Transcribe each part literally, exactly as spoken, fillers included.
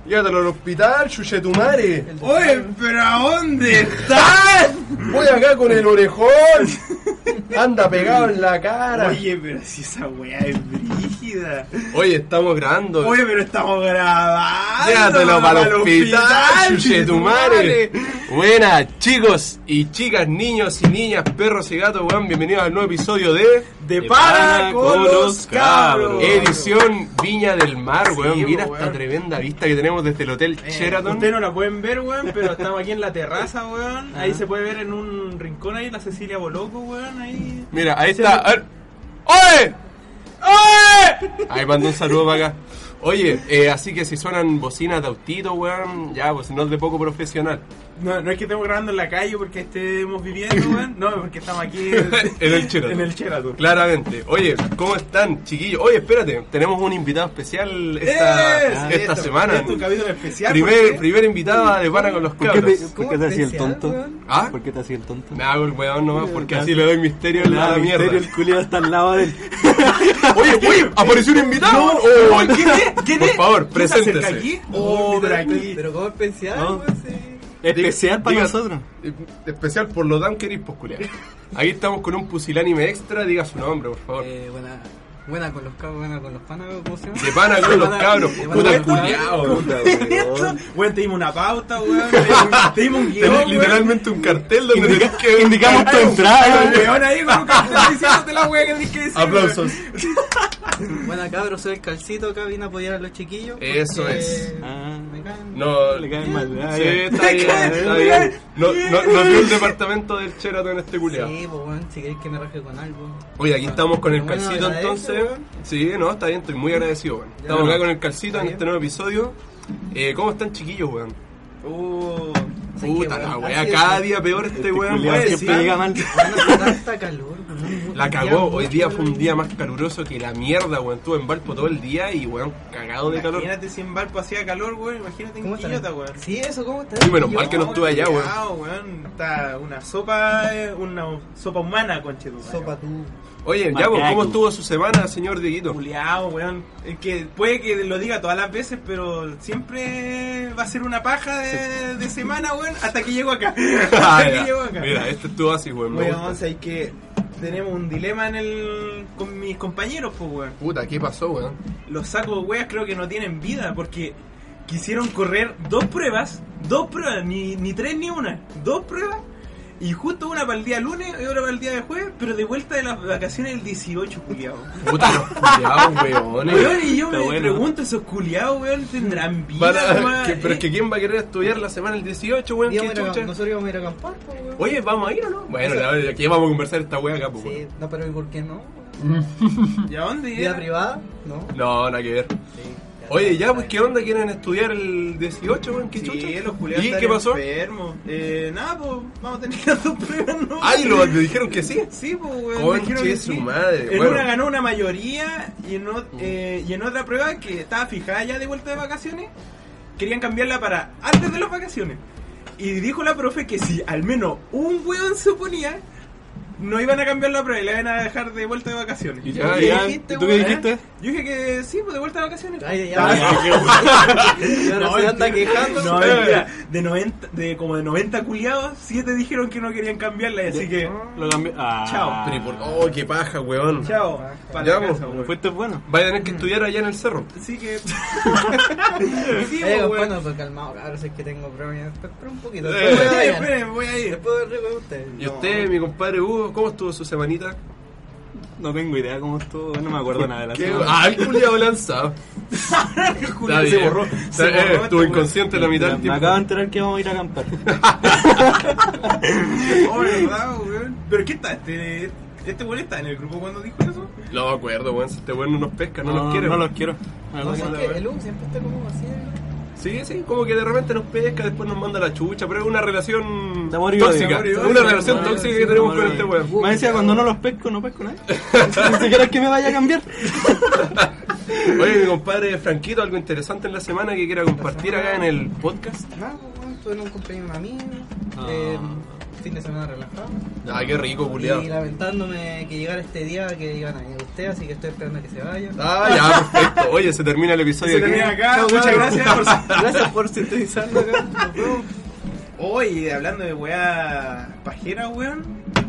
Llévatelo al hospital, chuchetumare. Oye, pero ¿a dónde estás? Voy acá con el orejón. Anda pegado en la cara. Oye, pero si esa weá es brígida. Oye, estamos grabando. Oye, pero estamos grabando. Llévatelo para el hospital, chuchetumare. Buenas, chicos y chicas, niños y niñas, perros y gatos, weón. Bienvenidos al nuevo episodio de De Pana con los Cabros. Edición Viña del Mar, weón. Sí, Mira weón. esta tremenda vista que tenemos desde el Hotel Eh, Sheraton. Ustedes no la pueden ver, weón, pero estamos aquí en la terraza, weón. Ahí se puede ver en un rincón ahí la Cecilia Boloco, weón. Ahí. Mira, ahí Se está. lo- A ver. ¡Oye! ¡Oye! Ahí mando un saludo para acá. Oye, eh, así que si suenan bocinas de autito, weón, ya, pues no es de poco profesional. No, no es que estemos grabando en la calle porque estemos viviendo, weón. No, porque estamos aquí En el Sheraton. En el Sheraton. Claramente. Oye, ¿cómo están, chiquillos? Oye, espérate, tenemos un invitado especial esta, ¡Eh! esta Esto, semana. Es un capítulo especial. Primer, porque- primer invitada de Pana con los ¿Por qué Cabros. te, ¿por qué te hacía el tonto? ¿Ah? ¿Por qué te hacía el tonto? Me hago el weón nomás porque así le doy misterio en la mierda. El culiado está al lado de él. Oye, oye, apareció un invitado. No, Oh, no, ¿quién es? ¿Quién Por es? favor, ¿Quién se acerca preséntese. aquí? Oh, pero aquí. Pero como especial, ¿No? pues sí. Especial para Diga- nosotros. eh, Especial por lo dan queridos, pues, culiao. Aquí estamos con un pusilánime extra, diga su nombre, por favor. Eh, buena, buena con los cabros, buena con los panas, ¿cómo se llama? De Pana con los Pana- Cabros, de puta Pana el con los culiao. Puta, weón. Weón, te dimos una pauta, weón. Te dimos- Te dimos un guión, Tenés weón. literalmente un cartel donde tenés que Indicamos tu Hay un entrada. weón ahí con un cartel diciéndote la wea que tenés que decir. Aplausos. Buena cabros, soy el calcito acá, vine a apoyar a los chiquillos. Eso porque es. Ah, Me caen. No, le caen mal. Ah, sí, ya. está bien, está bien. No, no, no dio el departamento del Sheraton este culiao. Sí, pues bueno, si queréis que me raje con algo. Oye, aquí estamos con el Bueno, calcito agradece, entonces. weón. Sí, no, está bien, estoy muy agradecido, weón. Estamos Ya. acá con el calcito en Está este nuevo episodio. Eh, ¿Cómo están, chiquillos, weón? Uh, Sí, Puta que, la weón, weá, así cada es. día peor este weón. Culiao weón. siempre Sí. llega mal. Bueno, tanta calor, weón. La Ya, cagó, hoy mucho día calor. fue un día más caluroso que la mierda, weón. Estuve en Valpo todo el día y, weón, cagado de calor. Imagínate si en Valpo hacía calor, weón. Imagínate en ¿Cómo está? Quillota, weón. Sí, eso, ¿cómo está? Sí, menos mal que no estuve allá, weón. Cuidado, weón. Está una sopa, eh, una sopa humana, conchetumare. Sopa tú. Oye, ya, pues, Macaco. ¿cómo estuvo su semana, señor Dieguito? Culeado, weón. Es que puede que lo diga todas las veces, pero siempre va a ser una paja de, de semana, weón, hasta que llego acá. Ah, Hasta que ya. llego acá. Mira, este estuvo así, weón. me Weón, gusta. hay que tenemos un dilema en el con mis compañeros, pues, weón. Puta, ¿qué pasó, weón? Los sacos de weas creo que no tienen vida porque quisieron correr dos pruebas, dos pruebas, ni, ni tres ni una, dos pruebas. Y justo una para el día lunes y otra para el día de jueves, pero de vuelta de las vacaciones el dieciocho, culiao. Puta, los culiados, weón. Weón, y yo Está me bueno. pregunto, esos culiados, weón, tendrán vida. Van a- nomás? que- pero es que ¿quién va a querer estudiar la semana el dieciocho, weón? Íbamos ¿Qué a ir a- chucha? Nosotros íbamos a ir a acampar, pues, weón. Oye, ¿vamos a ir o no? Bueno, la verdad, aquí vamos a conversar esta weá acá, pues, Sí, weón. no, pero ¿y por qué no? ¿Y a dónde? ¿Vida privada? No. No, nada que ver. Sí. Oye, ya, pues, ¿qué onda? ¿Quieren estudiar el dieciocho, weón? ¿Qué chucha? Sí, los culiados ¿Y están qué pasó? enfermos. Eh, nada, pues, vamos a tener que hacer dos pruebas, ¿no? Ay, lo, me dijeron que sí. Sí, pues, weón. Conche dijeron que su sí. madre, En bueno. una ganó una mayoría y en, ot- eh, y en otra prueba que estaba fijada ya de vuelta de vacaciones, querían cambiarla para antes de las vacaciones. Y dijo la profe que si al menos un weón se oponía, no iban a cambiar la prueba y la iban a dejar de vuelta de vacaciones. ¿Y Ya, tú ya. dijiste, ¿Y tú qué ¿Eh? dijiste? Yo dije que sí, pues de vuelta de vacaciones. Ay, Ah, ya. Y ahora No, se anda mentira. quejando. No, mentira. De noventa, de como de noventa culiados, siete dijeron que no querían cambiarla, y así que Lo cambié. Ah. Chao. Pero, ¿y por- oh, qué paja, weón. chao. Para Ya, la pues, casa, Pero weón. fuiste bueno. Vaya a tener que estudiar allá en el cerro. Así que sí, Eh, pues, weón. bueno, pues calmado, claro, sé que tengo problemas. Espera un poquito. Eh. Después voy a Esperen, ir. esperen, voy a ir. Después voy a ir con ustedes. ¿Y usted, mi compadre Hugo, cómo estuvo su semanita? No tengo idea cómo estuvo. No me acuerdo nada de la ¿Qué? semana. Ah, el culiado lanzado. Está se bien. borró. Está- Se eh, borró estuvo este, weón. inconsciente la mitad del Me tiempo. acabo de enterar que vamos a ir a acampar. Oh, ¿verdad, weón? ¿Pero qué está? ¿Este, este weón está en el grupo cuando dijo eso? No me acuerdo, weón. Si este weón no nos pesca, no, No, nos quiere. No weón. los quiero. La No, verdad sé, que es no. que el Hugo siempre está como así. Sí, sí, como que de repente nos pesca, después nos manda la chucha, pero es una relación De amor y odio. tóxica. De amor y Es odio. una relación De amor y tóxica odio. que tenemos Amor con y este odio. weón. Me decía, cuando no los pesco, no pesco nada. Ni siquiera es que me vaya a cambiar. Oye, mi compadre Franquito, algo interesante en la semana que quiera compartir acá en el podcast. Nada, pues, bueno, tuve un cumpleaños de un amigo. Ah. Eh, fin de semana relajado. Ah, qué rico, culiao. Y lamentándome que llegara este día que iban a venir ustedes, así que estoy esperando a que se vayan. Ah, ya, perfecto. Oye, se termina el episodio Se aquí. termina acá, No, muchas bueno. gracias por su- Gracias por sintonizarlo acá. Nos vemos. Oye, hablando de weá pajera, weón,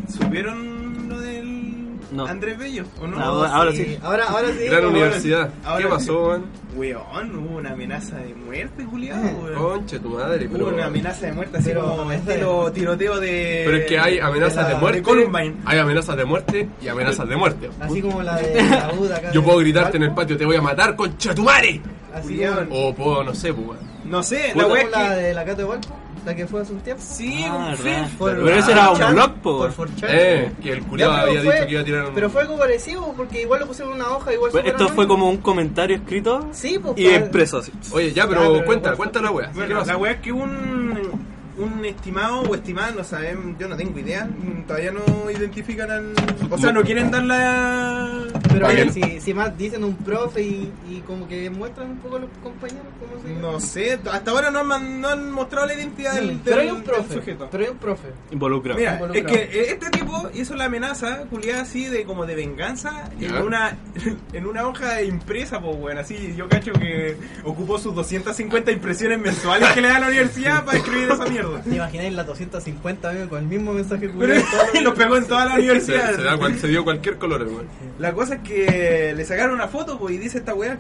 ¿supieron lo del No. Andrés Bello? ¿O no? No, ahora sí. Ahora, ahora sí. Gran ahora universidad. ahora ¿Qué sí. pasó, man? Weón, hubo una amenaza de muerte, Julián, weón. Conche tu madre, Hubo pero... una amenaza de muerte así Pero- como estilo tiroteo de... Pero es que hay amenazas de, la- muerte, Columbine. hay amenazas de muerte y amenazas de muerte. Así como la de la U de acá. Yo de- puedo gritarte en el patio, te voy a matar, concha tu madre. Así Julián. como, O puedo, no sé, pues, weón. No sé, como la weá es la que... de la Cato de Valpo, la que fue hace un tiempo. Sí, Ah, un verdad. fin. Por- Pero ese era un Chan, blog, po, por weón. four chan. Eh, que el culiao Ya, pero había fue- dicho que iba a tirar un... Pero fue algo parecido, porque igual lo pusieron en una hoja, igual Pues súper esto fue anónimo. como un comentario escrito Sí, pues. y para- expreso así. Oye, ya, pero, Ah, pero cuenta, igual- cuenta la wea. ¿Qué Bueno, pasó? la weá es que un, un estimado o estimada, no saben, yo no tengo idea, mm, todavía no identifican al... O sea, no quieren dar la... Pero Pa' oye, que- si, si más dicen un profe y, y como que muestran un poco a los compañeros cómo se No sé, hasta ahora no han, man- no han mostrado la identidad del, del, pero hay un del profe, sujeto. pero hay un profe. Involucrado. Mira, es involucrado. que este tipo hizo la amenaza, culiada así, de como de venganza, en Ya. una en una hoja impresa, pues bueno, así, yo cacho que ocupó sus doscientas cincuenta impresiones mensuales que le da a la universidad para escribir esa mierda. ¿Te imagináis las doscientas cincuenta veces con el mismo mensaje Pero culiao todos los lo pegó en toda la Se, universidad. se da cual- se dio cualquier color, weón. La cosa es que le sacaron una foto, pues, y dice esta weá.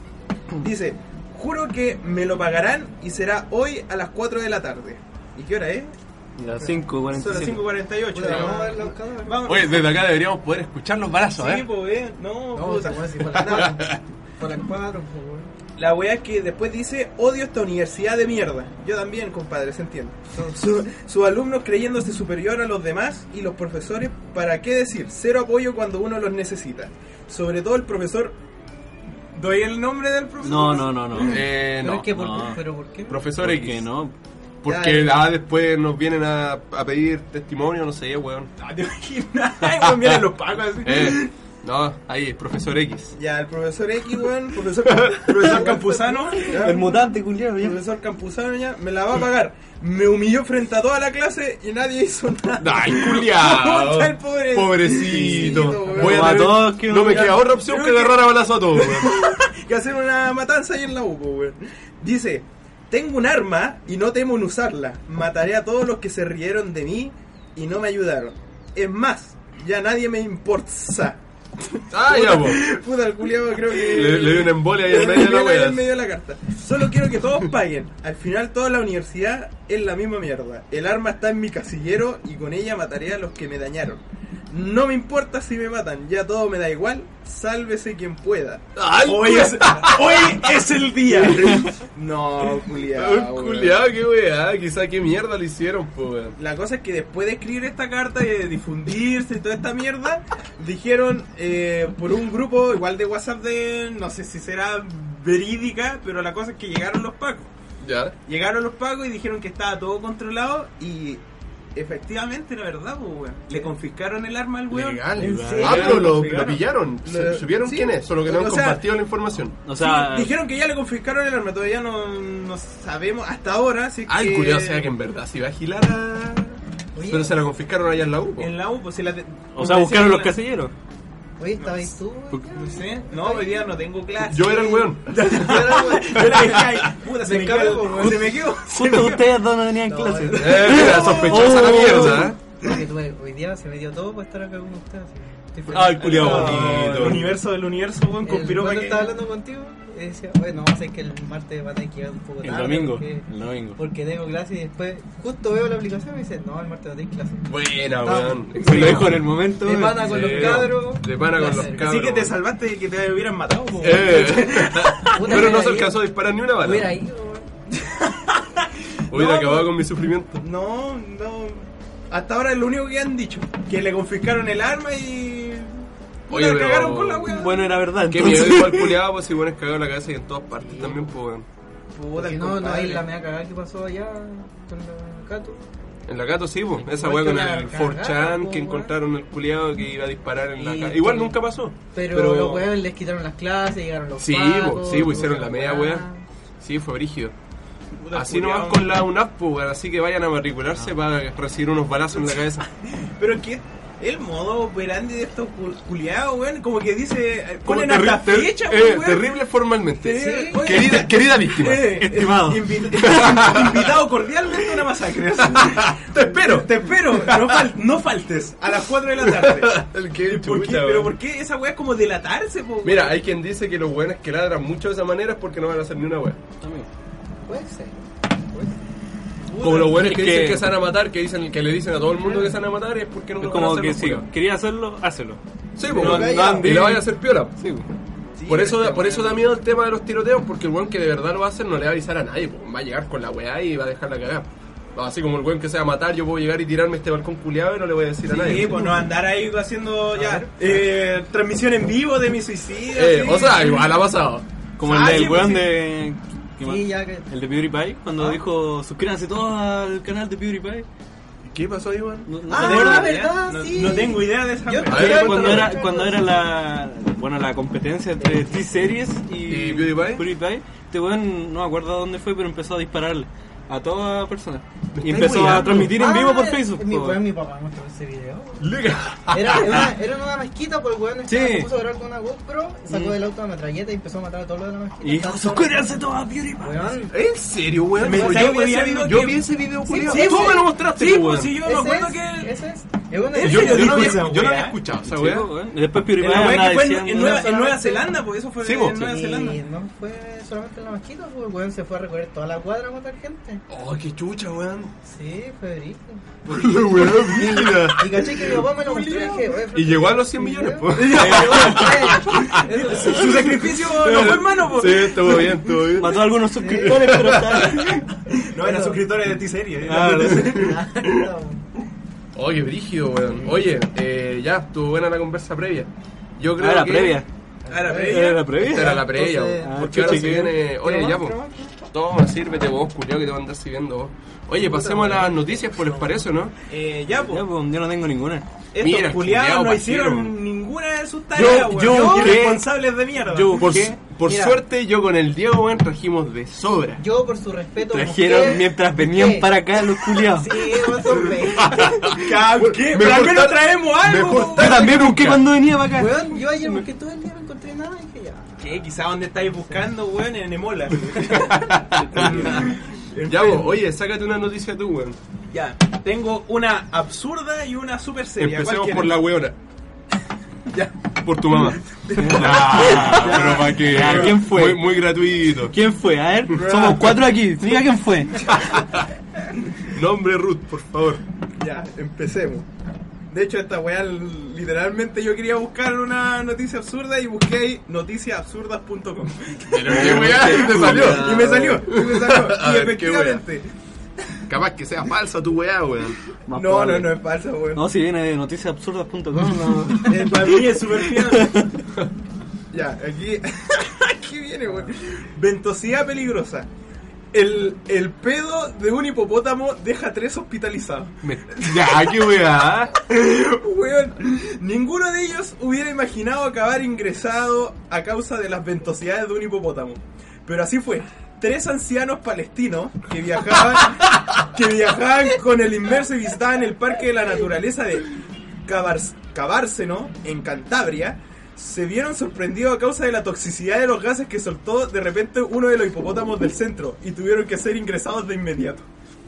Dice, juro que me lo pagarán y será hoy a las cuatro de la tarde. ¿Y qué hora es? Las cinco cuarenta Son y las cinco. cinco cuarenta y ocho. Puta, vamos a ver los cadáveres. Vamos. Oye, desde acá deberíamos poder escuchar los balazos, Sí, ¿eh? pues, eh. No, No, puta. esa weá sí fue la Por las cuatro, pues, weón. La weá es que después dice, odio esta universidad de mierda. Yo también, compadre, se entiende. Su- sus alumnos creyéndose superior a los demás y los profesores, ¿para qué decir? Cero apoyo cuando uno los necesita. Sobre todo el profesor... ¿Doy el nombre del profesor? No, no, no, no. Eh, Pero no. es que, ¿por, no. ¿pero por qué? Profesor ¿Por X. qué no? Porque Ya, ah, después nos vienen a, a pedir testimonio, no sé, weón. Ah, ¿te imaginas? Ay, weón, miren los pacos así. Eh, no, ahí, profesor X. Ya, el profesor X, weón, profesor, profesor Campuzano, ya, El mutante, culiao, ya. profesor Campuzano ya, me la va a pagar. Me humilló frente a toda la clase y nadie hizo nada. Ay, culiao. Puta, el pobre- Pobrecito. weón. Voy a Como a tener- todos que- no me queda otra opción que agarrar a balazo a todos, weón. Que hacer una matanza ahí en la U, po, weón. Dice, tengo un arma y no temo en usarla. Mataré a todos los que se rieron de mí y no me ayudaron. Es más, ya nadie me importa. Ah, ya, po. Puta, el culiao creo que... Le, le di una embolia ahí en medio de la Ahí wea. en medio de la carta. Solo quiero que todos paguen. Al final toda la universidad es la misma mierda. El arma está en mi casillero y con ella mataré a los que me dañaron. No me importa si me matan, ya todo me da igual. Sálvese quien pueda. Ay, Hoy es, hoy es el día. No, culiao. Un weón. culiao, qué weá, quizá qué mierda le hicieron, po, weón. La cosa es que después de escribir esta carta y de difundirse y toda esta mierda, dijeron eh, por un grupo igual de WhatsApp de, no sé si será verídica, pero la cosa es que llegaron los pacos. Ya. Llegaron los pacos y dijeron que estaba todo controlado y efectivamente, la verdad, pues, weón. Le confiscaron el arma al weón. Legal. ¿En Ah, serio? pero lo, Confiscaron. lo pillaron. Lo- ¿Supieron sí. quién es? Solo que no han O sea, compartido la información. O sea, Sí, dijeron que ya le confiscaron el arma, todavía no, no sabemos hasta ahora. Si es Ah, el que culiao sea que en verdad se iba a gilar a... Oye, Pero se la confiscaron allá en la U, po. en la U, pues si la. te- o sea, como buscaron los decían, casilleros. oye, ¿estabas tú? Porque- No sé, no, hoy día no tengo clase. Yo era el weón. Yo la dejé ahí. Puta, se Me me cago, quedó. weón. Se me quedó. Justo ustedes dos no tenían No, clases. no. Eh, mira, sospechosa la Oh. mierda, ¿eh? Porque tuve- hoy día se me dio todo para estar acá con ustedes. así que estoy feliz. Ay, culiao No, bonito. el universo del universo, weón, El- conspiró para cuando que. estaba hablando contigo, y decía, bueno, vamos a hacer que el martes va a tener que llegar un poco El tarde. domingo. Porque, El domingo. porque tengo clase y después, justo veo la aplicación y me dice, no, el martes no tenés clase. Buena, Ah, weón. Se lo dejo en el momento. De pana con Sí, los cabros. de pana con los Así cabros. Así que te salvaste de que te hubieran matado, po, weón. Eh. Puta, Pero no hubiera se ido. alcanzó a disparar ni una bala. Hubiera ido, weón. Hubiera No, acabado pues. con mi sufrimiento. No, no. Hasta ahora es lo único que han dicho. Que le confiscaron el arma y. Oye, Puta, pero- cagaron con la weá. Bueno, era verdad. Qué entonces. miedo igual culiado, pues si bueno es cagado en la cabeza y en todas partes también, pues weón. Puta, Porque el no, no compadre. hay la mea cagada que pasó allá con la Cato. En la Cato sí, pues. Esa Igual weá con que la el cagada, four chan po, que weón. encontraron el culiado que iba a disparar en la Y- casa. Igual nunca pasó. Pero, los weones les quitaron las clases, llegaron los Sí, pacos, po, sí, pues hicieron la toda media weá. weá. Sí, fue brígido. Puta, Así no culiao. van con la UNAP, pues, weón. Así que vayan a matricularse para recibir unos balazos en la cabeza. Pero que el modo operandi de estos cul- culiados, weón, como que dice, eh, Como ponen terri- hasta ter- fecha, eh, weón. terrible formalmente. Sí. Sí. Querida, querida víctima. Eh, Estimado. eh, invi- invitado cordialmente a una masacre. Te espero. Te espero, no, fal- no faltes a las cuatro de la tarde. El que ¿Por qué? chucha, Pero weón. ¿por qué esa weá es como delatarse, po, weón? Mira, hay quien dice que los buenos que ladran mucho de esa manera es porque no van a hacer ni una wea. Puede ser. Como los buenos Es que, que- dicen que se van a matar, que dicen que le dicen a todo el mundo que se van a matar, es porque no Es lo van a como hacer que los si culiados. quería hacerlo, hácelo. Sí, No, pues, no y ande- le vaya a hacer piola. Sí, pues. Sí, Por eso, este por eso weón. da miedo el tema de los tiroteos, porque el weón que de verdad lo va a hacer no le va a avisar a nadie, pues, va a llegar con la weá y va a dejar la cagada. Así como el weón que se va a matar, yo puedo llegar y tirarme este balcón culiado y no le voy a decir a nadie. Sí, pues no andar ahí haciendo ya eh, transmisión en vivo de mi suicidio. Eh, sí. o sea, igual ha pasado. Como Ah, el del sí, pues, weón sí. de... ¿qué más? Sí, ya que. El de PewDiePie, cuando Ah. dijo suscríbanse todos al canal de PewDiePie. ¿Qué pasó ahí, weón? No, no Ah, se acuerdan. verdad, no, sí. no tengo idea de esa Yo- weá. A ver, Era cuéntalo. cuando era, cuando era la bueno la competencia entre T-Series y, ¿Y PewDiePie? PewDiePie, este weón no me acuerdo a dónde fue, pero empezó a dispararle a toda persona. Y estáis empezó a weando. transmitir en vivo por Ah, Facebook. Mi, po. weón, mi papá mostró ese video. Liga. Era, era, una, era una mezquita, pues el weón estaba- Sí. se puso a grabar con una GoPro, sacó Mm. del auto la metralleta y empezó a matar a todos los de la mezquita. Y dijo, Estaban suscríbanse todos a PewDiePie. todos- Weón, ¿En serio, weón? Me- Yo, ¿sabes vi ese que video, vi yo que- vi ese video, culiao. sí, Tú sí. me lo mostraste, Sí, pues, pues weón. sí, yo me ese acuerdo es, que... ese es. Es una- ¿En Yo, serio? yo no había, Esa yo no weá. había escuchado esa Sí, weá. po, weón. Y después En PewDiePie la weá andaba que fue en, diciendo- en Nueva, en Nueva solamente- Zelanda, pues eso fue Sí, en po. Nueva Zelanda. Y no fue solamente en la mezquita, pues el weón se fue a recorrer toda la cuadra a matar gente. Oh, qué chucha, weón. Sí, fue brígido. La weá, mira. Y caché que mi papá me lo mostró y dije, oye, Y llegó a los cien millones, pues. Eso- Su sacrificio no fue en mano, pues. Sí, estuvo bien, estuvo bien. mató a algunos suscriptores, pero está... No, eran suscriptores de T-Serie. Ah, eran de no. T-Serie. Oye, brígido, weón. Oye, eh, ya, estuvo buena la conversa previa. Yo creo Ah, la que... previa. Ah, la ¿Era previa. la previa? Esta era la previa, Entonces, weón. ah, Porque ahora se chucha, viene... Oye, ¿Qué ya, más? pues. ¿Qué más? Toma, sírvete vos, culiao, que te van a andar sirviendo vos. Oye, pasemos a las noticias, pues, ¿les parece o no? Eh, ya, Ya, pues. pues, yo no tengo ninguna. Estos Mira, culiados culiao no hicieron pajero. ninguna de sus tareas, Yo- weón. yo busqué- Irresponsables de mierda. yo Por, ¿Qué? por Mira. suerte, yo con el Diego, weón, trajimos de sobra. Yo, por su respeto, Trajeron busqué- mientras venían busqué. para acá los culiados. Sí, vos son pe- Ca- ¿Qué? Mejor Pero al menos tar- traemos algo, mejor weón. Yo también busqué cuando venía para acá. Weón, yo ayer busqué todo el día, no encontré nada y dije ya. ¿Qué? Quizá donde estáis buscando, weón, en Emola. Ya, vos, oye, sácate una noticia tú, weón. Ya, tengo una absurda y una super seria. Empecemos ¿Cuál por la weona. Ya. Por tu mamá. Nah, pero para qué. Ya, ¿quién fue? Muy, muy gratuito. ¿Quién fue? A ver, somos cuatro aquí. Diga quién fue. Nombre Ruth, por favor. Ya, empecemos. De hecho, esta weá, literalmente yo quería buscar una noticia absurda y busqué ahí noticias absurdas punto com. Pero qué weá, y te salió. Y me salió, y me salió. A Y ver, efectivamente. Capaz que sea falsa tu weá, weón. Más No, probable. no, no es falsa, weón. No, si viene de noticiasabsurdas punto com, no. Eh, para mí es súper fiel. Ya, aquí, aquí viene, weón. Ventosidad peligrosa. El, el pedo de un hipopótamo deja tres hospitalizados. Me- Ya, qué weá. Weón, ninguno de ellos hubiera imaginado acabar ingresado a causa de las ventosidades de un hipopótamo. Pero así fue. Tres ancianos palestinos que viajaban, que viajaban con el inmerso y visitaban el Parque de la Naturaleza de Cabars- Cabárceno, en Cantabria, se vieron sorprendidos a causa de la toxicidad de los gases que soltó de repente uno de los hipopótamos del centro y tuvieron que ser ingresados de inmediato.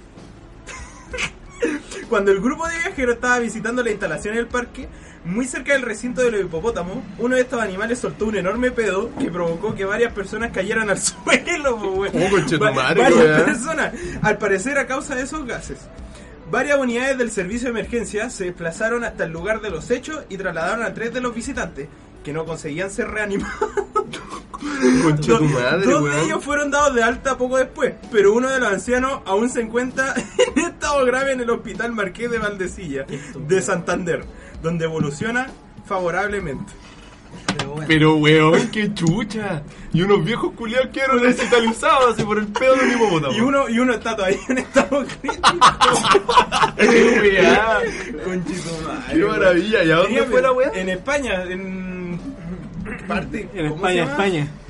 Cuando el grupo de viajeros estaba visitando la instalación del parque, muy cerca del recinto de los hipopótamos, uno de estos animales soltó un enorme pedo que provocó que varias personas cayeran al suelo. po, weón. ¿Cómo, conchetumare, Va- varias weón? personas, al parecer a causa de esos gases. Varias unidades del servicio de emergencia se desplazaron hasta el lugar de los hechos y trasladaron a tres de los visitantes, que no conseguían ser reanimados. Concha tu madre, Dos de weón. ellos fueron dados de alta poco después, pero uno de los ancianos aún se encuentra en estado grave en el Hospital Marqués de Valdecilla, de Santander, donde evoluciona favorablemente. Pero bueno. Pero weón, qué chucha. Y unos viejos culiados quedaron hospitalizados así por el pedo de un hipopótamo. Y uno, y uno está todavía en estado crítico. Qué weá. Conchito madre, Qué maravilla. ¿Y a dónde Quería fue la ver, weá? En España, en parte. En ¿cómo se España, llama? España.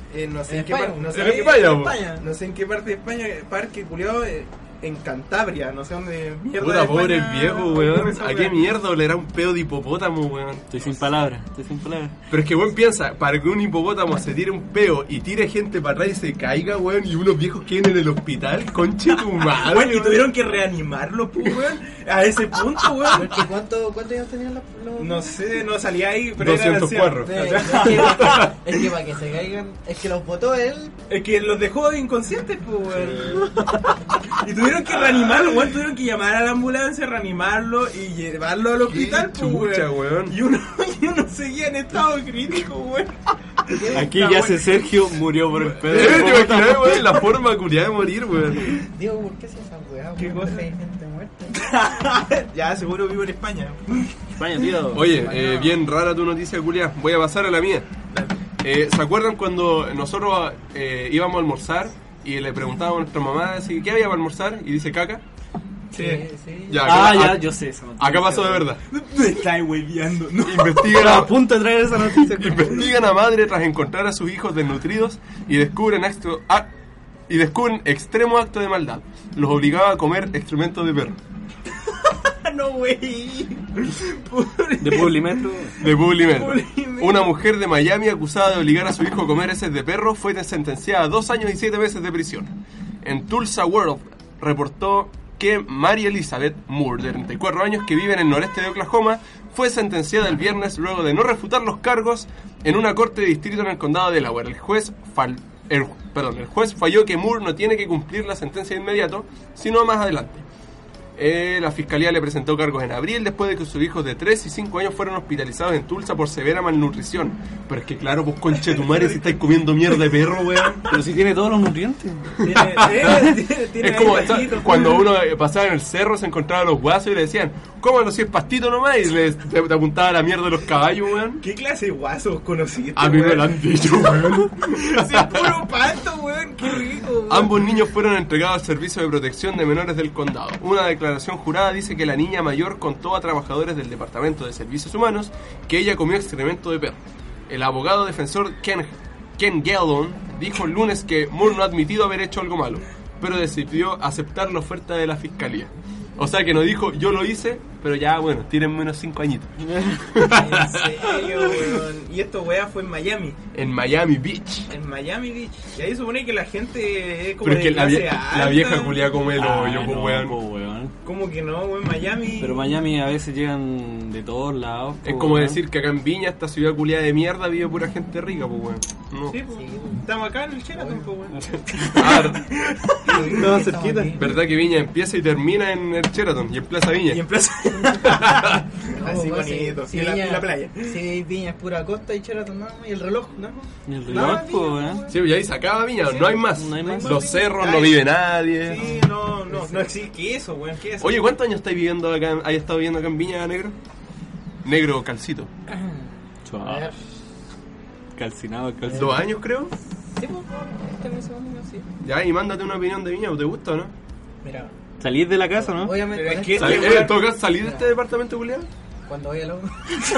eh, no sé En en qué España, parte, no sé en en qué- España, en po. España, no sé en qué parte de España, parque culiao eh, en Cantabria, no sé dónde mierda. Puta, de pobre el España viejo, ocurre weón. esa ¿A qué weá. mierda olerá un pedo de hipopótamo, weón? Estoy sin palabras, estoy sin palabras. Pero es que, weón, piensa, para que un hipopótamo se tire un peo y tire gente para atrás y se caiga, weón, y unos viejos queden en el hospital, conche tu madre. Weón, y weón. tuvieron que reanimarlo, pues, weón, a ese punto, weón. Porque ¿cuánto, ¿Cuántos años tenían los, los- No sé, no salía ahí, pero doscientos cuatro. era Eh, anciano. es, que, es que para que se caigan, es que los botó él. Es que los dejó inconscientes, pues, weón. Y tuvieron que reanimarlo, weón. Tuvieron que llamar a la ambulancia, reanimarlo y llevarlo al hospital, Qué pues, chucha, weón. weón. Y uno, y uno seguía en estado crítico, weón. Aquí Está ya bueno. se Sergio murió por el pedo. Eh, te imaginas, weón, la forma culiada de morir, weón. Digo, ¿por qué hace esa weá? ¿Qué weón? cosa? Hay gente muerta. Ya, seguro vivo en España. España, tío. Oye, eh, bien rara tu noticia, culiada. Voy a pasar a la mía. Eh, ¿Se acuerdan cuando nosotros eh, íbamos a almorzar y le preguntábamos a nuestra mamá si, qué había para almorzar? Y dice caca. Sí. sí. Ya, Ah, acá, ya, a- yo sé esa noticia. acá pasó de verdad. Me estáis hueviando, ¿no? Investigan Estaba a a, punto de traer esa noticia. investigan a madre tras encontrar a sus hijos desnutridos y descubren acto, a- y descubren extremo acto de maldad. Los obligaba a comer excrementos de perro. No, wey. De Publimetro. De Publimetro. Publimetro. Una mujer de Miami acusada de obligar a su hijo a comer heces de perro fue sentenciada a dos años y siete meses de prisión. En Tulsa World reportó que Mary Elizabeth Moore, de treinta y cuatro años, que vive en el noreste de Oklahoma, fue sentenciada el viernes luego de no refutar los cargos en una corte de distrito en el condado de Delaware. El juez, fal- el, perdón, el juez falló que Moore no tiene que cumplir la sentencia de inmediato, sino más adelante. Eh, la fiscalía le presentó cargos en abril después de que sus hijos de tres y cinco años fueron hospitalizados en Tulsa por severa malnutrición. Pero es que claro, pues conche tu madre si estáis comiendo mierda de perro, weón. Pero si tiene todos los nutrientes. Tiene, eh, tiene, tiene Es como ahí ¿sabes? pastitos, cuando weón. uno eh, pasaba en el cerro, se encontraba los guasos y le decían, cómalo si es pastito nomás, y le, te, te apuntaba la mierda de los caballos, weón. ¿Qué clase de guasos conociste? A mí me weón? lo han dicho, weón. Sí, puro pasto, weón. Qué rico, weón. Ambos niños fueron entregados al Servicio de Protección de Menores del Condado. Una declaración jurada dice que la niña mayor contó a trabajadores del Departamento de Servicios Humanos que ella comió excremento de perro. El abogado defensor Ken, Ken Gellon dijo el lunes que Moore no ha admitido haber hecho algo malo, pero decidió aceptar la oferta de la fiscalía. O sea que no dijo, yo lo hice, pero ya, bueno, tírenme unos cinco añitos. En serio, weón. Y esto, weá, fue en Miami. En Miami Beach. En Miami Beach. Y ahí supone que la gente es como Pero es de que la, clase vie- alta. la vieja culia come el hoyo, Ah, pues, no, weón. po, weón. Como que no, weón, Miami. Pero Miami a veces llegan de todos lados. Es po, como weón. decir que acá en Viña, esta ciudad culiada de mierda, vive pura gente rica, pues, weón. No. Sí, pues. Estamos acá en el Sheraton, pues, weón. Ah, Estaba cerquita. verdad que Viña empieza y termina en el Sheraton y en Plaza Viña. Y en plaza. Así No, bonito. si y, la, Viña- y la playa. Sí, Viña es pura costa y Sheraton nada más. Y el reloj, ¿no? Y el Nada, reloj, po, Viña, weón. weón. Sí, y ahí se acaba Viña, no hay más. No hay más. Los cerros, no Ay. vive nadie. Sí, no, no, no existe. ¿Qué es eso, weón? ¿Qué es eso? Oye, ¿cuántos años estáis viviendo acá? ¿Hay estado viviendo acá en Viña, negro? Negro calcito. Suave. Calcinado, calcinado. ¿Dos años, creo? Sí, pues, este mes segundo, sí. Ya, y mándate una opinión de Viña, ¿te gusta o no? Mira, Salís de la casa, ¿no? obviamente, Pero es con que- esto, Salí- weón. eh, en todo caso, ¿salí de este departamento culiado? cuando voy a la U.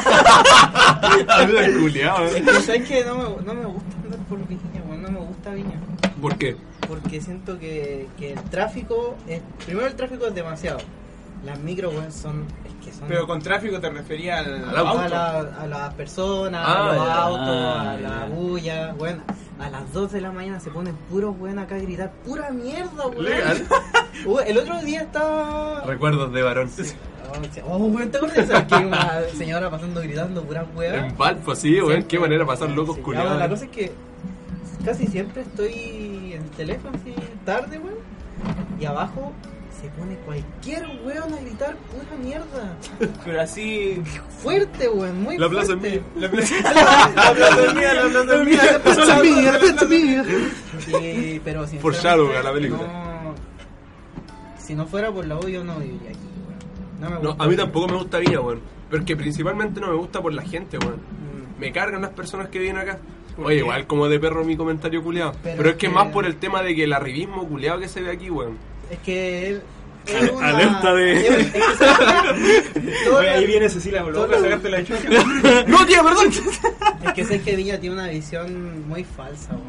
Culiado, Es ¿eh? que, ¿sabes qué? No me, no me gusta andar por Viña, weón. No me gusta Viña. ¿Por qué? Porque siento que, que el tráfico es... Primero el tráfico es demasiado. Las micros, weón, son... Es que son... Pero con tráfico te refería al, Al auto. a, la- a las personas, Ah, a los ya. autos, Ah, a la ya. bulla, weón. A las dos de la mañana se ponen puros weón acá a gritar pura mierda, weón. Legal. Weón, el otro día estaba... Recuerdos de varón. Oh, weón, ¿te acuerdas de que una señora pasando gritando pura weón? En Valpo, sí, weón, qué manera de pasar locos Sí, culiados. ahora, la cosa es que casi siempre estoy en el teléfono así tarde, weón. Y abajo se pone cualquier weón a gritar pura mierda. Pero así. Fuerte, weón, muy La plaza fuerte. es mía. La plaza, la plaza es mía, la plaza es mía. La plaza la es mía, la plaza es mía. Sí, pero sinceramente, Foreshadow a la película. no- si no fuera por la U yo no viviría aquí, weón. No me No, gusta. a mí tampoco me gusta Viña, weón. Pero es que principalmente no me gusta por la gente, weón. Mm. Me cargan las personas que viven acá. ¿Por Oye, qué? igual como de perro mi comentario culiado. Pero, Pero es que es que- más por el tema de que el arribismo culiado que se ve aquí, weón. Es que él... es Ale- una- alerta de- es- es que ¿sabes? Todo Oye, ahí la- viene Cecilia Boloco a todo- sacarte la chucha. ¡No, tía, perdón! Es que sé que Viña tiene una visión muy falsa, weón.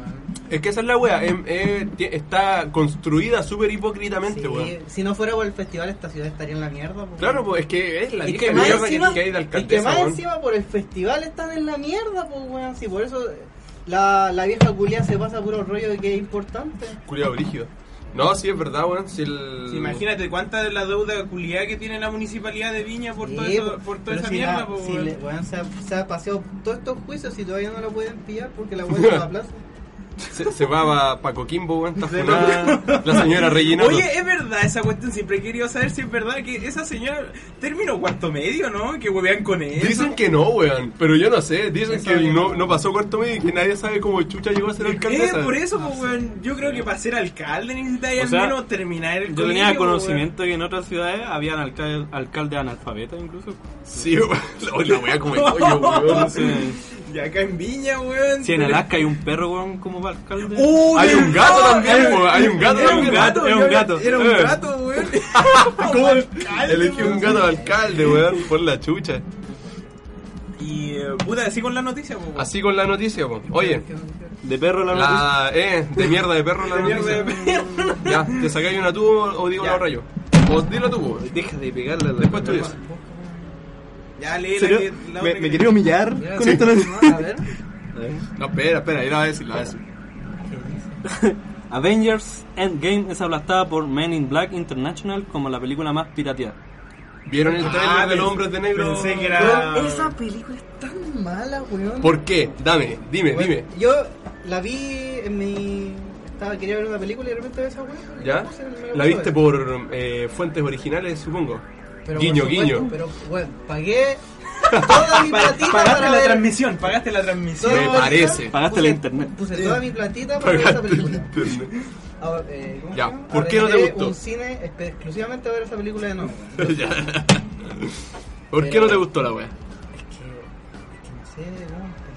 Es que esa es la wea, em, eh, ti- está construida súper hipócritamente, Sí, weón. si no fuera por el festival, esta ciudad estaría en la mierda. po. Claro, pues es que es la Y vieja que más mierda encima, que, que hay de y que alcaldesa, más weón. encima por el festival están en la mierda, pues weón. Sí, por eso la, la vieja culia se pasa puro rollo de que es importante. Culiado brígido. No, sí, es verdad, weón. Si el... Sí, imagínate cuánta es la deuda culiada que tiene la municipalidad de Viña por, Sí, todo eso, po, por toda pero esa si mierda, la- po, si weón. le- weón, se, ha, se ha paseado todos estos juicios y todavía no lo pueden pillar porque la weón se la plaza. Se, se va para Coquimbo, weón. Está funada la señora Regina. Oye, es verdad esa cuestión, siempre he querido saber si es verdad que esa señora terminó cuarto medio, ¿no? Que huevean con eso. Dicen que no, weón, pero yo no sé. Dicen Eso que que no, no. no pasó cuarto medio y que nadie sabe cómo chucha llegó a ser Eh, alcaldesa. por eso, pues, weón, yo creo que para ser alcalde necesitáis O al sea, menos terminar el Yo colegio, tenía weón. conocimiento que en otras ciudades habían alcalde, alcaldes analfabetas incluso. Sí, weón. La, la weá como el hoyo, weón. Sí. Y acá en Viña, weón. Si en Alaska hay un perro, weón, como para alcalde. ¡Uh, Hay un gato también, weón. Hay un gato Era un también. gato, Era un yo- gato. Era un Eh. gato, weón. ¿Cómo alcalde, elegí un weón. gato de alcalde, weón? Por la chucha. Y, eh, puta, así con la noticia, pues, weón. Así con la noticia, po. Oye, De perro la noticia. la. Eh, de mierda de perro la De mierda de noticia. perro. Ya, ¿te sacáis una tú o digo Ya. la rayo? O dilo tú, weón. Deja de pegarle a la Después tú dices. Ya, leí ¿En la serio? que... la ¿Me, otra me que- quería humillar Mira, con sí, esta noticia? no, a ver. No, espera, espera, ahí la va a decir, la va a decir. Avengers Endgame es aplastada por Men in Black International como la película más pirateada. ¿Vieron el Ah, trailer de los pens- hombres de negro? pensé que era- Pero esa película es tan mala, weón. ¿Por qué? Dame, dime, Bueno, dime. Yo la vi en mi... Estaba, quería ver una película y de repente ve esa weón. ¿Ya? puse en el- me ¿La puse a viste ver. por eh, fuentes originales, supongo? Pero guiño, por supuesto, guiño. Pero, bueno, pagué toda mi Pa- platita pagaste para la ver... transmisión, pagaste la transmisión. Me toda mi parece. platita, Pagaste puse- la internet. Puse toda mi platita para ver esa Pagaste el película. internet. Ahora, eh, ¿cómo Ya, se llama? ¿por qué no te Arrendé gustó? un cine espe- exclusivamente a ver esa película de nuevo. Ya. ¿Por qué no te gustó la wea? Es que, es que no sé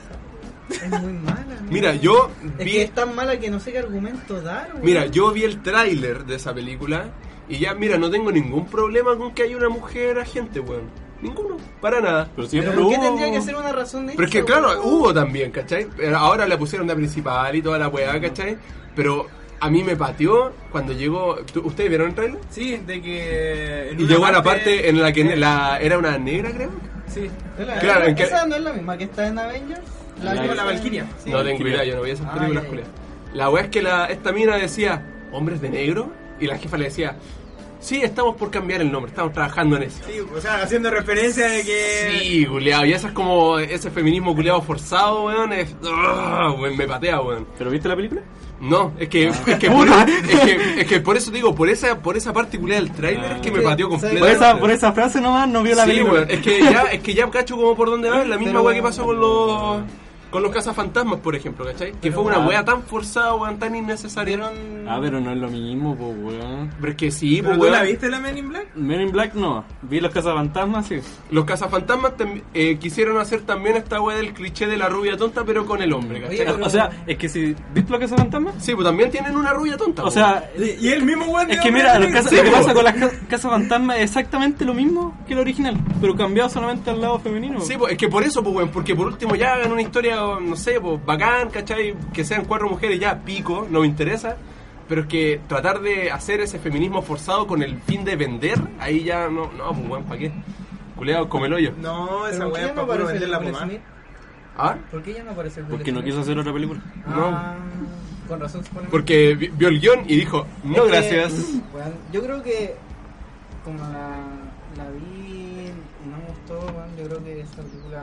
cómo empezar. Es muy mala. ¿no? Mira, yo Es vi. que es tan mala que no sé qué argumento dar. weón. Mira, yo vi el tráiler de esa película y ya, mira, no tengo ningún problema con que haya una mujer agente, weón. Ninguno, para nada. Pero ¿Pero siempre por qué hubo- tendría que ser una razón de Pero es que esa, claro, weón? hubo también, ¿cachai? Pero ahora la pusieron de principal y toda la weá, ¿cachai? Pero a mí me pateó cuando llegó... ¿tú- ¿Ustedes vieron el tráiler? Sí, de que... en Y una llegó a la parte en la que Eh, la, era una negra, creo. Sí. ¿Es la- Claro, en que- ¿Esa no es la misma que está en Avengers? La- que la está en- Valkyria. Sí. No tengo idea, yo no vi esas Ah, películas, ya, ya. culiao. La weá es que la, esta mina decía, ¿hombres de negro? Y la jefa le decía, sí, estamos por cambiar el nombre, estamos trabajando en eso. Sí, o sea, haciendo referencia de que... Sí, culiao, y eso es como ese feminismo culiado forzado, weón, es, ¡ah! weón, me patea, weón. ¿Pero viste la película? No, es que, es que, por, es que, es que por eso digo, por esa, por esa parte culiada del trailer Ah. es que me Sí, pateó ¿sabes? completamente. Por esa, por esa frase nomás no vio la Sí, película. weón, es que ya, es que ya cacho como por dónde va, la misma Pero- weá que pasó con los con los cazafantasmas, por ejemplo, ¿cachai? Que Pero- fue una Ah. weá tan forzada, weón, tan innecesaria. ¿Vieron? Ah, pero no es lo mismo, pues, weón. Pero es que sí, ¿Pero pues, tú weón. la viste, la Men in Black? Men in Black no. Vi los cazafantasmas, sí. Los cazafantasmas tam- eh, quisieron hacer también esta weá del cliché de la rubia tonta, pero con el hombre, ¿cachai? Oye, pero- O sea, es que si... ¿Viste los cazafantasmas? Sí, pues también tienen una rubia tonta. O pues. sea, Y el mismo weón es de que Hombre mira, de los Negro. casa- Sí, lo que po. pasa con las ca- cazafantasmas es exactamente lo mismo que el original, pero cambiado solamente al lado femenino. Sí, pues, es que por eso, pues, weón, porque por último ya hagan una historia, no sé, pues, bacán, ¿cachai? Que sean cuatro mujeres ya, pico, no me interesa. Pero es que tratar de hacer ese feminismo forzado con el fin de vender, ahí ya no, no, pues, weón, ¿para qué? Culeado, come el hoyo. No, ¿Pero esa por qué weá ya es no para puro aparece vender la Will pomada. Smith? ¿Ah? ¿Por qué ya no aparece el Will Porque no Smith? quiso hacer otra película. Ah, con razón se pone- Porque vi- vio el guión y dijo, no, Es que, gracias. weón, yo creo que como la, la vi y no me gustó, weón, yo creo que esa película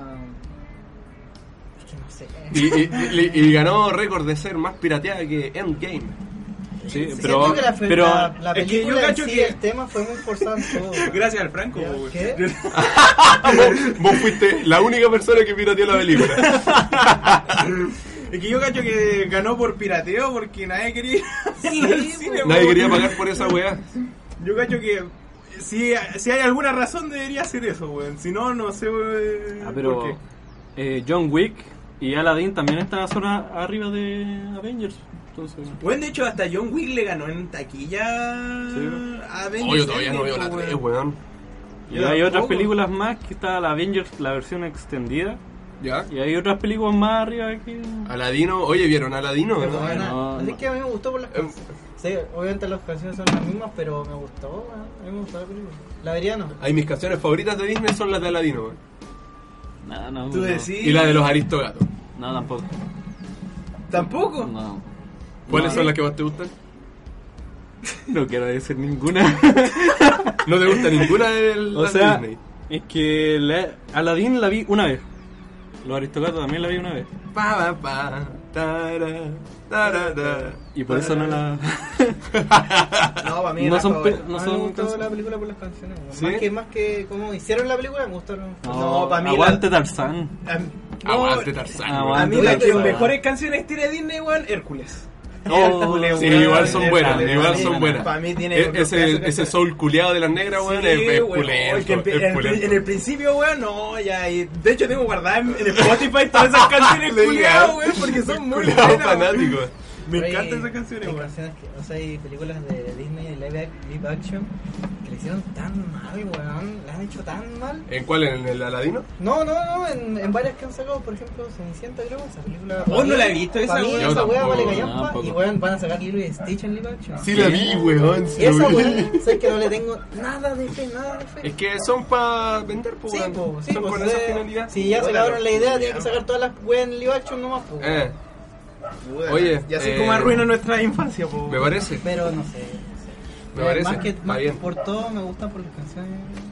es que no sé. Y, y- y- y ganó récord de ser más pirateada que Endgame. Sí, Siento pero... que la, fe- pero la, la es que yo película en cacho sí, que- el tema fue muy forzado en todo. weón. Gracias al Franco, Ya, weón. ¿qué? vos, vos fuiste la única persona que pirateó la película. Es que yo cacho que ganó por pirateo porque nadie quería ir a verla al Sí, cine, Nadie weón. quería pagar por esa weá. Yo cacho que si, si hay alguna razón debería ser eso, weón. Si no, no sé, weón. Ah, por pero qué. eh, John Wick y Aladdin también están a zona arriba de Avengers. Entonces, Bueno, de hecho, hasta John Wick le ganó en taquilla Sí. a Avengers. Oh, yo todavía no veo la Endgame, tres, weón. weón. y Yo hay otras tampoco. películas más que está la Avengers, la versión extendida, ¿Ya? Y hay otras películas más arriba que... Aladino, oye, ¿vieron Aladino? Pero ¿verdad? buena. no, Así no. que a mí me gustó por las Eh, canciones. Sí, obviamente las canciones son las mismas, pero me gustó, weón. A mí me gustó la película. ¿La vería no? Ay, mis canciones favoritas de Disney son las de Aladino, weón. No, no, Tú no. decís. Y la de los Aristogatos. No, tampoco. ¿Tampoco? No. ¿Cuáles No. son las que más te gustan? No quiero decir ninguna. ¿No te gusta ninguna de las O sea, de Disney? es que la, Aladdin la vi una vez. Los Aristogatos también la vi una vez. Pa, pa, pa, tara, tara, tara. Y por eso no la... No, para mí No era son favorita. pe- no a mí me son gustó canciones. la película por las canciones. weón. ¿Sí? Más que más que cómo hicieron la película, me gustaron. No, pa' mí Aguante la- Tarzán. A mí- no, Aguante Tarzán. a Aguante mí la que Tarzán. mejores canciones tiene Disney, weón, Hércules. Oh, Sí, weón, igual son buenas, Hércules, igual para son mí- buenas. Para mí tiene E- otro ese, pedazo de ese canción. soul culeado de las negras, weón, Sí, es, es weón, pulento, que en, es en- pulento. en el principio, weón, no, ya, y de hecho tengo guardadas en, en Spotify todas esas canciones culiadas, weón, porque son muy Culeado buenas, weón. fanático. Me Pero hay- encantan esas canciones, hay weón. canciones que, o sea, hay películas de Disney en live, ac- live action que le hicieron tan mal, weón. La han hecho tan mal. ¿En cuál? ¿En el Aladino? No, no, no, en, en varias que han sacado, por ejemplo, Cenicienta, creo, esa película. Oh, no la he visto esa, Para mí weón. Yo esa weá tampoco. vale No, callampa tampoco. y weón, van a sacar Lilo y Stitch en live action. Sí la vi, weón. sí Y esa la vi. weá, sé que no le tengo nada de fe, nada de fe. Es que son para vender, pues, Sí, weón. po, sí, Son po, con si esa se- finalidad. Si ya se Puta, acabaron la lo- idea, tienen que sacar todas las weas en live action nomás, po. Eh, Puta, Oye, y así eh, como arruina nuestra infancia, po. me parece. Pero no sé, no sé. Me Eh, parece, Más que, está más que bien. por todo me gustan por las canciones.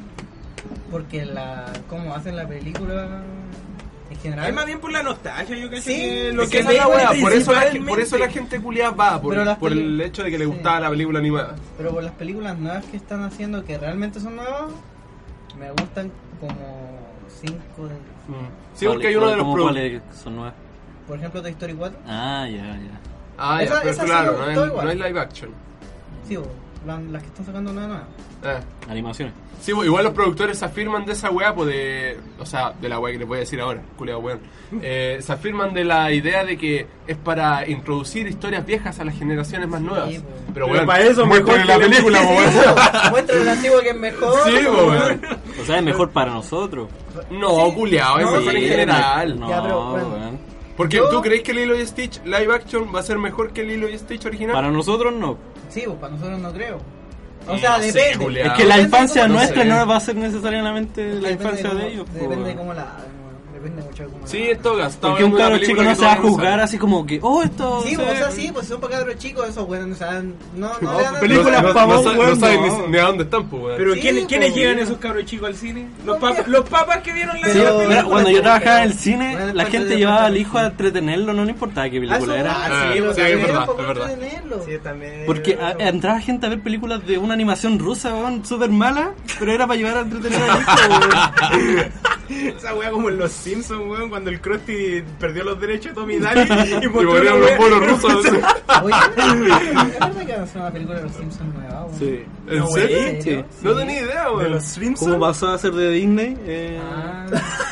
Porque la cómo hacen la película en general. Es más bien por la nostalgia, yo creo Sí, que lo Es que que esa es la veo weá, por eso la, principalmente. por eso la gente culiada va, por, Pero las por peli- el hecho de que le Sí. gustaba la película animada. Pero por las películas nuevas que están haciendo, que realmente son nuevas, me gustan como cinco de... Sí, porque hay uno de los ¿Cómo productores. cuáles son nuevas? Por ejemplo, Toy Story cuatro. Ah, ya, ya. Ah, ya, Esa- pero esa claro, sí, no todo es, igual. no es live action. Sí, bo, la- las que están sacando nuevas nuevas. Ah. Animaciones. Sí, pues, igual los productores se afirman de esa weá, pues de. O sea, de la weá que les voy a decir ahora, culiado weón. Eh, se afirman de la idea de que es para introducir historias viejas a las generaciones más nuevas. pues. Pero Pero weón, para eso muéstrale mejor la que la- película, pues, weón. Muestra el antiguo que es mejor. Sí, pues, weón. O sea, es mejor para nosotros. No, culiado, es No, mejor en sí, general. No, Ya, pero, bueno. weón. Porque Yo- tú crees que Lilo y Stitch live action va a ser mejor que Lilo y Stitch original? Para nosotros no. Sí, pues para nosotros no creo. O No sea, sé, depende. Julián. Es que la Depende infancia cómo- nuestra no sé. no va a ser necesariamente la Depende infancia cómo- de ellos. po, Depende de weón. cómo la depende mucho de cómo la Sí, en todo caso. estamos Porque un hablando de una cabro chico película no que se va a todavía no juzgar sale. así como que, oh, esto. Sí, se pues, o ve- sea, sí, pues son para cabros chicos esos weones, o sea, no, no, No, le dan el- películas no, pa' no, vos, sa- no weón, saben no. ni, ni a dónde están, pues, weón. Pero Sí, ¿quiénes, ¿quiénes pues, llevan mira. esos cabros chicos al cine? Los, No, pap- mira. los papas que vieron la Sí, Pero- mira, pero- cuando yo trabajaba en el pero- cine, bueno, la parte gente de llevaba parte al de- hijo a entretenerlo, no le importaba qué Ah, película eso- era. ah, Ah, sí, sí, lo es sabían verdad, para es verdad. entretenerlo. Sí, también. Porque a- entraba gente a ver películas de una animación rusa, weón, súper mala, pero era para llevar a entretener al hijo, weón. Esa wea como en Los Simpsons, weón, cuando el Krusty perdió los derechos de Tommy Daly y Y mostró una volvieron los wea- bonos rusos. Oye, ¿es verdad que van a hacer una película de los Simpsons nueva? weón? Sí. ¿En No, serio? güey. Sí. No tenía idea, de weón. los Simpsons. ¿Cómo pasó a ser de Disney? Eh, Ah.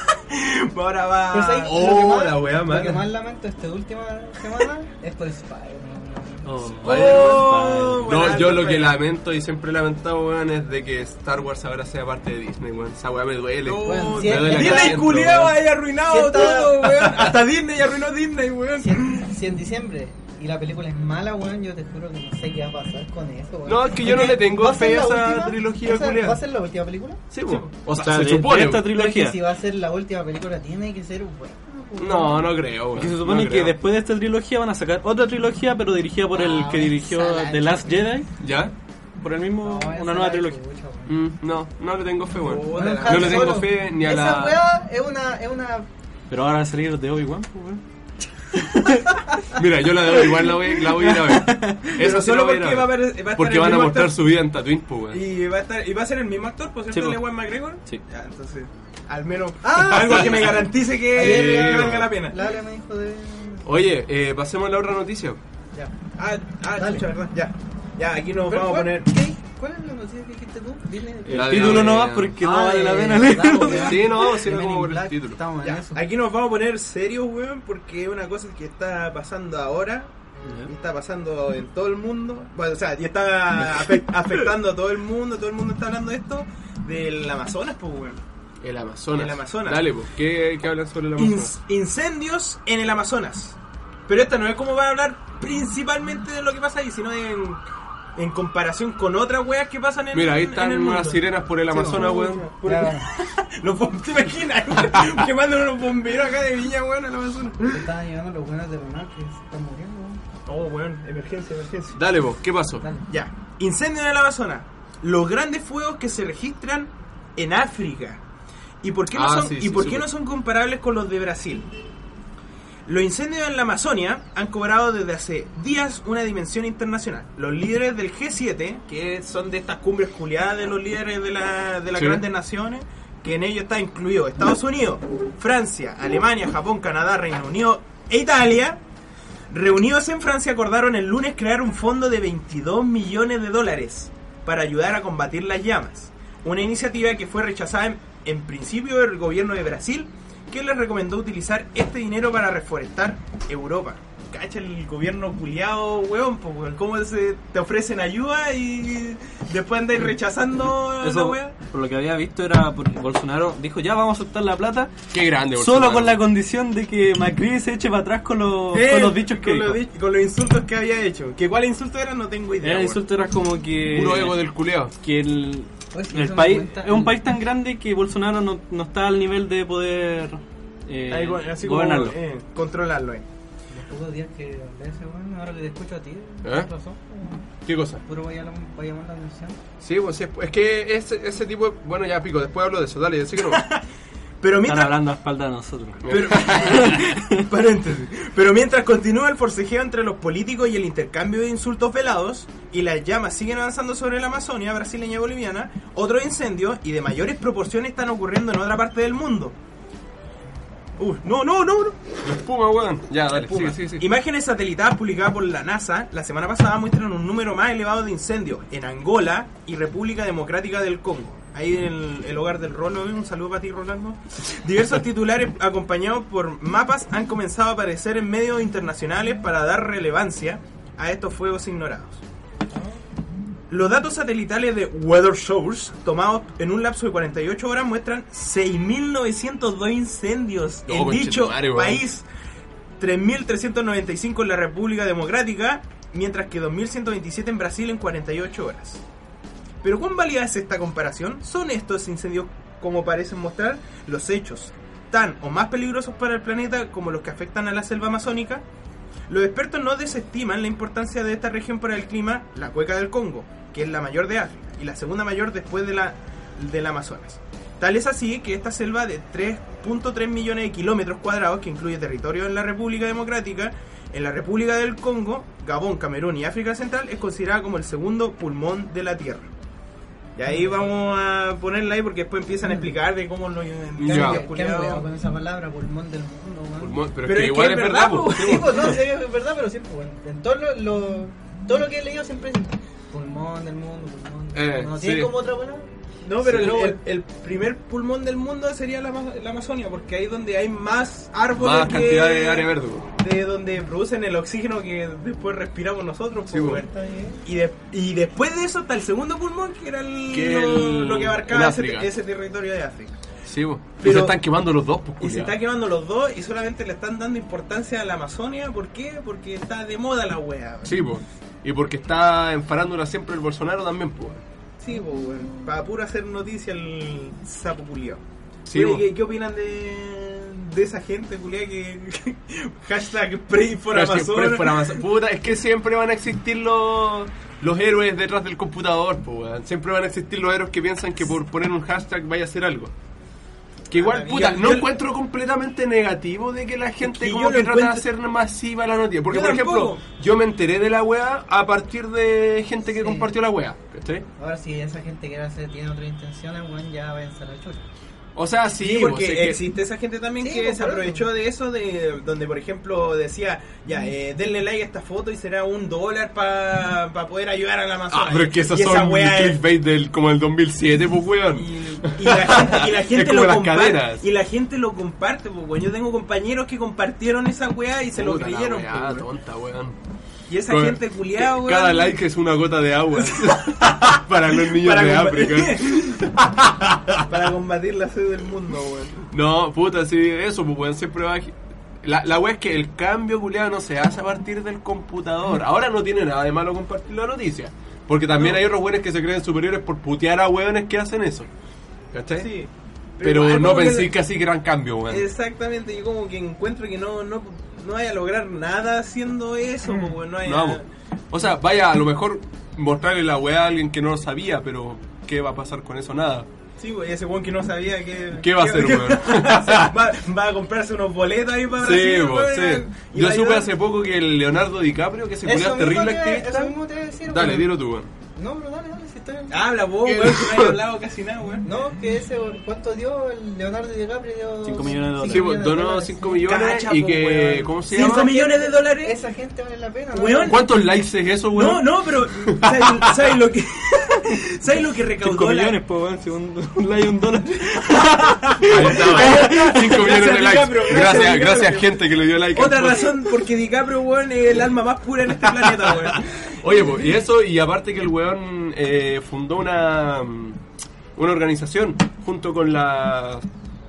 Ahora va. Pero ¿sabes? Oh, Lo que más- la wea Lo mala. que más lamento esta última semana es por Spider-Man. oh, Oh, No, buena, yo lo buena. que lamento y siempre he lamentado, weón, es de que Star Wars ahora sea parte de Disney, weón. Esa weá me duele. No, Bueno, me duele acá Disney adentro, culiao weón. ahí arruinado Si está- todo, weón. Hasta Disney arruinó Disney, weón. Si en, si en diciembre y la película es mala, weón, yo te juro que no sé qué va a pasar con eso, weón. No, es que yo no Porque le tengo ¿va a ser fe a la esa última? trilogía ¿Va a ser- culiao. ¿Va a ser la última película? Sí, po. O sea, sea, se de- supone. de esta po. Pero es que trilogía. si va a ser la última película, tiene que ser buena. pues, No, no creo, weón. Porque se supone No que creo. después de esta trilogía van a sacar otra trilogía, pero dirigida por el Ah, que dirigió esa The la Last Jedi, ¿Ya? por el mismo, No, esa una nueva la trilogía. chucha, weón. Mm, no, no le tengo fe, weón. Puta, Bueno, la- No Han le tengo Solo. fe ni a Esa la. weá es una, es una. Pero ahora va a salir de Obi-Wan, pues, weón. Mira, yo la de igual la voy, la voy a ir a ver. Eso sí solo la voy a ir porque va a ver. haber- va a estar Porque el van a mismo mostrar actor. su vida en Tatooine, pues, weón. Y va a estar y va a ser el mismo actor, por Sí, cierto, po. el Ewan McGregor. Sí. Ya, entonces, al menos Ah, algo sí. que me garantice que, Ayer, que eh, valga la pena. Laura me dijo de. Oye, eh, pasemos a la otra noticia. Ya. Ah, ah, Dale. chucha, ¿verdad? Ya. Ya, aquí nos Pero, vamos a ¿cuál- poner. qué? ¿Cuál es la noticia que dijiste tú? Dime. La El de- título no va porque no Ah, vale la de- pena de- leerlo. de- Sí, no, vamos a ir de Men como in por el Black, título. Estamos en Ya, eso. aquí nos vamos a poner serios, weón, porque es una cosa que está pasando ahora. Y está pasando en todo el mundo. Bueno, o sea, y está afe- afectando a todo el mundo. Todo el mundo está hablando de esto. Del Amazonas, pues, weón. El Amazonas. El Amazonas. Dale, pues, ¿qué, qué hablan sobre el Amazonas? In- incendios en el Amazonas. Pero esta no es como va a hablar principalmente de lo que pasa ahí, sino en, en comparación con otras weas que pasan en, Mira, ahí en están el mundo. unas sirenas por el Amazonas, Sí, weón. por- Los bom- ¿Te imaginas? Que mandan unos bomberos acá de Viña, weón, al Amazonas. Se estaban llevando los buenos de la nave que se están muriendo, weón. Oh, weón, emergencia, emergencia. Dale, vos, ¿qué pasó? Dale. Ya, incendio en el Amazonas. Los grandes fuegos que se registran en África. ¿Y por qué no, Ah, son, sí, ¿y sí, por supe. qué no son comparables con los de Brasil? Los incendios en la Amazonia han cobrado desde hace días una dimensión internacional. Los líderes del G siete, que son de estas cumbres culiadas de los líderes de, la, de las Sí. grandes naciones, que en ello está incluido Estados Unidos, Francia, Alemania, Japón, Canadá, Reino Unido e Italia, reunidos en Francia acordaron el lunes crear un fondo de veintidós millones de dólares para ayudar a combatir las llamas. Una iniciativa que fue rechazada en, en principio del gobierno de Brasil, que les recomendó utilizar este dinero para reforestar Europa. Cacha el gobierno culiado, weón, pues, weón, cómo se te ofrecen ayuda y después andáis rechazando la Eso, weá. por lo que había visto, era porque Bolsonaro dijo, ya vamos a soltar la plata, Qué grande, solo Bolsonaro. con la condición de que Macri se eche para atrás con los, Eh, con los dichos que con los, dijo. di- con los insultos que había hecho. ¿Que cuál insulto era? No tengo idea. El weón. insulto era como que... Puro ego del culeado. que el, Oye, sí, el eso me país cuenta- es un país tan grande que Bolsonaro no, no está al nivel de poder eh, Ahí, weón, así como, gobernarlo. eh, controlarlo. Eh. Los pocos días que hablé de ese weón, ahora que te escucho a ti, ¿Eh? ¿tienes razón? ¿Qué cosa? Puro voy a, llam- voy a llamar la atención. Sí, pues sí, es que ese, ese tipo... Bueno, ya pico, después hablo de eso. Dale, sí que no. Pero Están mientras... hablando a espaldas de nosotros. Pero, paréntesis. Pero mientras continúa el forcejeo entre los políticos y el intercambio de insultos velados, y las llamas siguen avanzando sobre la Amazonia brasileña y boliviana, otros incendios y de mayores proporciones están ocurriendo en otra parte del mundo. Uy, no, no, no, no. La espuma, weón. Ya, dale, Puma. sí, sí, sí. Imágenes satelitadas publicadas por la NASA la semana pasada muestran un número más elevado de incendios en Angola y República Democrática del Congo. Ahí en el, el hogar del Rolo, un saludo para ti, Rolando. Diversos titulares acompañados por mapas han comenzado a aparecer en medios internacionales para dar relevancia a estos fuegos ignorados. Los datos satelitales de Weather Source, tomados en un lapso de cuarenta y ocho horas, muestran seis mil novecientos dos incendios No, en dicho conchetumare, weón. país, tres mil trescientos noventa y cinco en la República Democrática, mientras que dos mil ciento veintisiete en Brasil en cuarenta y ocho horas. Pero ¿cuán válida es esta comparación? ¿Son estos incendios, como parecen mostrar, los hechos tan o más peligrosos para el planeta como los que afectan a la selva amazónica? Los expertos no desestiman la importancia de esta región para el clima, la cuenca del Congo, que es la mayor de África y la segunda mayor después de la del Amazonas. Tal es así que esta selva de tres punto tres millones de kilómetros cuadrados, que incluye territorio en la República Democrática, en la República del Congo, Gabón, Camerún y África Central, es considerada como el segundo pulmón de la Tierra. Y ahí vamos a ponerla ahí porque después empiezan a explicar de cómo lo Ya. ¿Qué han weado con esa palabra? Pulmón del mundo, weón. Pulmón, pero, Pero es que es igual que es es verdad, verdad, pues. po. sí, Sí, pues. pues no, sí, es verdad, pero siempre, bueno, en todo lo, lo- todo lo que he leído siempre es pulmón del mundo, pulmón del Eh, mundo. ¿No tiene sí. como otra buena? No, pero Sí, el, no, el- el primer pulmón del mundo sería la, Ama- la Amazonia, porque ahí es donde hay más árboles Más que- cantidad de área verde, pues. de donde producen el oxígeno que después respiramos nosotros. Sí, pues, pues. weón. y, de- y después de eso está el segundo pulmón, que era el, Que lo, el- lo que en abarcaba ese, África. ese territorio de África. Sí, pues. Pero- Y se están quemando los dos, pues, Y se culiao. está quemando los dos y solamente le están dando importancia a la Amazonia. ¿Por qué? Porque está de moda la wea. Sí, pues. Y porque está en farándula siempre el Bolsonaro también, pues. Sí, pues, weón. Para pura hacer noticia el sapo culiao. Sí, Oye, po. ¿qué, qué opinan de, de esa gente culiao que hashtag pray for Pero Amazon? siempre por Amazon. Puta, es que siempre van a existir los, los héroes detrás del computador, pues, weón. Siempre van a existir los héroes que piensan que por poner un hashtag vaya a hacer algo. Que igual, Ah, puta, yo- no yo- encuentro completamente negativo de que la gente que como yo que lo trata de encuentro- hacer masiva la noticia. Porque, Yo por ejemplo, tampoco. yo me enteré de la wea a partir de gente que Sí. compartió la wea, ¿cachai? Ahora si esa gente quiere hacer, tiene otras intenciones, weón, ya váyanse a la chucha. O sea, sí, Sí, pues, porque es que- existe esa gente también Sí, que pues, se por aprovechó de eso, de donde por ejemplo decía, ya, eh, denle like a esta foto y será un dólar para pa poder ayudar a la Amazonas. Ah, pero es que esos Y esa son wea es- clickbait del, como el dos mil siete, pues, weón. Y, y la gente, y la gente Es como lo las comparte. cadenas. Y la gente lo comparte, pues, weón. Yo tengo compañeros que compartieron esa weá y se lo Puta la creyeron, weá, pues, weón. tonta, weón. Y esa Con- gente culiada, weón. Cada like es una gota de agua para los niños Para de combatir- África. Para combatir la sed del mundo, weón. No, puta, sí, eso, pues weón, siempre va. La, la wea es que el cambio culiado no se hace a partir del computador. Ahora no tiene nada de malo compartir la noticia. Porque también No. hay otros weones que se creen superiores por putear a weones que hacen eso. ¿Cachai? Sí. Pero igual no como que pensé le- que así gran cambio, weón. Exactamente, yo como que encuentro que no, no, no vaya a lograr nada haciendo eso, pues, weón, no hay No, nada. o sea, vaya, a lo mejor mostrarle la weá a alguien que no lo sabía, pero ¿qué va a pasar con eso? Nada. Sí, güey, ese weón que no sabía que... ¿Qué va a hacer, weón? va, va a comprarse unos boletos ahí para Sí, Brasil, po, weón, sí. y Yo va a supe ayudar. hace poco que el Leonardo DiCaprio, que se Eso culió mismo terrible te- activista. Eso mismo te voy a decir, Dale, weón. dilo tú, weón. No, pero dale, dale, si estoy... Habla vos, ¿Qué? weón, que no hay hablado casi nada, weón. No, que ese, ¿cuánto dio el Leonardo DiCaprio? Dio cinco millones de dólares. Sí, pues, millones de donó dólares, cinco sí. millones Cacha, y po, que... weón. ¿Cómo se ¿Cinco llama? millones de dólares? Esa gente vale la pena, ¿no? Weón, ¿Cuántos likes es eso, No, weón? no, pero ¿sabes, sabes lo que ¿sabes lo que recaudó cinco la- millones, pues, weón, si un, un like un dólar. Ahí está, weón. cinco millones de Gracias, likes. DiCaprio, gracias, Gracias, DiCaprio. gracias gente que le dio like. al Otra post. razón porque DiCaprio, weón, es el alma más pura en este planeta, weón. Oye, pues, y eso, y aparte que el weón eh, fundó una mm, una organización junto con la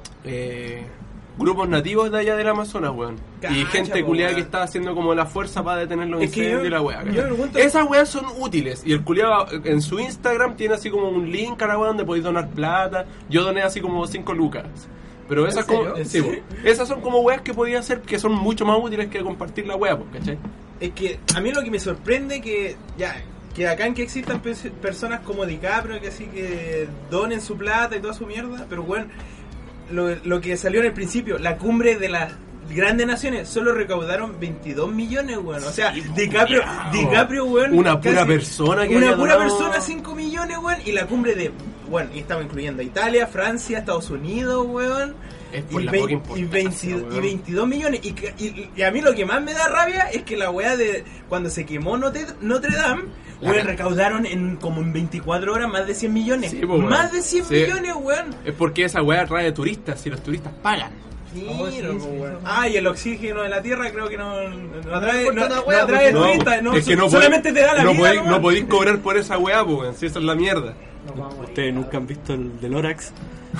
eh, grupos nativos de allá del Amazonas, weón. Cacha, Y gente po, culiada weón. que está haciendo como la fuerza para detener los Es que incendios yo- y la weá. yo ¿cachai? me pregunto- Esas weas son útiles. Y el culiado en su Instagram tiene así como un link a la weá donde podéis donar plata. Yo doné así como cinco lucas. Pero esas, serio? como, ¿En sí, serio? po. Esas son como weas que podía hacer que son mucho más útiles que compartir la wea, po, ¿cachai? Es que a mí lo que me sorprende que ya que acá en que existan pe- personas como DiCaprio que así que donen su plata y toda su mierda, pero bueno, lo, lo que salió en el principio, la cumbre de las grandes naciones, solo recaudaron veintidós millones, weón. O sea, DiCaprio, DiCaprio, weón, Una pura casi- persona que una haya pura donado- persona cinco millones, weón, y la cumbre de, bueno, y estaba incluyendo a Italia, Francia, Estados Unidos, weón. Es por y, la vein- poca y, importancia, veinte weón. y veintidós millones. Y, que- y- y a mí lo que más me da rabia es que la weá de cuando se quemó Notre, Notre Dame, La weón, ca- recaudaron en como en veinticuatro horas más de cien millones. Sí, po, weón. Más de cien Sí. millones, weón. Es porque esa weá trae turistas y los turistas pagan. Oh, sí, Mira, sí, po, sí, weón. sí. Ah, y el oxígeno de la tierra creo que no, no atrae, importa no, una no weá, atrae porque- turistas, no, es que no podéis- solamente te da la no vida. podéis, nomás. no podéis cobrar por esa weá, pues, weón, si esa es la mierda. Nos vamos a morir. Ustedes nunca han visto el del Lorax.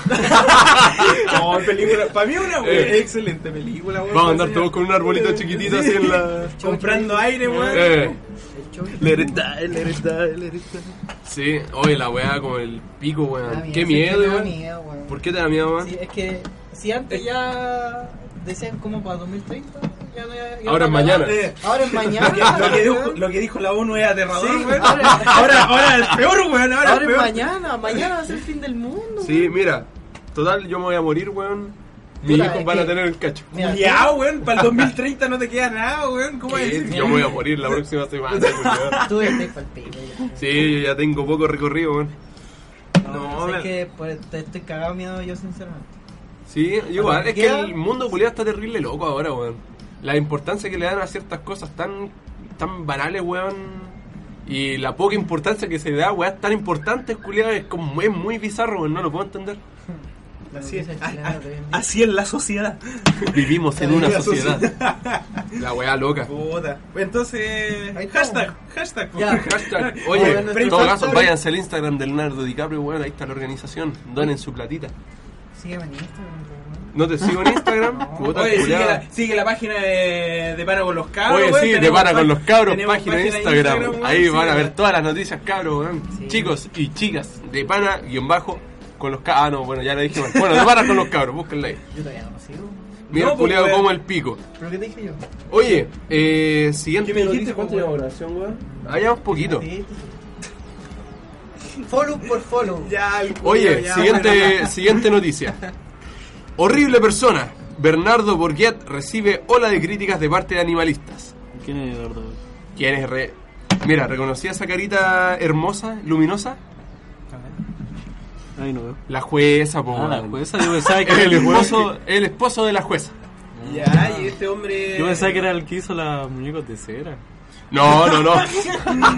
No, película. Para mí una weón, Eh. excelente película, weón. Vamos a andar Enseña- todos con un arbolito chiquitito así en la... comprando aire, weón. Eh. El show. Let it die, let it die, let it die. Sí, oye, la weá como el pico, Ah, weón. mira, Qué sí, miedo, me da weón. miedo, weón. ¿Por qué te da miedo, weón? Sí, es que si antes ya decían como para dos mil treinta, ya no ya Ahora es no- mañana. Eh. Ahora es mañana. Lo que, lo que dijo, weón. lo que dijo la ONU es aterrador, Sí, weón. ahora- Ahora, ahora es peor, weón. Ahora, Ahora es es peor. mañana, mañana va a ser el fin del mundo. Sí, mira, total, yo me voy a morir, weón. Mis Puta, hijos es van a que- tener el cacho. Mira, Ya, weón, para el dos mil treinta no te queda nada, weón. ¿Cómo es ¿Qué? decir? Yo me voy a morir la próxima semana, weón. tú ya te pa'l pico, ya. Sí, yo ya tengo poco recorrido, weón. No, No, sé me- que pues, te estoy cagado miedo yo sinceramente. Sí, igual, es que ¿Queda? el mundo culiado está terrible loco ahora, weón. La importancia que le dan a ciertas cosas tan, tan banales, weón. Y la poca importancia que se le da a weas tan importantes, culiadas, es como es muy bizarro, weón, no lo puedo entender. Así es, Dice el ah, chileno ah, de hoy en día. así es la sociedad. Vivimos en una La sociedad. La wea loca. Puta. Entonces, Ahí estamos. hashtag, hashtag. Ya. Hashtag, Vamos a oye, ver en nuestro todo caso, hashtag. váyanse al Instagram del Leonardo DiCaprio, weón, ahí está la organización. Donen su platita. Sígueme en Instagram, weón. ¿No te sigo en Instagram? Puta Oye, sigue culiada. la, sigue la página de, de Pana con los Cabros. Oye, weón. sí, de Tenemos Pana con los Cabros, tenemos página de Instagram. weón, Ahí van a sí, ver weón. todas las noticias, cabros, weón. Sí. Chicos y chicas, de Pana, guión bajo, con los cabros. Ah, no, bueno, ya lo dije mal. Bueno, de Pana con los cabros, búsquenla ahí. Yo todavía no lo sigo. Mira, No, el pues, culiado weón. como el pico. ¿Pero qué te dije yo? Oye, eh, siguiente ¿Qué me noticia. dijiste, ¿Cuánto weón? llevamos grabación, weón? Ah, ya un poquito. Sí, sí. Follow por follow. Ya, el culo, Oye, ya, siguiente, bueno. siguiente noticia. Horrible persona. Bernardo Borghet recibe ola de críticas de parte de animalistas. ¿Quién es Eduardo? ¿Quién es re... Mira, ¿reconocí esa carita hermosa, luminosa? Ahí no veo. La jueza, po. Ah, la weón. jueza, yo pensaba que Es era el el juez esposo, el esposo de la jueza. Ya, y este hombre. Yo pensaba que era el que hizo las muñecos de cera. No, no, no.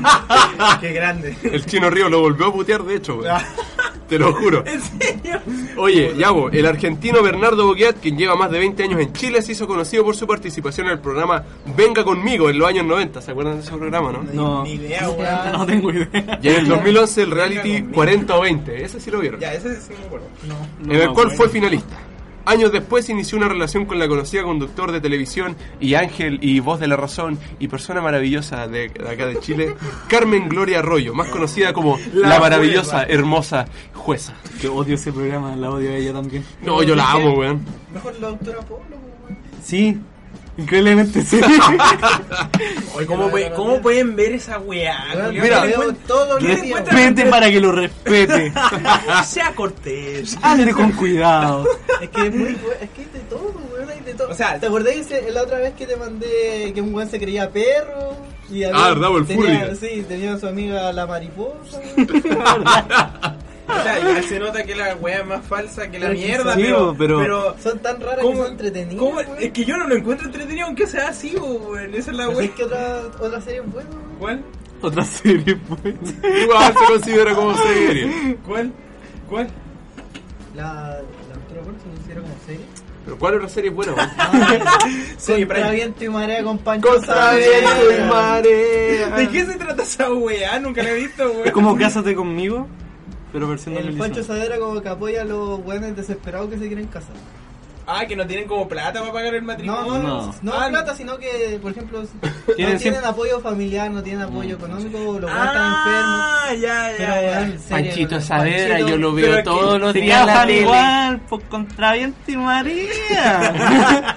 Qué grande. El Chino Río lo volvió a putear, de hecho, weón. Te lo juro. ¿En serio? Oye, ya vos, el argentino Bernardo Boqueat, quien lleva más de veinte años en Chile, se hizo conocido por su participación en el programa Venga Conmigo en los años noventa. ¿Se acuerdan de ese programa, no? No, Ni idea, weón. no tengo idea. Y en el dos mil once el reality cuarenta o veinte, ese sí lo vieron. Ya, ese sí me acuerdo. No en el me cual acuerdo. fue finalista. Años después inició una relación con la conocida conductor de televisión y ángel y voz de la razón y persona maravillosa de, de acá de Chile, Carmen Gloria Arroyo, más conocida como la, La maravillosa, jueza. hermosa jueza. Que odio ese programa, la odio a ella también. No, yo la amo, weón. Mejor la doctora Polo, weón. Sí, increíblemente sí. Oye, ¿cómo, puede- ¿Cómo pueden ver esa weá? Weón, culiao? mira, ¿Qué le veo encuent- todos ¿qué los le días. encuentran? Respete para que lo respete. Sea cortés. Ande con cuidado. Es que es muy bu- es que hay de todo, weón, hay de todo. O sea, ¿te acordás ese- la otra vez que te mandé que un weón se creía perro? Y Ah, verdad, el tenía, Furry. sí, tenía a su amiga la mariposa. O sea, ya se nota que la weá es más falsa que la Pero que mierda, sí, pero, pero- pero Son tan raras que ¿cómo, son entretenidas. cómo- weón. es que yo no lo encuentro entretenido aunque sea así, weón. Esa es la Pero weá. es que otra, otra serie es buena, weón. ¿Cuál? Otra serie, pues. Igual se considera como serie. ¿Cuál? ¿Cuál? La, la doctora Polo se considera como serie. Pero ¿cuál otra serie es buena, weón? Sí, Contra pero- viento y marea con Pancho Contra Saavedra. viento y marea. ¿De qué se trata esa weá? Nunca la he visto, weón. Es como Cásate conmigo, pero versión El Pancho novelizada. Saavedra como que apoya a los weones desesperados que se quieren casar. Ah, que no tienen como plata para pagar el No, matrimonio. no, no, No. no Ah, plata, sino que, por ejemplo, no Tienen tienen siempre- apoyo familiar, no tienen apoyo económico, los weones están enfermos. Ah, ya, ya, Pero, ya. weón, serio, Panchito weón, Saavedra, Panchito- yo lo pero veo es que todos los Se días en la casan tele. igual, por contra viento y María.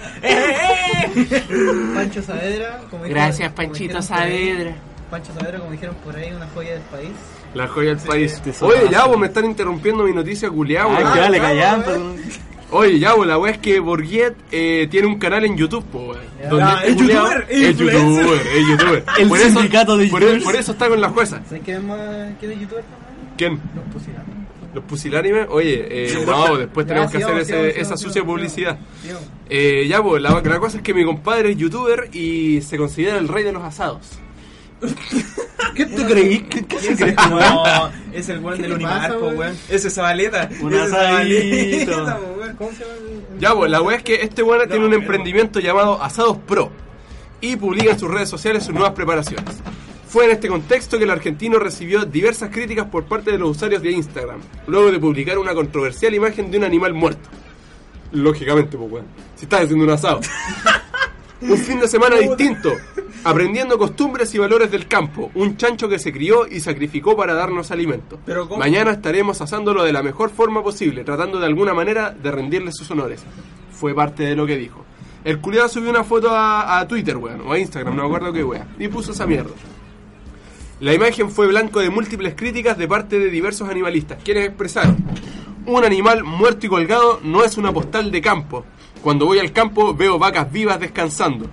¡Eh! Pancho Saavedra, como dijo- Gracias, como Panchito dijeron por ahí, Saavedra. Pancho Saavedra, como dijeron por ahí, una joya del país. La joya del país. tesoro Oye, ya nacional. vos me están interrumpiendo mi noticia culiao, Ay, weón. que dale, Ah, callampa. weón. Oye, ya vos, la wea es que Borghet eh, tiene un canal en YouTube, po, weón. Ya. Donde Ah, este es culiao- youtuber, es es influencer. youtuber, es youtuber. El Por eso- sindicato de por, youtubers. por eso está con la jueza. ¿Sabes quién más quién es youtuber también? ¿Quién? Los pusilanos. ¿Los pusilánimes? Oye, eh, no, después tenemos que Ya, hacer sigamos, ese- sigamos, esa sigamos, sucia sigamos, publicidad. sigamos. Eh, ya, pues, la, la cosa es que mi compadre es youtuber y se considera el rey de los asados. ¿Qué te creí? ¿Qué, qué se cree, weón? No, es el weón ¿Qué del le Unimar, pasa, po, weón? weón. Ese es Zabaleta. Un Ese es asadito. Zabaleta, po, weón. ¿Cómo se llama el- el- Ya, pues, la wea es que este weón tiene un pero- emprendimiento llamado Asados Pro y publica en sus redes sociales sus nuevas preparaciones. Fue en este contexto que el argentino recibió diversas críticas por parte de los usuarios de Instagram, luego de publicar una controversial imagen de un animal muerto. Lógicamente, pues, weón. Si estás haciendo un asado. Un fin de semana distinto, aprendiendo costumbres y valores del campo. Un chancho que se crió y sacrificó para darnos alimento. Pero ¿cómo? Mañana estaremos asándolo de la mejor forma posible, tratando de alguna manera de rendirle sus honores. Fue parte de lo que dijo. El culiado subió una foto a, a Twitter, weón, o a Instagram, no me acuerdo qué weón, y puso esa mierda. La imagen fue blanco de múltiples críticas de parte de diversos animalistas, quienes expresaron: un animal muerto y colgado no es una postal de campo. Cuando voy al campo veo vacas vivas descansando.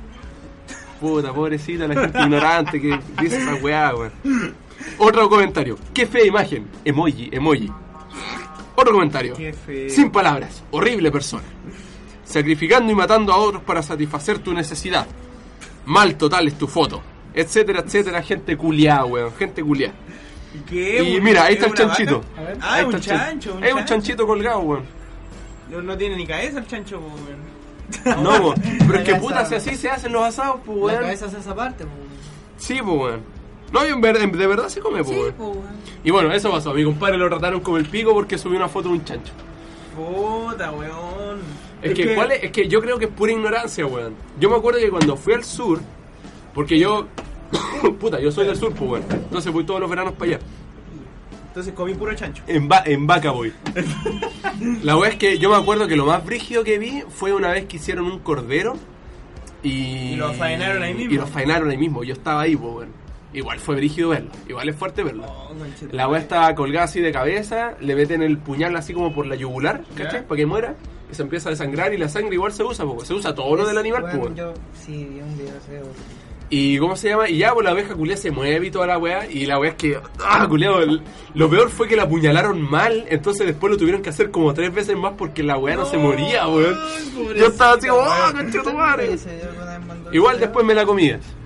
Puta, pobrecita la gente ignorante que dice esa weá, weón. Otro comentario: qué fea imagen. Emoji, emoji. Otro comentario: Qué feo. sin palabras, horrible persona. Sacrificando y matando a otros para satisfacer tu necesidad. Mal total es tu foto. Etcétera, etcétera, gente culiá, weón. Gente culiá. ¿Qué? Y ¿Un- mira, ahí es está el una chanchito. vaca? A ver. Ahí Ah, está un el chan- chancho. Un Es un chancho. chanchito colgado, weón. No, no tiene ni cabeza el chancho, po, weón. No, weón. Pero es que La puta, si cabeza- así se hacen los asados, pues, La weón. cabeza hace esa parte, po. Sí, pues, weón. No, y en ver- en- de verdad se come, pues, weón. Y bueno, eso pasó. A mi compadre lo trataron como el pico porque subió una foto de un chancho. Puta, weón. Es que, ¿cuál es? Es que yo creo que es pura ignorancia, weón. Yo me acuerdo que cuando fui al sur, porque yo, puta, yo soy del sur, pues, weón. Entonces voy todos los veranos para allá. Entonces comí puro chancho. En, va en vaca voy. La weá es que yo me acuerdo que lo más brígido que vi fue una vez que hicieron un cordero y... Y lo faenaron ahí mismo. Y lo faenaron ahí mismo. Yo estaba ahí, pues, weón. Igual fue brígido verlo. Igual es fuerte verlo. Oh, conchetumare. La weá estaba colgada así de cabeza, le meten el puñal así como por la yugular, ¿cachai? Ya. Para que muera. Y se empieza a desangrar y la sangre igual se usa, po. Se usa todo lo del animal, Bueno, pues. yo sí vi un video ese. Y ¿cómo se llama? Y ya, pues la abeja culia se mueve y toda la weá. Y la weá es que, ah, culiado, el- lo peor fue que la apuñalaron mal. Entonces después lo tuvieron que hacer como tres veces más porque la weá no, se moría, weón. Yo estaba así como, ah, conchetumare. Ese, yo alguna vez mandó el Igual video. después me la comí.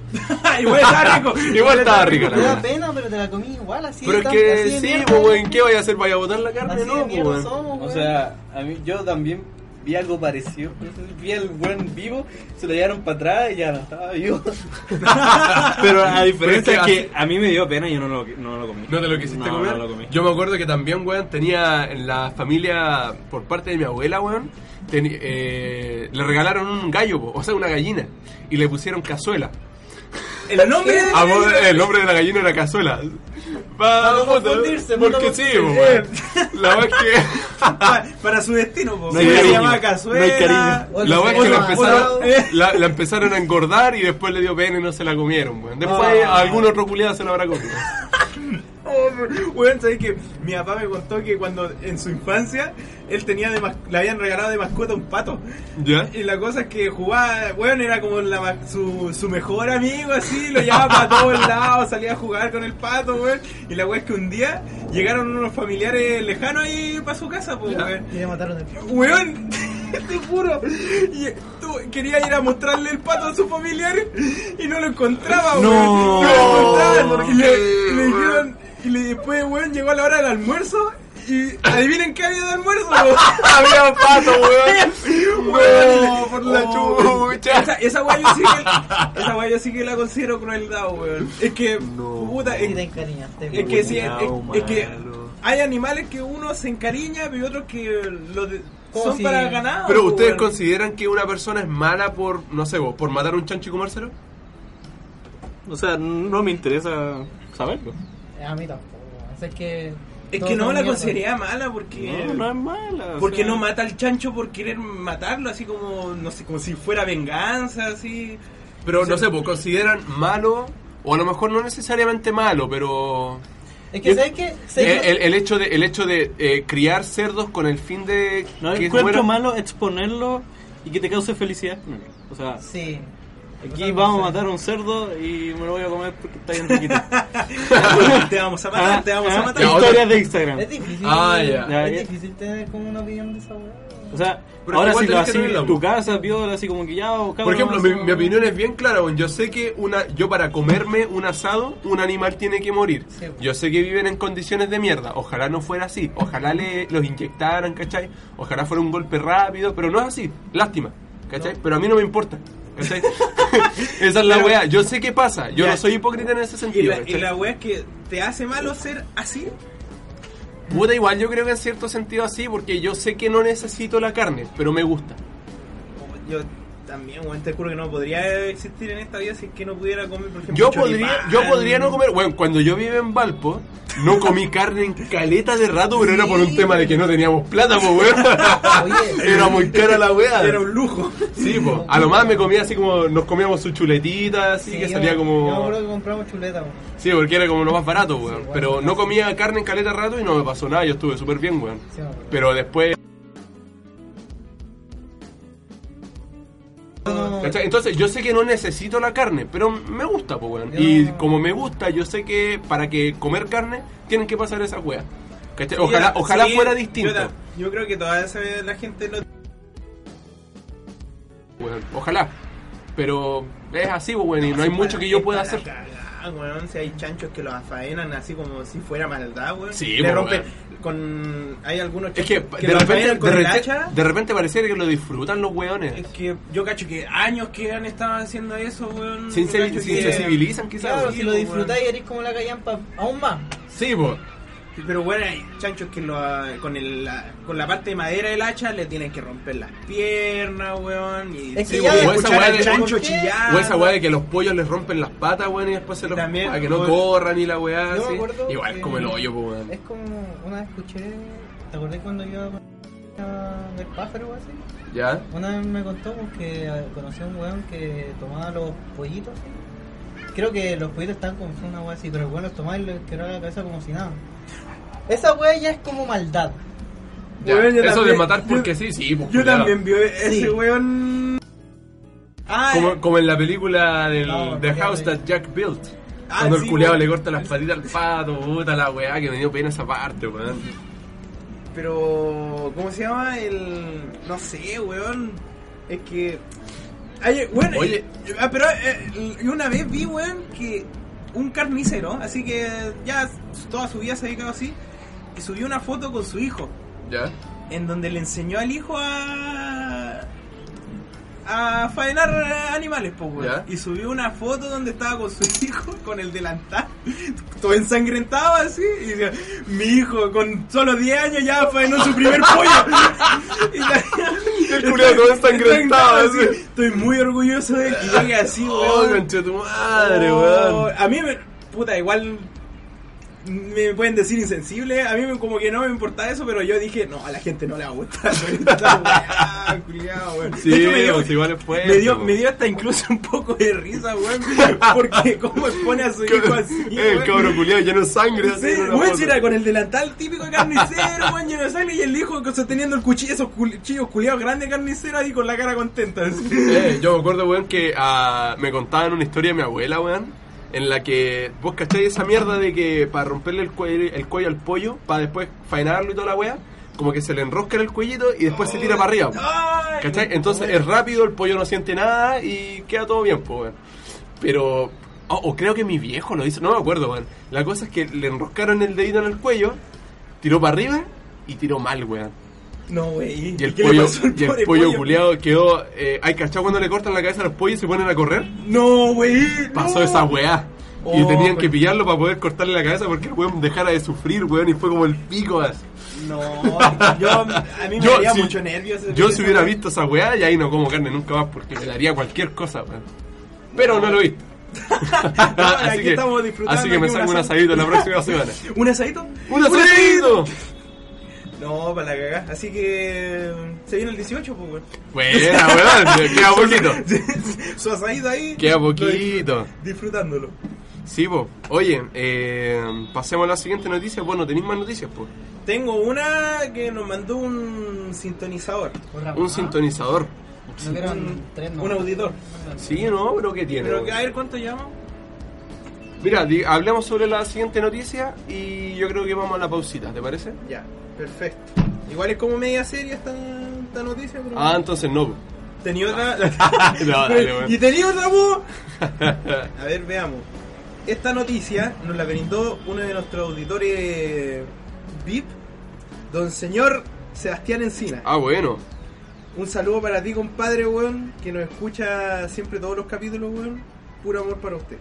Igual estaba rico. Igual estaba rica la Me da weá. pena, pero te la comí igual, así. Pero es tan- que así de sí, mierda, pues weón, ¿qué vaya a hacer? ¿Vaya a botar la carne? Así de No, pues mierda weón. somos, O weón. sea, a mí, yo también vi algo parecido. Vi al buen vivo, se lo llevaron para atrás y ya no estaba vivo. Pero a diferencia Pero es es que que a mí me dio pena y yo no lo, no lo comí. ¿No te lo quisiste No, comer? no lo comí. Yo me acuerdo que también, weón, tenía en la familia, por parte de mi abuela, weón, teni- eh, le regalaron un gallo, po, o sea, una gallina, y le pusieron cazuela. El nombre de Ah, vos, el nombre de la gallina era cazuela. Para no puta, confundirse, porque para no sí, confundirse. po, weón. La verdad es que... Pa- para su destino, po. No hay Se cariño, llama no cazuela. hay cariño. Oye, La verdad es que se la llama empezaron, asado. la, la empezaron a engordar y después le dio pena y no se la comieron, weón. Después Ah. algún otro culiado se la habrá comido. Oh, weón, ¿sabes que mi papá me contó que cuando en su infancia él tenía de mas- le habían regalado de mascota un pato? ¿Ya? Y la cosa es que jugaba, weón, era como la, ma- su, su mejor amigo, así, lo llevaba para todos lados, salía a jugar con el pato, weón. Y la weón es que un día llegaron unos familiares lejanos ahí para su casa, pues, weón. Y le mataron el Weón, te juro. Y tú quería ir a mostrarle el pato a sus familiares y no lo encontraba, weón. No. No lo encontraban. Y le, y le dijeron, y le, después, weón, llegó a la hora del almuerzo. Y adivinen qué había de almuerzo, weón. Había pato, weón. Weón, por la oh, chucha. Esa, esa weá yo sí que, esa weá yo sí que la considero crueldad, weón. Es que, puta, Y te es, encariñaste, es que sí, es, Cuidado, es- es que malo. hay animales que uno se encariña, pero hay otros que lo de- Como son si- para ganar. Pero po, ustedes weón. consideran que una persona es mala por, no sé vos, por matar a un chancho y comérselo? O sea, no me interesa saberlo. A mí tampoco. O sea, es que. Es todos que no son la mierda. consideraría mala porque... No, no es mala. o Porque sea, no mata al chancho por querer matarlo, así como, no sé, como si fuera venganza, así. Pero Sí. no sé, pues consideran malo, o a lo mejor no necesariamente malo, pero Es que, ¿sabes qué? el, ¿Sabes qué? el- el hecho de el hecho de eh, criar cerdos con el fin de No que encuentro mueran- malo exponerlo y que te cause felicidad. O sea, Sí. aquí vamos a matar a un cerdo y me lo voy a comer porque está bien riquito. Te vamos a matar, te vamos a matar. Ya, Historias de Instagram. Es difícil. Ah, ya. Ya, Es ya. difícil tener como una opinión de esa weá. O sea, Pero ahora igual si lo tenés que así tenerla, en tu po. casa, piola, así como que ya, o Por ejemplo, mi, mi opinión es bien clara, weón. Yo sé que una, yo para comerme un asado, un animal tiene que morir. Sí. Yo sé que viven en condiciones de mierda. Ojalá no fuera así. Ojalá le, los inyectaran, ¿cachai? Ojalá fuera un golpe rápido, pero no es así. Lástima, ¿cachai? Pero a mí no me importa. ¿Cachai? Esa es la Pero- weá. Yo sé qué pasa. Yo Ya. no soy hipócrita en ese Y sentido. la, y ¿cachai? la wea es que te hace malo ser así. Puta, igual yo creo que en cierto sentido así, porque yo sé que no necesito la carne, pero me gusta. Yo también, weón, te juro que no podría existir en esta vida si es que no pudiera comer, por ejemplo, Yo podría, choripán. yo podría no comer, bueno, cuando yo vivía en Valpo, no comí carne en caleta de rato, pero era por un tema de que no teníamos plata, pues weón. Oye, Era muy cara la weá. Era un lujo. Sí, pues. A lo más me comía así como, nos comíamos su chuletita, así sí, que yo- salía Yo me como... acuerdo que compramos chuleta, weón. Sí, porque era como lo más barato, weón. Sí, bueno, Pero no casi. comía carne en caleta de rato y no me pasó nada, yo estuve súper bien, weón. Sí, me acuerdo. Pero después... No, ¿Cachai? Entonces yo sé que no necesito la carne, pero me gusta, pues weón. Yo- Y como me gusta, yo sé que para que comer carne tienen que pasar esas weas. ¿Cachai? Ojalá, Sí, ojalá sí, fuera Yo, distinto. ta- yo creo que toda esa la gente lo... Weón, ojalá. Pero es así, pues weón, y no hay mucho que yo pueda hacer. Cagada, weón, si hay chanchos que los afaenan así como si fuera maldad, weón. Sí, le po, rompen weón. con... Hay algunos Es chanchos que, que, de, los repente, afaenan con de, el repente, hacha. de repente pareciera que lo disfrutan los weones. Es que yo cacho que años que han estado haciendo eso, weón. Sin Yo se, cacho sin que- se civilizan quizás. Claro, sí, si lo po, disfrutáis eres como la callampa, aún más. Sí, pues. Pero bueno, hay chanchos que lo, con, el, la, con la parte de madera del hacha le tienen que romper las piernas, weón. Y Es que sí, ya weón, de- escuchar esa al weá de- chancho ¿por qué? chillar. O esa weá de que los pollos les rompen las patas, weón, y después se los... También, para que no weón. corran y la weá, Yo me así. acuerdo Igual que- como el hoyo, pues weón. Es como una vez escuché, ¿te acordás cuando yo a del pájaro o así? ¿Ya? Una vez me contó pues, que eh, conoció a un weón que tomaba los pollitos así. Creo que los pollitos estaban como una weá así, pero el weón los tomaba y le quebraba la cabeza como si nada. Esa weá ya es como maldad. Ya, Weón, yo eso también- de matar porque yo- sí, sí, pues, Yo culiao. también vi ese Sí. weón. Ah, Como, como en la película del No, The porque- House That Jack Built. Ah, Cuando sí, el culiado weón. le corta las patitas al pato, puta la weá, que me dio pena esa parte, weón. pero. ¿Cómo se llama? El. No sé, weón. Es que. Ay, bueno, Oye. y- ah, pero eh, y una vez vi, weón, que un carnicero, así que ya toda su vida se ha dedicado así, y subió una foto con su hijo, ¿Ya? en donde le enseñó al hijo a a faenar animales, pues, weón. ¿Ya? Y subió una foto donde estaba con su hijo, con el delantal, todo ensangrentado así, y decía, mi hijo con solo diez años ya faenó su primer pollo. Y la- El culiao todo ensangrentado, así. así. Estoy muy orgulloso de que llegue así, Oh, weón. concha tu madre, Oh, weón. A mí me. Puta, igual. Me pueden decir insensible. A mí me- como que no me importa eso, pero yo dije, no, a la gente no le va a gustar. Esta weá, culiao, weón. Sí, De hecho, me dio, pues igual es fuerte, me dio, weón. me dio hasta incluso un poco de risa, weón. Porque cómo expone a su hijo así. Eh, el weón. cabro culiao lleno de sangre. así Sí, en una weón, foto. si era con el delantal típico de carnicero, weón, lleno de sangre, y el hijo sosteniendo el cuchillo, esos cuchillos culiados grandes de carnicero ahí con la cara contenta. Así. Eh, yo me acuerdo, weón, que ah, me contaban una historia de mi abuela, weón, en la que vos cacháis esa mierda de que para romperle el cuello, el cuello al pollo, para después faenarlo y toda la weá, como que se le enrosca en el cuellito y después se tira para arriba. po. Ay, ¿Cachai? Entonces es rápido, el pollo no siente nada y queda todo bien, pues, weón. Pero, oh, o creo que mi viejo lo hizo, no me acuerdo, weón. La cosa es que le enroscaron el dedito en el cuello, tiró para arriba y tiró mal, weón. No, güey. Y el ¿Qué le pollo, pasó al y el pobre pollo culiado quedó. Eh, ¿Hay cachado cuando le cortan la cabeza a los pollos y se ponen a correr? No, güey. Pasó no. esa weá. Y Oh, tenían pues. que pillarlo para poder cortarle la cabeza porque el weón dejara de sufrir, weón, y fue como el pico. así. No, yo, a mí me Yo, daría si- mucho nervio. ese- Yo esa si hubiera weá. visto esa weá, y ahí no como carne nunca más porque me daría cualquier cosa, weón. Pero no lo he visto. así, aquí que, estamos disfrutando así que me aquí salgo un un asadito la próxima semana. ¿Un asadito? ¡Un asadito! No, para la cagá. Así que se viene el dieciocho, pues, güey. Buena, weón, queda poquito. Su asadito ahí. Queda lo poquito. disfr- Disfrutándolo. Sí, po. Oye, eh, pasemos a la siguiente noticia. Bueno, ¿tenéis más noticias, po? Tengo una que nos mandó un sintonizador. Otra Un más. sintonizador. No quiero un, tres, no. un auditor. Sí, ¿no? ¿Pero qué tiene? Pero weón? a ver cuánto llama. Mira, di- hablemos sobre la siguiente noticia y yo creo que vamos a la pausita, ¿te parece? Ya, perfecto. Igual es como media seria esta, esta noticia, pero. Ah, entonces no. Tenía otra. No, dale, weón. y tenía otra voz. A ver, veamos. Esta noticia nos la brindó uno de nuestros auditores V I P, don señor Sebastián Encina. Ah, bueno. Un saludo para ti, compadre, weón, que nos escucha siempre todos los capítulos, weón. Puro amor para usted.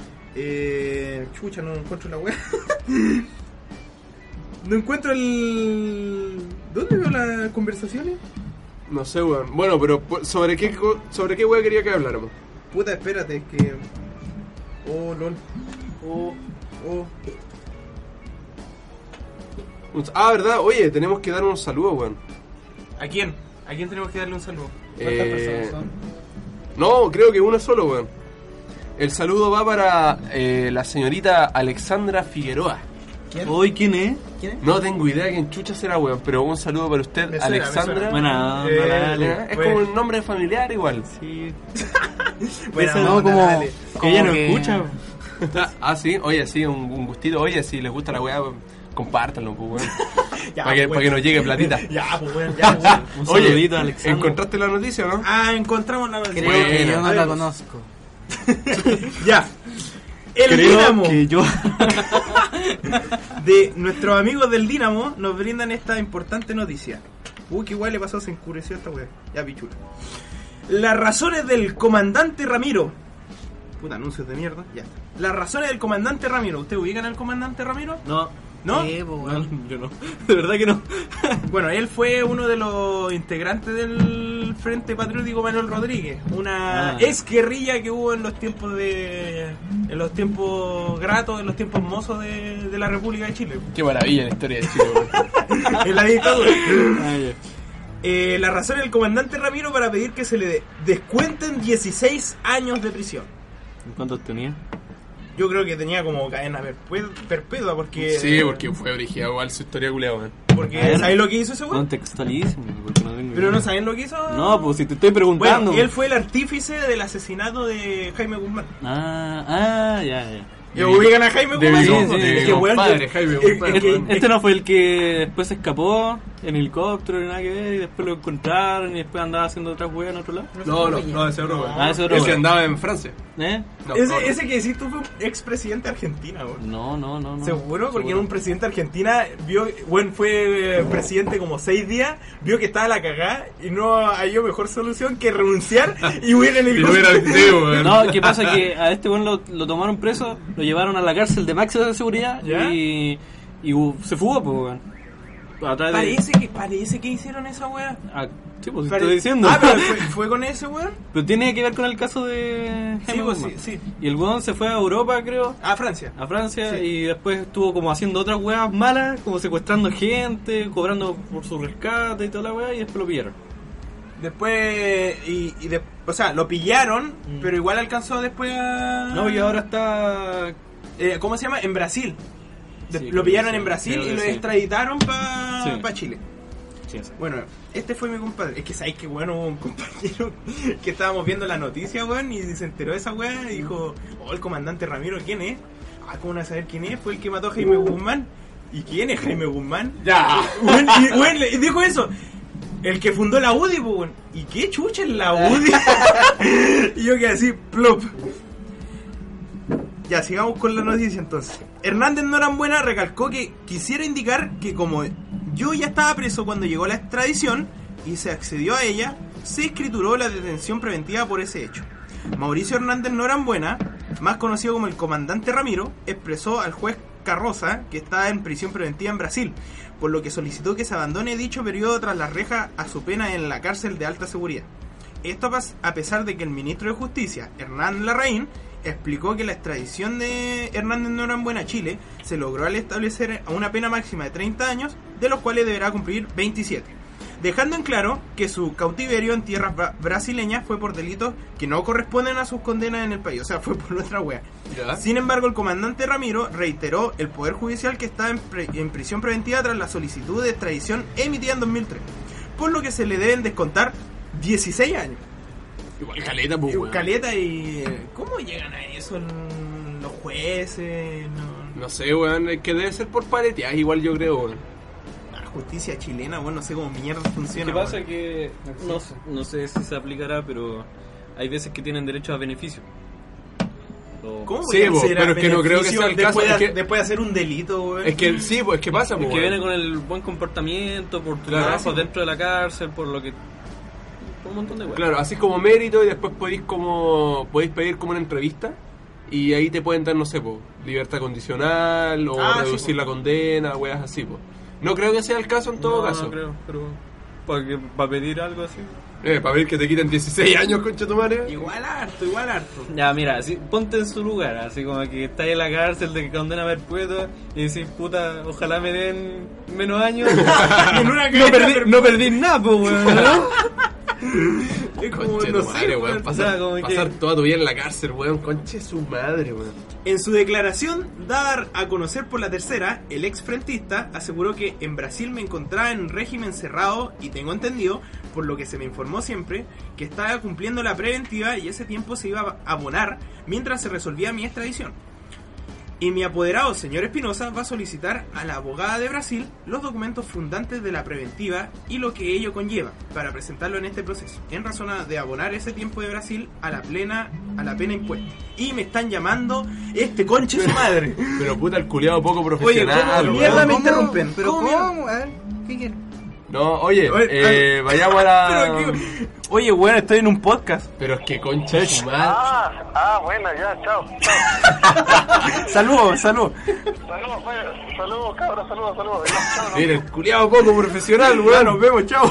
Eh, chucha, no encuentro la weá. No encuentro el... ¿Dónde veo las conversaciones? No sé, weón. Bueno, pero pu- ¿sobre qué, co- sobre qué weón quería que habláramos? Puta, espérate, es que... Oh, lol. Oh, oh. Un- Ah, ¿verdad? Oye, tenemos que dar unos saludos, weón. ¿A quién? ¿A quién tenemos que darle un saludo? ¿Cuántas Eh, personas son? No, creo que uno solo, weón. El saludo va para eh, la señorita Alexandra Figueroa. ¿Quién? Hoy, ¿quién es? ¿Quién es? No tengo idea quién chucha será, weón, pero un saludo para usted, Me suena, me Alexandra. suena. Buena onda, Eh, dale. ¿Eh? Es Bueno. como un nombre familiar igual. Sí. Buena Esa- onda, no, como, dale. que ella no que- escucha. Ah, sí, oye, sí, un, un gustito. Oye, si les gusta la weá, compártanlo, pues, weón. Ya, para, que, pues, para que nos llegue platita. Ya, pues, weón, ya, pues, weón. Un Oye, saludito a Alexandra. ¿encontraste la noticia, no? Ah, encontramos la noticia. Creo que Buena. yo no A la ver, conozco. Ya. El Creo Dínamo que yo. de nuestros amigos del Dínamo nos brindan esta importante noticia. Uy, que igual le pasó, se encureció esta weá. Ya, pichula. Las razones del comandante Ramiro. Puta, anuncios de mierda. Ya. Las razones del comandante Ramiro. ¿Ustedes ubican al comandante Ramiro? No. ¿No? Sí, pues, No, weón. yo no. De verdad que no. Bueno, él fue uno de los integrantes del Frente Patriótico Manuel Rodríguez, una Ah. ex guerrilla que hubo en los tiempos de, en los tiempos gratos, en los tiempos mozos de, de la República de Chile, Qué maravilla la historia de Chile, weón. en la dictadura. Ah, ya. Eh, la razón del comandante Ramiro para pedir que se le de- descuenten dieciséis años de prisión. ¿Cuántos tenía? Yo creo que tenía como cadena perpue- perpetua porque Sí, porque fue original igual su historia culiada, weón. porque A ver. ¿sabes lo que hizo ese weón? Contextualísimo, porque no tengo Pero idea. no saben lo que hizo. No, pues si te estoy preguntando. Bueno, él fue el artífice del asesinato de Jaime Guzmán. Ah, ah, ya, ya. ¿Y ubican a Jaime De Guzmán? mi, Sí, sí, de es mi que, weón, compadre, yo- Jaime es- Guzmán, es que- weón. Este no fue el que después se escapó en helicóptero y nada que ver, y después lo encontraron y después andaba haciendo otras weas en otro lado. No, no, no, ese otro weón. Ah, ese otro Ese weón. andaba en Francia. ¿Eh? No, ese, no, ese que decís tú fue un expresidente de Argentina, weón. No, no, no, no. Seguro, porque era un presidente de Argentina, vio, bueno, fue eh, presidente como seis días, vio que estaba la cagada y no halló mejor solución que renunciar y huir en el Y no era el tío, weón. No, ¿qué pasa? Que a este weón lo, lo tomaron preso, lo llevaron a la cárcel de máxima seguridad ¿Ya? y, y uh, se fugó, pues, weón. A través de- Parece que, parece que hicieron esa weá. Ah, sí, pues, Pare- estoy diciendo. Ah, pero fue, fue con ese weón. Pero tiene que ver con el caso de Sí, Jaime pues Guzmán. sí, sí. Y el weón se fue a Europa, creo, A Francia. a Francia, Sí. y después estuvo como haciendo otras weas malas, como secuestrando gente, cobrando por su rescate y toda la wea, y después lo pillaron. Después, y, y de- o sea, lo pillaron, pero igual alcanzó después a... No, y ahora está... Eh, ¿Cómo se llama? En Brasil. De- Sí, lo creo pillaron que en sí, Brasil creo y que lo sí. extraditaron para Sí. Chile. Sí, sí. Bueno, este fue mi compadre. Es que sabéis que bueno, hubo un compañero que estábamos viendo la noticia, weón, y se enteró de esa weá y dijo, oh, el comandante Ramiro, ¿quién es? Ah, ¿cómo van a saber quién es? Fue el que mató a Jaime Guzmán. ¿Y quién es Jaime Guzmán? Ya. Weón, y, weón, le- dijo eso. El que fundó la U D I, pues, weón. ¿Y qué chucha es la U D I? Y yo quedé así, plop. Ya, sigamos con la noticia entonces. Hernández Norambuena recalcó que quisiera indicar que como yo ya estaba preso cuando llegó la extradición y se accedió a ella, se escrituró la detención preventiva por ese hecho. Mauricio Hernández Norambuena, más conocido como el comandante Ramiro, expresó al juez Carroza que está en prisión preventiva en Brasil, por lo que solicitó que se abandone dicho periodo tras las rejas a su pena en la cárcel de alta seguridad. Esto pas- a pesar de que el ministro de Justicia, Hernán Larraín, explicó que la extradición de Hernández Norambuena a Chile se logró al establecer una pena máxima de treinta años, de los cuales deberá cumplir veintisiete, dejando en claro que su cautiverio en tierras bra- brasileñas fue por delitos que no corresponden a sus condenas en el país, o sea, fue por otra wea. Ya. Sin embargo, el comandante Ramiro reiteró el Poder Judicial que está en, pre- en prisión preventiva tras la solicitud de extradición emitida en dos mil tres, por lo que se le deben descontar dieciséis años. Igual caleta, pues, Y weón. Caleta y... ¿Cómo llegan a eso en- los jueces? No, No sé, weón, es que debe ser por paleteaje, igual yo creo, weón. la justicia chilena, bueno, no sé cómo mierda funciona. ¿Qué pasa? weón. Que no, no sé si se aplicará, pero hay veces que tienen derecho a beneficio. O- ¿Cómo Sí, podrían bo, ser a pero es que no creo que beneficio sea el después caso, de, es que- después de hacer un delito, weón? Es que sí, pues, ¿qué pasa, Es pues, que viene weón? con el buen comportamiento, por tu Claro, trabajo sí. dentro de la cárcel, por lo que... por un montón de weas. Claro, así como mérito y después podéis como podéis pedir como una entrevista y ahí te pueden dar, no sé, po, libertad condicional o Ah, sí, reducir po. la condena, weas así, po. No creo que sea el caso en todo No, caso. no creo, pero... ¿Para, que, para pedir algo así? Eh, para ver que te quiten dieciséis años, concha tu madre. Igual harto, igual harto. Ya, mira, así, ponte en su lugar, así como que estás en la cárcel de que condena perpetua y decís, puta, ojalá me den menos años. En una no, cadena perdí, per- no perdí nada, pues, weón, ¿no? Es como, Conche no tu sé, madre, weón. weón. Pasar, O sea, como que- pasar toda tu vida en la cárcel, weón. Conche su madre, weón. En su declaración, dada a conocer por la tercera, el ex frentista aseguró que en Brasil me encontraba en régimen cerrado y tengo entendido, por lo que se me informó siempre, que estaba cumpliendo la preventiva y ese tiempo se iba a abonar mientras se resolvía mi extradición. Y mi apoderado, señor Espinosa, va a solicitar a la abogada de Brasil los documentos fundantes de la preventiva y lo que ello conlleva para presentarlo en este proceso, en razón de abonar ese tiempo de Brasil a la plena a la pena impuesta. Y me están llamando este conche su madre. Pero puta, el culiado poco Oye, profesional, ¿cómo weón. mierda me interrumpen? ¿Pero ¿Cómo cómo? A ver, ¿qué quieres? No, oye, Oye, eh, vayamos a la... Pero que- Oye, weón, estoy en un podcast. Pero es que concha de su madre. Ah, ah, bueno, ya, chao. Saludos, saludos. Saludos, pues, saludos, cabros, saludos, saludos. Ya, chao, no. Mira, el culiado poco profesional, Ya weón. nos vemos, chao.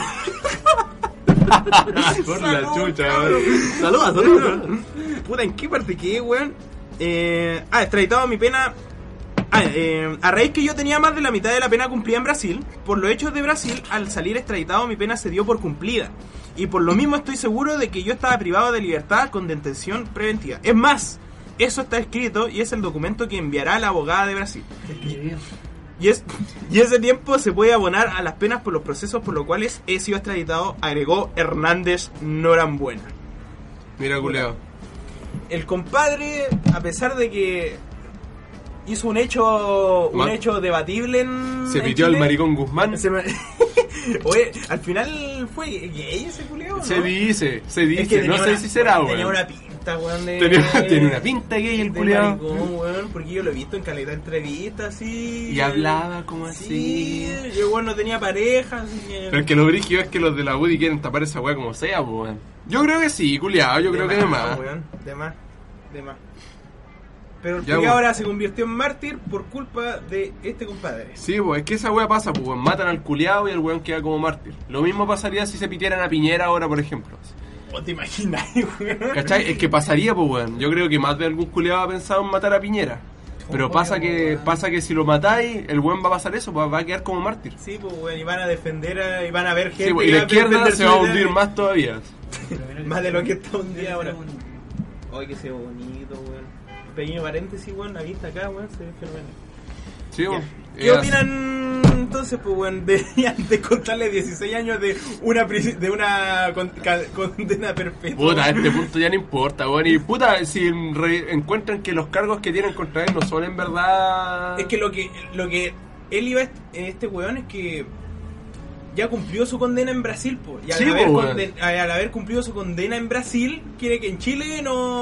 Por la Salud, chucha, cabrón. weón. Saludos, saludos. Puta, ¿en qué parte quedé, weón? Eh, ah, extraditado mi pena. Ah, eh, a raíz que yo tenía más de la mitad de la pena cumplida en Brasil, por los hechos de Brasil, al salir extraditado mi pena se dio por cumplida. Y por lo mismo estoy seguro de que yo estaba privado de libertad con detención preventiva. Es más, eso está escrito y es el documento que enviará la abogada de Brasil. Y, es, y ese tiempo se puede abonar a las penas por los procesos por los cuales he sido extraditado, agregó Hernández Norambuena. Mira, culiado. El compadre, a pesar de que hizo un hecho un Ma- hecho debatible en Se en pitió al Chile, maricón Guzmán. se me- Oye, al final fue gay ese culiao, ¿no? Se dice, se dice, Es que no tenía sé una- si será, Tenía weón. una pinta, weón, de... Tenía, tenía una pinta gay el de culiao. maricón, weón, porque yo lo he visto en calidad de entrevistas, así... Y hablaba como Sí, así. yo, weón, no tenía pareja, así que... Pero es que lo brígido es que los de la U D I quieren tapar esa weá como sea, pues, weón. Yo creo que sí, culiao, yo creo que de más. weón, de más, de más. Pero el Ya, culiao weón. ahora se convirtió en mártir por culpa de este compadre. Sí, pues es que esa weá pasa, pues weón. Matan al culiao y el weón queda como mártir. Lo mismo pasaría si se pitieran a Piñera ahora, por ejemplo. ¿O te imaginas, weón? ¿Cachai? Es que pasaría, pues weón. Yo creo que más de algún culiao ha pensado en matar a Piñera. Pero pasa que pasa que si lo matáis, el weón va a pasar eso, va va a quedar como mártir. Sí, pues, weón, y van a defender, a, y van a ver gente... Sí, pues, y que la va a izquierda defender se va a su idea. hundir más todavía. Más de lo que está un día ahora. Ay, que se ve bonito, weón. Pequeño paréntesis, weón, la vista acá, weón, se ve fenomenal. Sí, pues. ¿Qué opinan entonces, pues, weón? Deberían de contarle dieciséis años de una prisi- de una con- ca- condena perpetua. Puta, a este punto ya no importa, weón. Y puta, si re- encuentran que los cargos que tienen contra él no son en verdad. Es que lo que lo que él iba, este weón, es que ya cumplió su condena en Brasil, pues. Y al, Sí, haber po, weón. conden- al haber cumplido su condena en Brasil, quiere que en Chile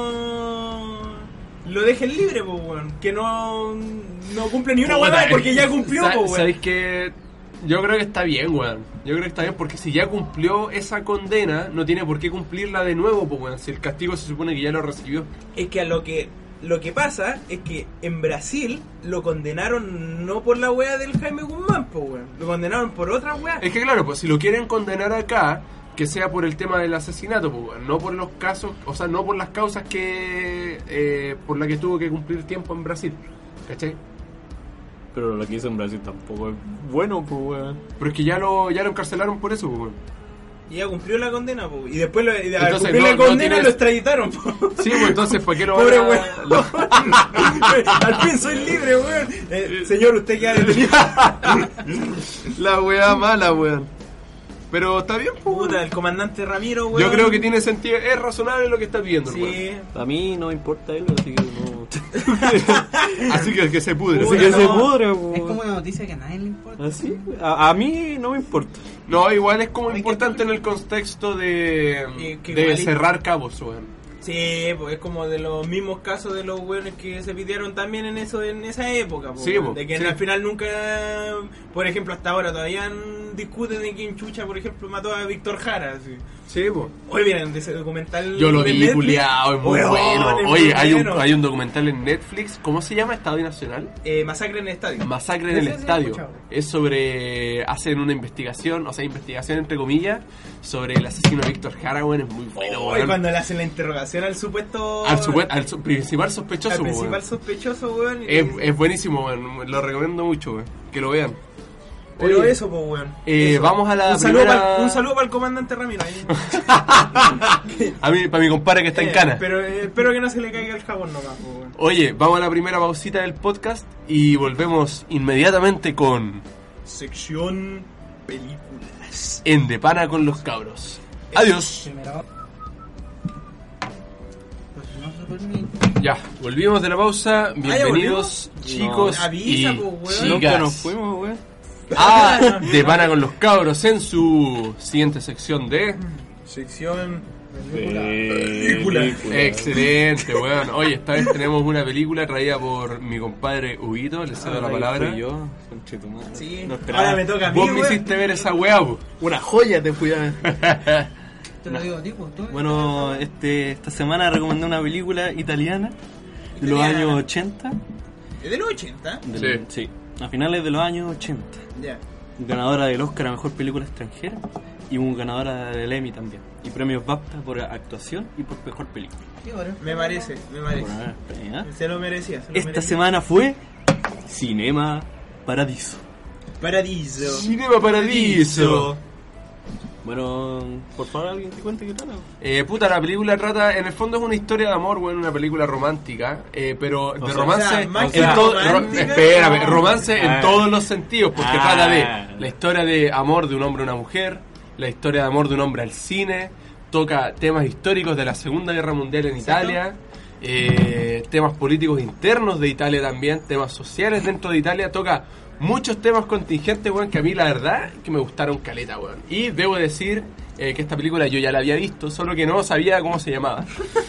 no lo dejen libre, pues, weón. Que no, no cumple ni una Puta, huevada porque ya cumplió, sa- pues, weón. ¿Sabéis que yo creo que está bien, weón? Yo creo que está bien porque si ya cumplió esa condena, no tiene por qué cumplirla de nuevo, pues, weón. Si el castigo se supone que ya lo recibió. Es que a lo que lo que pasa es que en Brasil lo condenaron no por la wea del Jaime Guzmán, pues, weón. Lo condenaron por otra wea. Es que claro, pues si lo quieren condenar acá, que sea por el tema del asesinato, pues, weón, no por los casos, o sea, no por las causas que eh, por la que tuvo que cumplir tiempo en Brasil, ¿cachai? Pero lo que hizo en Brasil tampoco es bueno, pues, weón. Pero es que ya lo ya lo encarcelaron por eso, pues, weón. Y ya cumplió la condena, pues. Y después lo, y al Entonces, cumplir no- la no condena tienes- lo extraditaron, pues. Sí, pues entonces, ¿para qué lo Pobre van a- weón. lo- Al fin soy libre, weón. Eh, señor, usted queda detenido. La weá mala, weón. Pero está bien, pues, weón. Puta, el comandante Ramiro, weón. Yo creo que tiene sentido, es razonable lo que está pidiendo, el weón. Sí. A mí no me importa él, así que no. Así que que se pudre. Puta, Así que no. se pudre, pues. Es como una noticia que a nadie le importa. Así, a, a mí no me importa. No, igual es como Hay que- importante en el contexto de, Y que de igual- cerrar cabos, weón. Sí, pues es como de los mismos casos de los weones que se pidieron también en eso en esa época, pues, Sí, weón. po, de que sí. al final nunca, por ejemplo, hasta ahora todavía discuten de quién chucha, por ejemplo, mató a Víctor Jara. Así. Sí, pues. Hoy vienen de ese documental. Yo lo de vi, Netflix. culiao, es muy Weón, bueno. es Oye, muy hay un, bueno. hay un documental en Netflix, ¿cómo se llama? Estadio Nacional. Eh, Masacre en el estadio. Masacre en el Ese sí lo he estadio. escuchado. Es sobre. Hacen una investigación, o sea, investigación entre comillas, sobre el asesino de Víctor Jara, weón. Es muy bueno, Oh, y weón. cuando le hacen la interrogación al supuesto. Al, supe- al su- principal sospechoso, al principal weón. sospechoso, weón. y Es, le- es buenísimo, weón. Lo recomiendo mucho, weón. Que lo vean. Pero Oye, eso, pues, weón. eh, Eso. vamos a la un saludo, primera- para, un saludo para el comandante Ramiro. ahí. A mí, para mi compadre que está en Eh, cana. Pero eh, espero que no se le caiga el jabón nomás, pues, weón. Oye, vamos a la primera pausita del podcast y volvemos inmediatamente con Sección películas. En De Pana con los Cabros. Adiós. Primero. Pues no se permite. Ya, volvimos de la pausa. Bienvenidos, volvimos? chicos No, avisa, y po, weón. chicas. Nunca nos fuimos, weón. A De Pana con los Cabros en su siguiente sección de... Sección Película. Excelente, weón. Oye, esta vez tenemos una película traída por mi compadre Huguito. Le cedo la palabra. Fui yo, conchetumadre. Sí. No esperaba. Ahora me toca a mí, Vos me weón. hiciste ver esa weá, po. Una joya te fui a ver. Te lo digo a ti, pues tú. Bueno, este, esta semana recomendé una película italiana de los Italiana. años ochenta. ¿Es de los ochenta? Del- sí, a finales de los años ochenta. Ya. Ganadora del Oscar a Mejor Película Extranjera y un ganadora del Emmy también. Y premios BAFTA por actuación y por Mejor Película. Sí, bueno. Me parece, me parece. Por haber premiado. Se lo merecía. Se lo Esta merecía. semana fue Cinema Paradiso. Paradiso. Cinema Paradiso. Bueno, por favor, alguien que cuente qué tal. Eh, puta, la película trata, en el fondo es una historia de amor, bueno, una película romántica, eh, pero de sea, romance, o sea, más en que todo- romántica, ro- espérame, no. romance en Ah. todos los sentidos, porque Ah. trata de la historia de amor de un hombre a una mujer, la historia de amor de un hombre al cine, toca temas históricos de la Segunda Guerra Mundial en Italia, eh, temas políticos internos de Italia también, temas sociales dentro de Italia, toca muchos temas contingentes, weón, que a mí la verdad que me gustaron caleta, weón. Y debo decir eh, que esta película yo ya la había visto, solo que no sabía cómo se llamaba.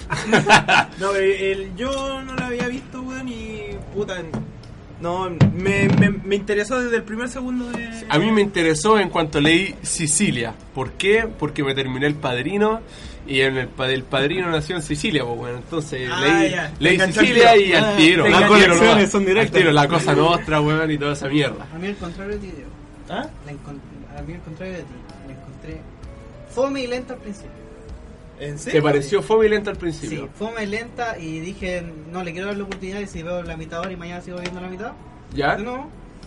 No, el, el- yo no la había visto, weón, y puta. No, me, me, me interesó desde el primer segundo de. A mí me interesó en cuanto leí Sicilia. ¿Por qué? Porque me terminé El Padrino y en el, pa- el Padrino nació en Sicilia, pues bueno, entonces Ah, leí, ya. leí Te enganchó al Sicilia tiro. y al Ah, tiro. te Al enganchó. tiro, Conexiones nomás. son directas. Al tiro, la cosa nostra, weón, y toda esa mierda. A mí al contrario de ti, Diego. ¿Ah? La encont- a mí al contrario de ti. La encontré fome y lenta al principio. ¿En serio? ¿Te pareció fome y lenta al Sí, principio? fome y lenta y dije, no, le quiero dar la oportunidad y si veo la mitad ahora y mañana sigo viendo la mitad, ¿Ya? no.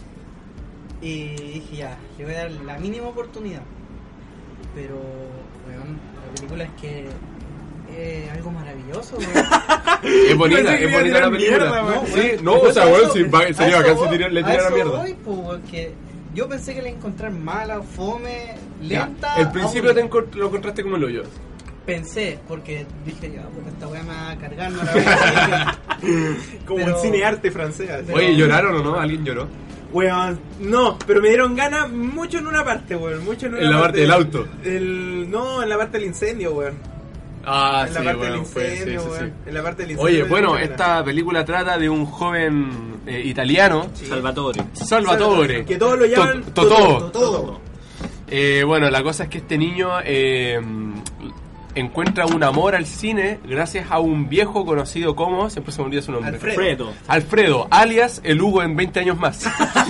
Y dije, ya, le voy a dar la mínima oportunidad. Pero, weón, la película es que es algo maravilloso, weón. Es bonita, Pensé que es iba a bonita la tirar película. mierda, No, weón. Sí, weón, no, o sea, a weón, eso- si va- a sería eso bacán si voy, tira- le a tirara eso mierda. voy, pues, porque yo pensé que la iba a encontrar mala, fome, Ya, lenta. el principio te aburrida. encont- lo encontraste como el hoyo. Pensé, porque dije, ya, pues esta weá me va a cargar, no la voy a seguir. Como Pero- un cinearte francés. así. Pero- Oye, ¿lloraron o no? ¿Alguien lloró? Weón, no, pero me dieron ganas mucho en una parte, weón. Mucho en una En la parte del auto. El, no, en la parte del incendio, weón. Ah, en la sí, parte bueno, del fue, sí, incendio, sí, weón. sí. En la parte del incendio. Oye, me bueno, dieron ganas. esta película trata de un joven eh, italiano, Sí. Salvatore. Salvatore. Que todos lo llaman To- Totò. Totò. Eh, bueno, la cosa es que este niño eh, encuentra un amor al cine gracias a un viejo conocido como, siempre se me olvida su nombre, Alfredo. Fredo. Alfredo, alias el Hugo en veinte años más.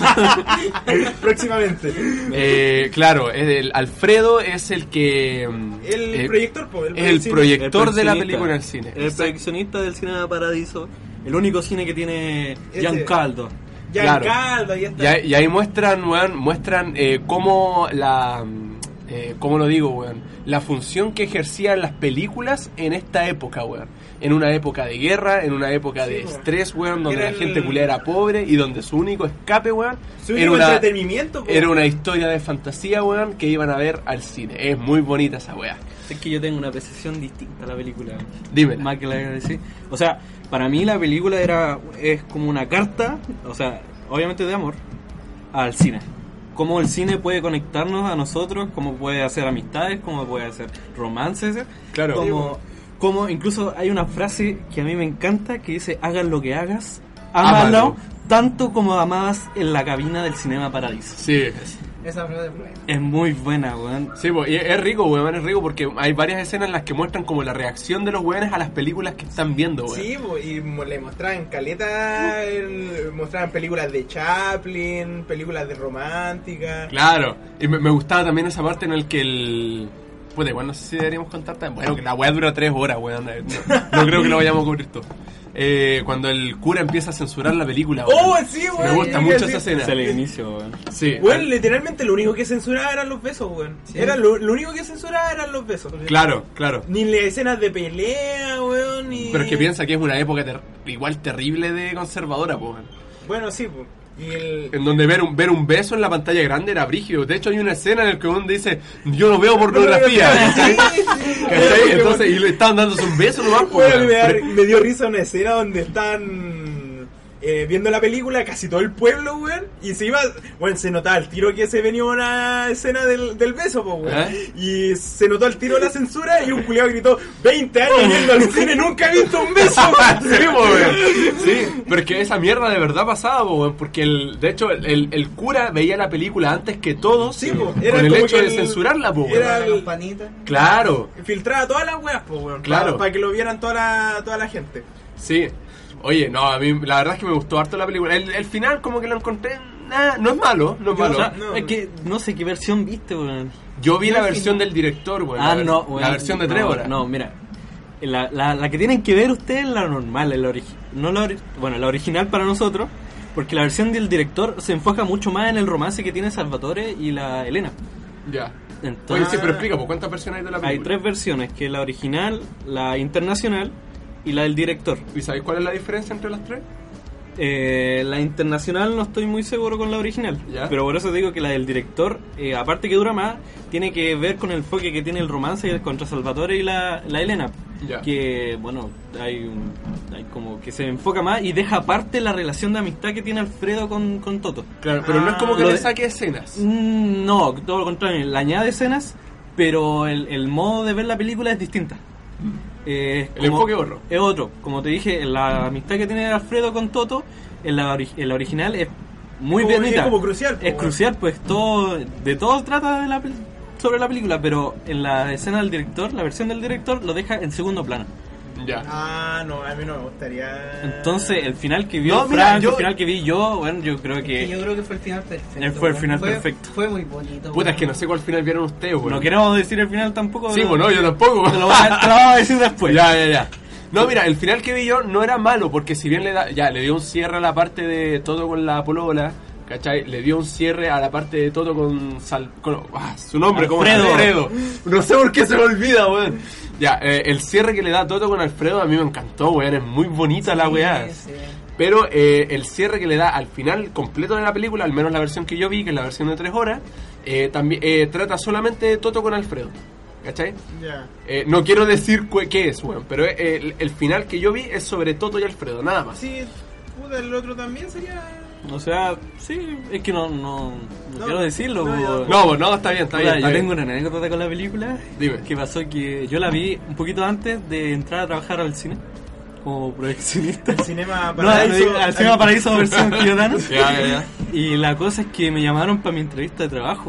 Próximamente. Eh, claro, es el, Alfredo es el que... mm, El eh, proyector, po, el es el cine. proyector de la proyeccionista. película en el cine. El proyeccionista del Cinema Paradiso. El único cine que tiene Ese. Giancarlo. Ya Claro. en caldo, ahí está. Y ahí, y ahí muestran, weón, muestran eh, cómo la... Eh, ¿Cómo lo digo, weón? La función que ejercían las películas en esta época, weón. En una época de guerra, en una época Sí, de weón. estrés, weón, donde Era la gente el- culera era pobre y donde su único escape, weón, Su era único una, entretenimiento, po. era una historia de fantasía, weón, que iban a ver al cine. Es muy bonita esa weá. Es que yo tengo una apreciación distinta a la película. Dímela. Más que la que decir. O sea, para mí la película era es como una carta, o sea, obviamente de amor, al cine. Cómo el cine puede conectarnos a nosotros, cómo puede hacer amistades, cómo puede hacer romances. Claro. Como, como incluso hay una frase que a mí me encanta que dice, hagas lo que hagas, ámalo, Ámalo. tanto como amabas en la cabina del Cinema Paradiso. Sí. Esa frase fue. Es muy buena, weón. Sí, po, y es rico, weón, es rico porque hay varias escenas en las que muestran como la reacción de los weones a las películas que están viendo, weón. Sí, po, y mo- le mostraban caleta, el- mostraban películas de Chaplin, películas de romántica. Claro, y me, me gustaba también esa parte en el que el... Puta, igual no sé si deberíamos contar también. Bueno, que la weá dura tres horas, weón. eh, No, no creo que lo vayamos a cubrir todo. Eh, cuando el cura empieza a censurar la película, weón. ¡Oh, sí, weón! Me gusta Sí, mucho sí. esa escena. Es el inicio, weón. Sí, Weón, al- literalmente lo único que censuraba eran los besos, weón. Sí. Era lo, lo único que censuraba eran los besos. claro, claro. Ni las escenas de pelea, weón, ni... Pero es que piensa que es una época ter- igual terrible de conservadora, po, weón. Bueno, sí, pues. Y el... En donde ver un, ver un beso en la pantalla grande era brígido. De hecho, hay una escena en la que uno dice, yo no veo pornografía. ¿cachai? ¿Cachai? Entonces, y le estaban dándose un beso nomás, po, Weón, weón. me, da- Pero- me dio risa una escena donde están eh, viendo la película, casi todo el pueblo, weón, y se iba, weón, se notaba el tiro que se venía una escena del, del beso, pues, weón, ¿Eh? y se notó el tiro de la censura y un culiado gritó, veinte años viendo al cine, nunca he visto un beso, weón. Sí, po, weón. Sí, pero es que esa mierda de verdad pasaba, po, weón, porque el, de hecho el, el- el cura veía la película antes que todos, Sí, po, con era el como hecho que de el- censurarla, po, weón. era- La campanita. Claro, Filtraba todas las weas, pues, weón, Claro. para que lo vieran toda la, toda la gente. sí. Oye, no, a mí la verdad es que me gustó harto la película. El, el final como que lo encontré, nah, no es malo, no es Yo- malo. O sea, No. es que no sé qué versión viste, weón. Yo vi Yo la al versión final- del director, weón. Ah, la, no, la weón. versión de no, tres horas. No, mira. La, la, la que tienen que ver ustedes es la normal, la origi- no la ori- bueno, la original para nosotros, porque la versión del director se enfoca mucho más en el romance que tiene Salvatore y la Elena. Ya. Entonces, Oye, sí, pero explica, ¿por cuántas versiones hay de la hay película? tres versiones, que es la original, la internacional y la del director. ¿Y sabéis cuál es la diferencia entre las tres? Eh, la internacional no estoy muy seguro con la original, ¿Ya? pero por eso digo que la del director, eh, aparte que dura más, tiene que ver con el enfoque que tiene el romance contra Salvatore y la, la Elena. Ya. Que, bueno, hay un hay como que se enfoca más y deja aparte la relación de amistad que tiene Alfredo con, con Toto. Claro, pero no es como que Lo le de- saque escenas. Mm, No, todo lo contrario, le añade escenas, pero el, el modo de ver la película es distinta. Eh, El enfoque es otro. Es otro. Como te dije, la amistad que tiene Alfredo con Toto, en la, ori- en la original es muy Como- bonita. es como crucial, Es pues, crucial, pues todo de todo trata de la, pel- sobre la película, pero en la escena del director, la versión del director, lo deja en segundo plano. Ya. Ah, no, a mí no me gustaría. Entonces, el final que vio No, mira, Frank, yo- el final que vi yo, bueno, yo creo Que que... yo creo que fue el final perfecto. Él fue el weón. final Fue- perfecto. Fue muy bonito. Puta, es weón. que no sé cuál final vieron ustedes, weón. No queremos decir el final tampoco. Sí, pero- bueno, yo tampoco. Te lo, voy a- te lo vamos a decir después. Ya, ya, ya. No, mira, el final que vi yo no era malo, porque si bien le da, ya le dio un cierre a la parte de Toto con la polola, ¿cachai? Le dio un cierre a la parte de Toto con, Sal, con ah, su nombre, ¿cómo es? Alfredo. Alfredo. No sé por qué se me olvida, weón. Ya, eh, el cierre que le da Toto con Alfredo a mí me encantó, weón, es muy bonita la weá. Sí, sí. Pero eh, el cierre que le da al final completo de la película, al menos la versión que yo vi, que es la versión de tres horas, eh, también eh, trata solamente de Toto con Alfredo. ¿Cachai? Ya. Eh, no quiero decir cu- qué es, weón, pero eh, el, el final que yo vi es sobre Toto y Alfredo, nada más. Sí, puta, el otro también sería. O sea, sí, es que no, no, no No, quiero decirlo. no, po. ya. No, pues no, está bien, está Puta, bien. Está yo bien. tengo una anécdota con la película. Dime. Que pasó que yo la vi un poquito antes de entrar a trabajar al cine como proyeccionista. El Cinema No, al, Paraíso. al Cinema Paraíso versión Ciudadano. Ya, ya, ya. Y la cosa es que me llamaron para mi entrevista de trabajo.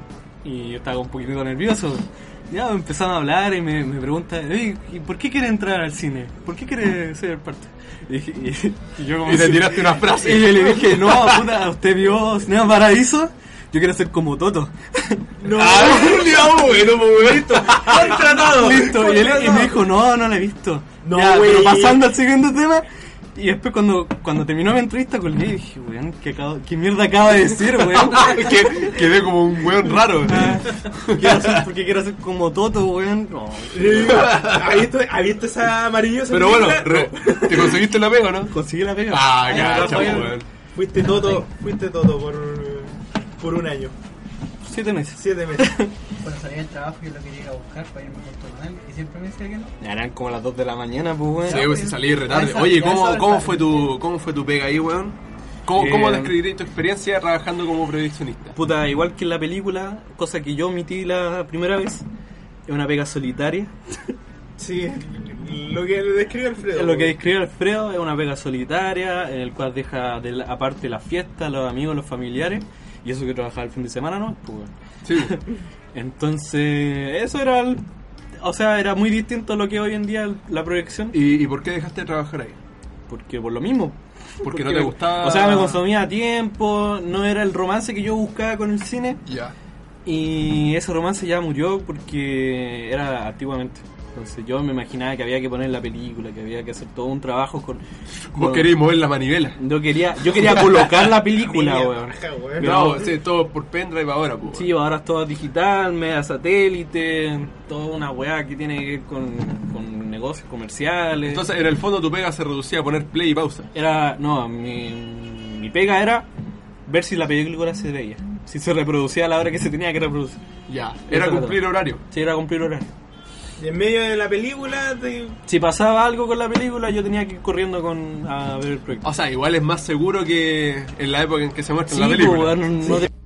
Y yo estaba un poquitito nervioso. Ya empezaron a hablar y me, me preguntan, "Ey, ¿y por qué quiere entrar al cine? ¿Por qué quiere ser parte?" Y, dije- y- y yo como Y te si- tiraste una frase. Y yo le dije, no, puta, ¿usted vio Cinema Paraíso? Yo quiero ser como Toto. No, Ah, ya, bueno, pues, listo. contratado. Listo. Y, él, y me dijo, no, no la he visto. No, Ya, güey. pero pasando al siguiente tema. Y después cuando, cuando terminó mi entrevista con él, dije, weón, ¿qué, acabo- ¿qué mierda acaba de decir, weón? Que- Quedé como un weón raro. Quiero ser, porque quiero ser como Toto, weón. No. ¿Has visto, ¿has visto esa maravillosa Pero bueno, película? re- ¿te conseguiste la pega, no? Conseguí la pega. Ah, Ya, cacha, weón. weón. Fuiste Toto, fuiste Toto por, por un año, Siete meses. siete meses. Cuando salí del trabajo yo lo quería ir a buscar para irme junto con él y siempre me decía que no. Ya eran como las dos de la mañana, pues, weón. Sí, pues si salí re tarde. Esa- Oye, esa ¿cómo, es cómo la- fue tu cómo fue tu pega ahí, weón? ¿Cómo, cómo Eh, describirías tu experiencia trabajando como proyeccionista? Puta, igual que en la película, cosa que yo omití la primera vez, es una pega solitaria. Sí, lo que describe Alfredo. Lo que describe Alfredo es una pega solitaria, en el cual deja de la- aparte la fiesta, los amigos, los familiares, y eso que trabajaba el fin de semana, ¿no? Pues, bueno. Sí. Entonces, eso era, el- o sea, era muy distinto a lo que hoy en día la proyección, ¿Y, ¿Y por qué dejaste de trabajar ahí? porque por lo mismo. Porque no te gustaba. O sea, me consumía tiempo, no era el romance que yo buscaba con el cine, Ya. y ese romance ya murió porque era antiguamente. Entonces yo me imaginaba que había que poner la película, que había que hacer todo un trabajo con... Vos con- querías mover la manivela. Yo quería, yo quería colocar la película, Niña weón. baja, weón. Pero- No, sí, todo por pendrive ahora, pues. Sí, ahora es todo digital, media satélite, toda una weá que tiene que ver con, con negocios comerciales. Entonces, en el fondo tu pega se reducía a poner play y pausa. Era, no, mi, mi pega era ver si la película se veía, si se reproducía a la hora que se tenía que reproducir. Ya. Era Eso cumplir era horario. Sí, era cumplir horario. Y en medio de la película, te... Si pasaba algo con la película, yo tenía que ir corriendo con, a ver el proyecto. O sea, igual es más seguro que en la época en que se muestra Sí, la película. pues, weón, no te-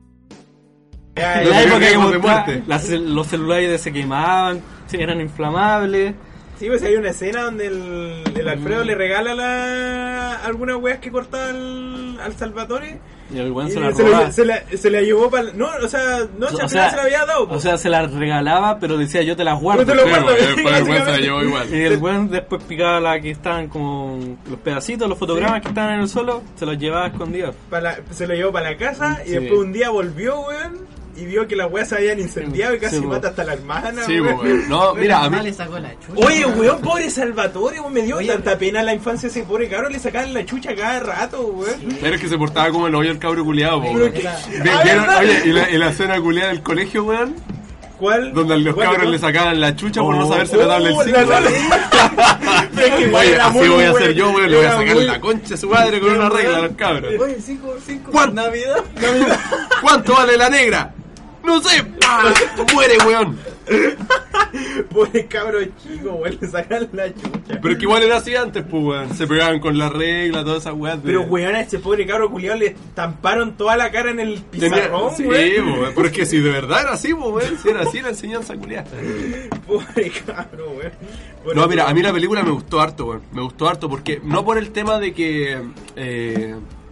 Ya, en la No época tenía que riesgos de mostraba- muerte. las- los celulares se quemaban, sí, eran inflamables. Sí, pues hay una escena donde el, el Alfredo le regala la, algunas weas que cortaba al, al Salvatore. Y el weón Y se la se, robaba. la, se, la, se la llevó para... No, o sea, no, si al O final sea, se la había dado. o pues. sea, se la regalaba, pero decía yo te las guardo. Yo te lo Sí, guardo, pues, sí, después el weón se la básicamente. llevó igual. Y el weón después picaba la que estaban como los pedacitos, los fotogramas que estaban en el suelo, se los llevaba escondidos. Pa' la- se lo llevó para la casa y Sí. después un día volvió, weón, y vio que las weas se habían incendiado y casi Sí, mata weón. hasta la hermana, Sí, weón. pues, weón. No, mira, a Mamá mí. le sacó la chucha. Oye, weón, pobre Salvatore, weón, me dio Oye, tanta pena la infancia de ese pobre cabrón, le sacaban la chucha cada rato, weón. Pero es que se portaba como el hoyo el cabro culiado, po, Pero weón. que la- Ve- Ah, ¿vieron? ¿verdad? Oye, y la, y la escena culiada del colegio, weón, ¿Cuál? donde a los ¿Cuál, cabros weón? le sacaban la chucha por no Oh, saberse la tabla del Oh, cinco. la tabla- Pero es que, weón, Oye, era así muy voy a hacer bueno, yo, weón, le voy a era sacar muy- la concha a su madre con una regla a los cabros. Oye, cinco por cinco. ¿Cuánto? Navidad. ¿Cuánto vale la negra? No sé. ¡Ah! Muere, weón. Pobre cabro chico, weón, le sacan la chucha. Pero es que igual era así antes, pues, weón. Se pegaban con la regla, todas esas weas. de- Pero weón, a ese pobre cabro culiado le estamparon toda la cara en el Tenía- pizarrón, Sí, weón. weón. Pero es que si de verdad era así, pues, weón. Si era así la enseñanza culiada. Pobre cabro, weón. Pobre No, mira, a mí la cabro. película me gustó harto, weón. Me gustó harto porque, no por el tema de que... Eh,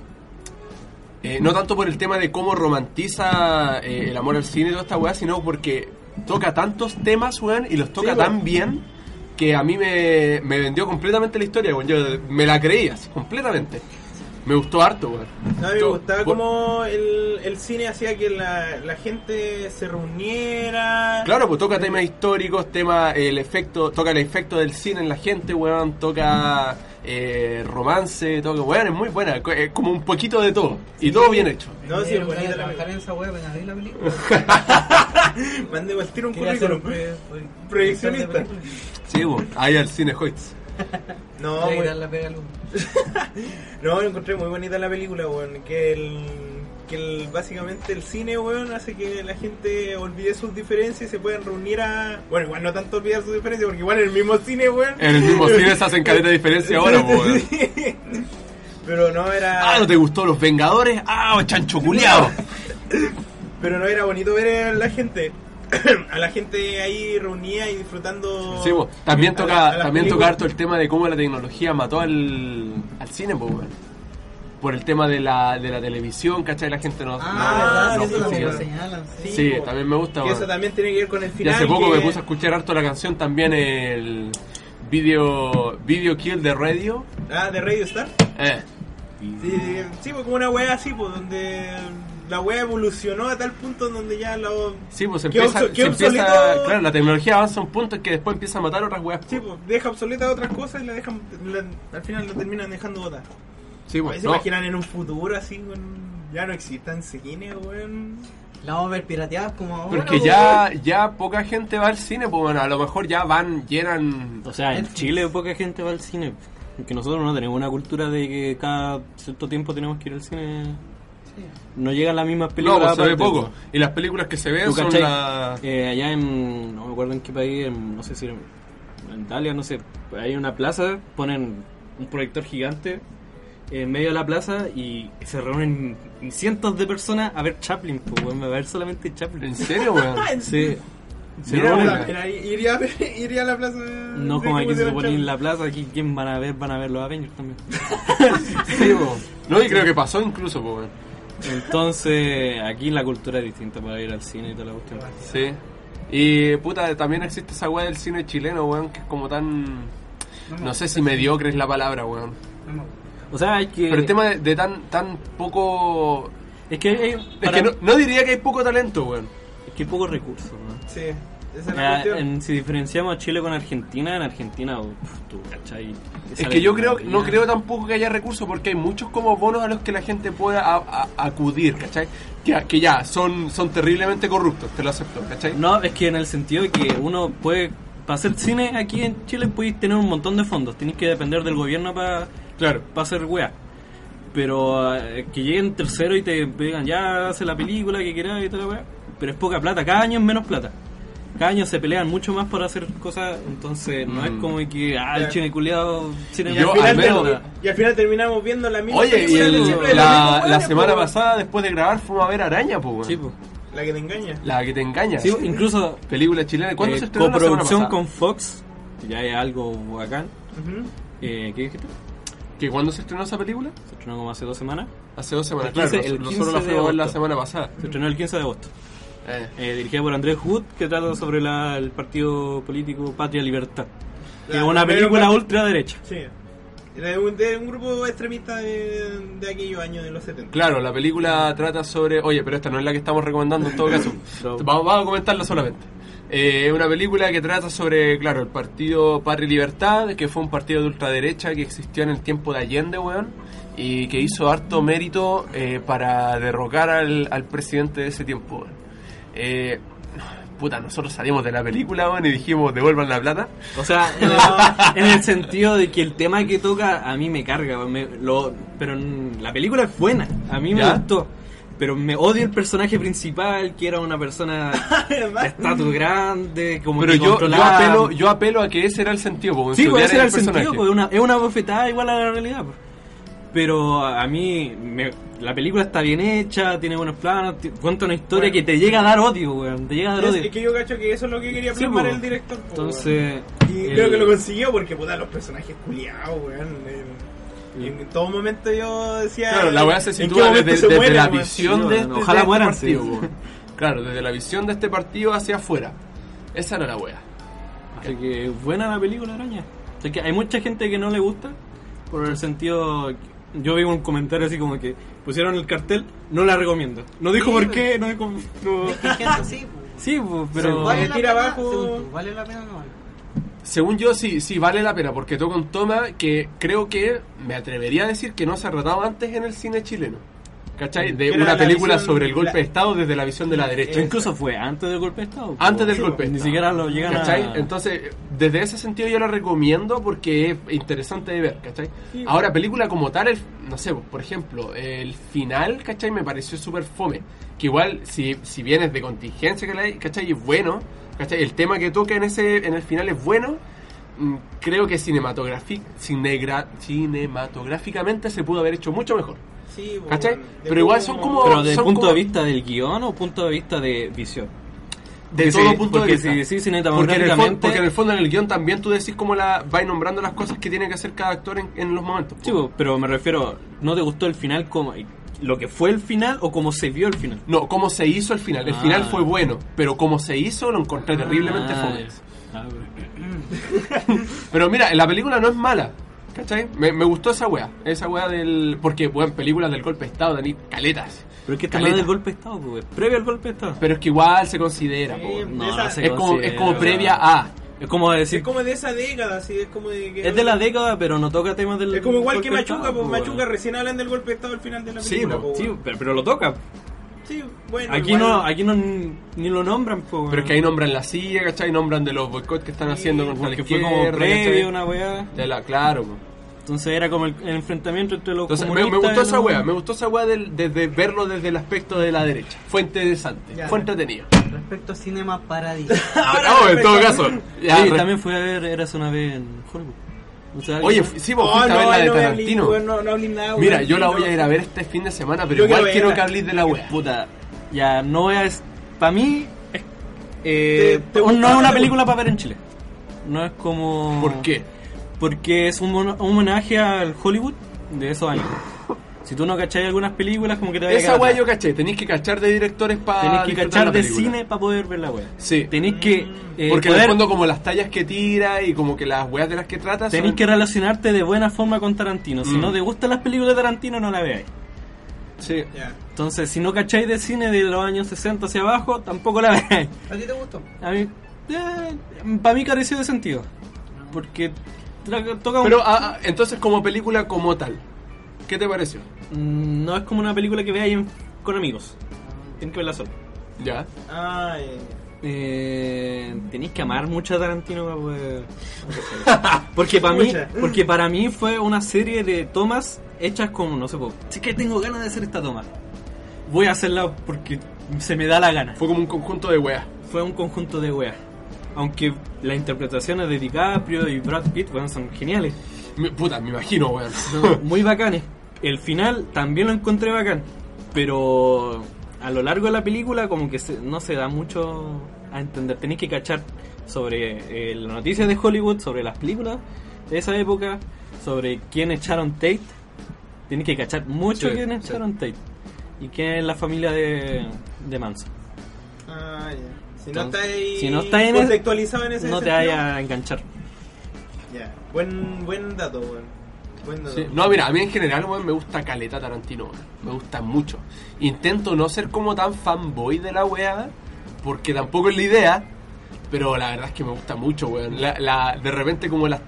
eh, no tanto por el tema de cómo romantiza eh, el amor al cine y toda esta weá, sino porque toca tantos temas, weón, y los toca Sí, tan weón. bien que a mí me, me vendió completamente la historia, weón. Yo me la creí así, completamente. Me gustó harto, weón. No, a mí me Yo- gustaba por- como el, el cine hacía que la, la gente se reuniera. Claro, pues toca temas históricos, tema el efecto, toca el efecto del cine en la gente, weón, toca eh, romance, toca, weón, es muy buena, co- es como un poquito de todo, y todo bien hecho. No, sí, Me es voy a bonita la trabajar en película. esa web, venga, vi la película. Mandemos al tiro un Quería hacer currículum. un pre- pre- Proyeccionista. de película. Sí, weón, ahí al cine Hoyts. No, Voy a muy- dar la pega al uno. no, lo encontré muy bonita la película, weón. Que el, que el, básicamente el cine, weón, hace que la gente olvide sus diferencias y se puedan reunir a... Bueno, igual no tanto olvidar sus diferencias, porque igual en el mismo cine, weón... En el mismo cine se hacen caleta de diferencia ahora, weón. Pero no era... Ah, ¿no te gustó Los Vengadores? Ah, chancho culiao. Pero no era bonito ver a la gente... a la gente ahí reunida y disfrutando... Sí, weón. También a toca, la- a las también toca películas. harto el tema de cómo la tecnología mató al, al cine, pues, weón. Por el tema de la, de la televisión, ¿cachai? La gente no... Ah, no- verdad, no- sí, no- eso también sí, lo señalan. Sí. Sí, po. también me gusta, Que weón. eso también tiene que ver con el Y final. hace poco que- me puse a escuchar harto la canción también, el Video, video Kill de Radio. Ah, de Radio Star. Eh, Sí, sí, pues como una wea así, pues donde la wea evolucionó a tal punto en donde ya lo... sí, pues se Qué empieza, obso- qué se empieza obsoleto. claro, la tecnología avanza a un punto en que después empieza a matar otras weas. Sí, pues deja obsoleta otras cosas y la dejan, la- al final la terminan dejando botar. Sí, pues, ¿Se no. imaginan en un futuro así, weón? Ya no existan cines, weón. La vamos a ver pirateadas como ahora. Pero es que po, ya, ya poca gente va al cine, pues bueno, a lo mejor ya van, llenan... O sea, en Chile poca gente va al cine. Que nosotros no tenemos una cultura de que cada cierto tiempo tenemos que ir al cine. No llegan las mismas No, películas. pues se ve aparte, poco. pues. Y las películas que se ven ¿Tú son cachai? la... Eh, allá en, no me acuerdo en qué país, en- no sé si en, en Italia, no sé, hay una plaza, ponen un proyector gigante en medio de la plaza y se reúnen cientos de personas a ver Chaplin, pues weón, a ver solamente Chaplin. ¿En serio, weón? Sí. Se Mira, reúnen. weón. Mira, iría, a ver- iría a la plaza. No de como que aquí se pusieran ponen en Chaplin. la plaza, aquí quién van a ver, van a ver los Avengers también. Sí, pues. No, y creo que pasó incluso, pues weón. Entonces, aquí la cultura es distinta para ir al cine y toda la cuestión. Sí. Y puta, también existe esa weá del cine chileno, weón, que es como tan... No sé si mediocre es la palabra, weón. O sea, hay que... Pero el tema de, de tan tan poco... Es que hay, Es para- que no, no diría que hay poco talento, weón. es que hay pocos recursos, ¿no? Sí, esa es la Ya, cuestión. en- si diferenciamos a Chile con Argentina, en Argentina, uf, tú, ¿cachai? Es que yo creo no creo tampoco que haya recursos porque hay muchos como bonos a los que la gente pueda a- a- acudir, ¿cachai? Que, que ya, son, son terriblemente corruptos, te lo acepto, ¿cachai? No, es que en el sentido de que uno puede... Para hacer cine aquí en Chile podéis tener un montón de fondos. Tenéis que depender del gobierno para Claro. hacer weá. Pero eh, que lleguen tercero y te digan, ya hace la película que quieras y toda la weá. Pero es poca plata, cada año es menos plata. Cada año se pelean mucho más por hacer cosas, entonces no Mm. es como que, ah, el cine culiado, cine Y, Yo, al final al menos- termi- y al final terminamos viendo la misma Oye, y película de el- siempre, la, misma la weá, semana po, pasada, después de grabar, fuimos a ver Araña, pues, weón. Sí, pues. La que te engaña. La que te engaña. Sí, incluso Película chilena. ¿Cuándo eh, se estrenó la semana coproducción pasada? con Fox, que ya es algo bacán. Ujú. Eh, ¿Qué dijiste? ¿Que cuándo se estrenó esa película? Se estrenó como hace dos semanas. Hace dos semanas, El quince- claro. el Nosotros quince la de fuimos a ver la agosto. semana pasada. Se estrenó el quince de agosto. Eh. Eh, dirigida por Andrés Wood, que trata sobre la, el partido político Patria Libertad. Que La- es una la película primera- ultraderecha. Sí. De un, de un grupo extremista de, de aquellos años de los setenta. Claro, la película trata sobre... Oye, pero esta no es la que estamos recomendando en todo caso. No. vamos, vamos a comentarla solamente. Eh, Es una película que trata sobre, claro, el partido Patria y Libertad, que fue un partido de ultraderecha que existió en el tiempo de Allende, weón, y que hizo harto mérito eh, para derrocar al, al presidente de ese tiempo, weón. Eh, puta, nosotros salimos de la película, weón, y dijimos, devuelvan la plata. O sea, en el, en el sentido de que el tema que toca a mí me carga, me- lo, pero en- la película es buena, a mí me ¿Ya? gustó. Pero me odio el personaje principal, que era una persona de estatus grande, como Pero que yo, yo, controlaba. apelo, yo apelo a que ese era el sentido, porque Sí, pues ese era el personaje. sentido, pues una, es una bofetada igual a la realidad. Pues. Pero a mí, me, la película está bien hecha, tiene buenos planos, t- cuenta una historia Bueno. que te llega a dar odio, weón, te llega a dar Es, odio. es que yo cacho que eso es lo que quería Sí, plasmar po. el director. po, Entonces, weón. Y el- creo que lo consiguió porque, puta, los personajes culiados, weón. En, en todo momento yo decía. Claro, la weá se ¿en qué sitúa momento desde, se desde muere, la weón? visión Sí, de, bueno, de- ojalá de este mueran, partido, sí. po. Claro, desde la visión de este partido hacia afuera. Esa era la wea. así que buena la película, Araña. O sea, que hay mucha gente que no le gusta, por el sentido... Yo vi un comentario así como que pusieron el cartel, no la recomiendo. No dijo Sí, por pero- qué, no dijo... no- Es que hay gente así, pues. Sí, pues, pero... Sí, ¿Vale me la tira pena? abajo. Según tú, ¿vale la pena o no vale? Según yo, sí, sí vale la pena, porque toca un toma que creo que me atrevería a decir que no se ha tratado antes en el cine chileno. ¿Cachai? De Era una la película visión- sobre el golpe la- de Estado desde la visión de la derecha. Incluso fue antes del golpe de Estado. Antes del Sí, golpe de Ni Estado. siquiera lo llegan ¿Cachai? a... Entonces, desde ese sentido yo la recomiendo porque es interesante de ver, ¿cachai? Sí. Ahora, película como tal, el- no sé, por ejemplo, el final, ¿cachai? Me pareció súper fome. Que igual, si, si bien es de contingencia, ¿cachai? Es bueno, ¿cachai? El tema que toca en ese en el final es bueno. Mm, Creo que cinematografi- cinegra- cinematográficamente se pudo haber hecho mucho mejor. Sí, po, ¿Cachai? weón. De Pero igual puro- son como- Pero desde el son punto como- de vista del guión o punto de vista de visión. De Porque todo si- punto de porque vista. si decís Porque en, el cinematográficamente... fondo, porque en el fondo en el guión también tú decís cómo la vais nombrando las cosas que tiene que hacer cada actor en, en los momentos. Sí, po, pero me refiero, ¿no te gustó el final como lo que fue el final o cómo se vio el final? No, cómo se hizo el final. El Ah. final fue bueno, pero cómo se hizo lo encontré terriblemente Ah, fome. ah, Pero mira, la película no es mala, ¿cachai? Me, me gustó esa wea, esa wea del... Porque, bueno, películas del golpe de Estado tenéis caletas. pero es que está Caleta. mal del golpe de Estado, pues, previo al golpe de Estado. Pero es que igual se considera, Sí, po. No, esa- se Es como, es considera, como o sea, previa a... Es como decir, Es como de esa década, así, es como de que... es de la década, pero no toca temas del Es como igual que golpe de Machuca, Estado, pues po, Machuca recién hablan del golpe de Estado al final de la Sí, película. po, po, Sí, weón. pero, pero lo toca. Sí, bueno. Aquí igual- no, aquí no ni lo nombran, po, Pero es que ahí nombran la silla, ¿cachai? Nombran de los boicots que están Sí, haciendo contra la porque fue izquierda, como previo ¿cachai? una weá. De la, claro, po. Entonces era como el, el enfrentamiento entre los Entonces, me, me comunistas gustó y esa los- wea, me gustó esa wea del, desde verlo desde el aspecto de la derecha. Fue interesante, Ya. fue entretenido. Respecto a Cinema Paradise. Ahora, Oh, en todo caso. Ya, Sí, re- también fui a ver Eras una vez en Hollywood. O sea, Oye, alguien- fu- sí, vos Oh, fuiste a ver no, la de no me hablé, Tarantino. weón, no, no hablé nada, Mira, weón, yo la no. voy a ir a ver este fin de semana, pero Yo igual quiero quiero verla. que habléis de la wea. puta, ya no voy a... Para mí, es- eh, ¿Te- te no gustó es o una no te película gustó? para ver en Chile. No es como... ¿Por qué? Porque es un, mono- un homenaje al Hollywood de esos años. Si tú no cachai algunas películas, como que te vaya a Esa quedar wea atrás. yo caché, tenéis que cachar de directores para. Tenés que cachar de cine para poder ver la wea. Sí. Tenéis que... eh, Porque en poder- el fondo, como las tallas que tira y como que las weas de las que trata. Tenéis son- que relacionarte de buena forma con Tarantino. Si Mm. no te gustan las películas de Tarantino, no la veáis. Sí. Ya. Entonces, si no cacháis de cine de los años sesenta hacia abajo, tampoco la veáis. ¿A ti te gustó? A mí, para mí careció de sentido. Porque tra- toca un- Pero ah, ah, entonces, como película como tal, ¿qué te pareció? Mm, no es como una película que veáis en- con amigos. Tienes que verla solo. Ya. Ay, Eh, tenéis que amar mucho a Tarantino para poder... porque para mí Mucha. porque para mí fue una serie de tomas hechas como, no sé, po, sí que tengo ganas de hacer esta toma, voy a hacerla porque se me da la gana. Fue como un conjunto de weas. Fue un conjunto de weas, aunque las interpretaciones de DiCaprio y Brad Pitt, bueno, son geniales, Mi- Puta, me imagino, weón. son muy bacanes. El final también lo encontré bacán, pero a lo largo de la película como que se- no se da mucho a entender. Tenéis que cachar sobre eh, las noticias de Hollywood, sobre las películas de esa época, sobre quién echaron Tate. Tenéis que cachar mucho Sí, quién sí. echaron Tate y quién es la familia de, de Manson. ah, ya. Si no Entonces, estáis si no estáis en ese- contextualizado en ese No te sentido, vayas a enganchar. Ya. Buen, buen dato, weón. Buen dato. Sí. No, mira, a mí en general, weón, me gusta caleta Tarantino, weón. Me gusta mucho. Intento no ser como tan fanboy de la wea, porque tampoco es la idea, pero la verdad es que me gusta mucho, weón. La, la, de repente como la...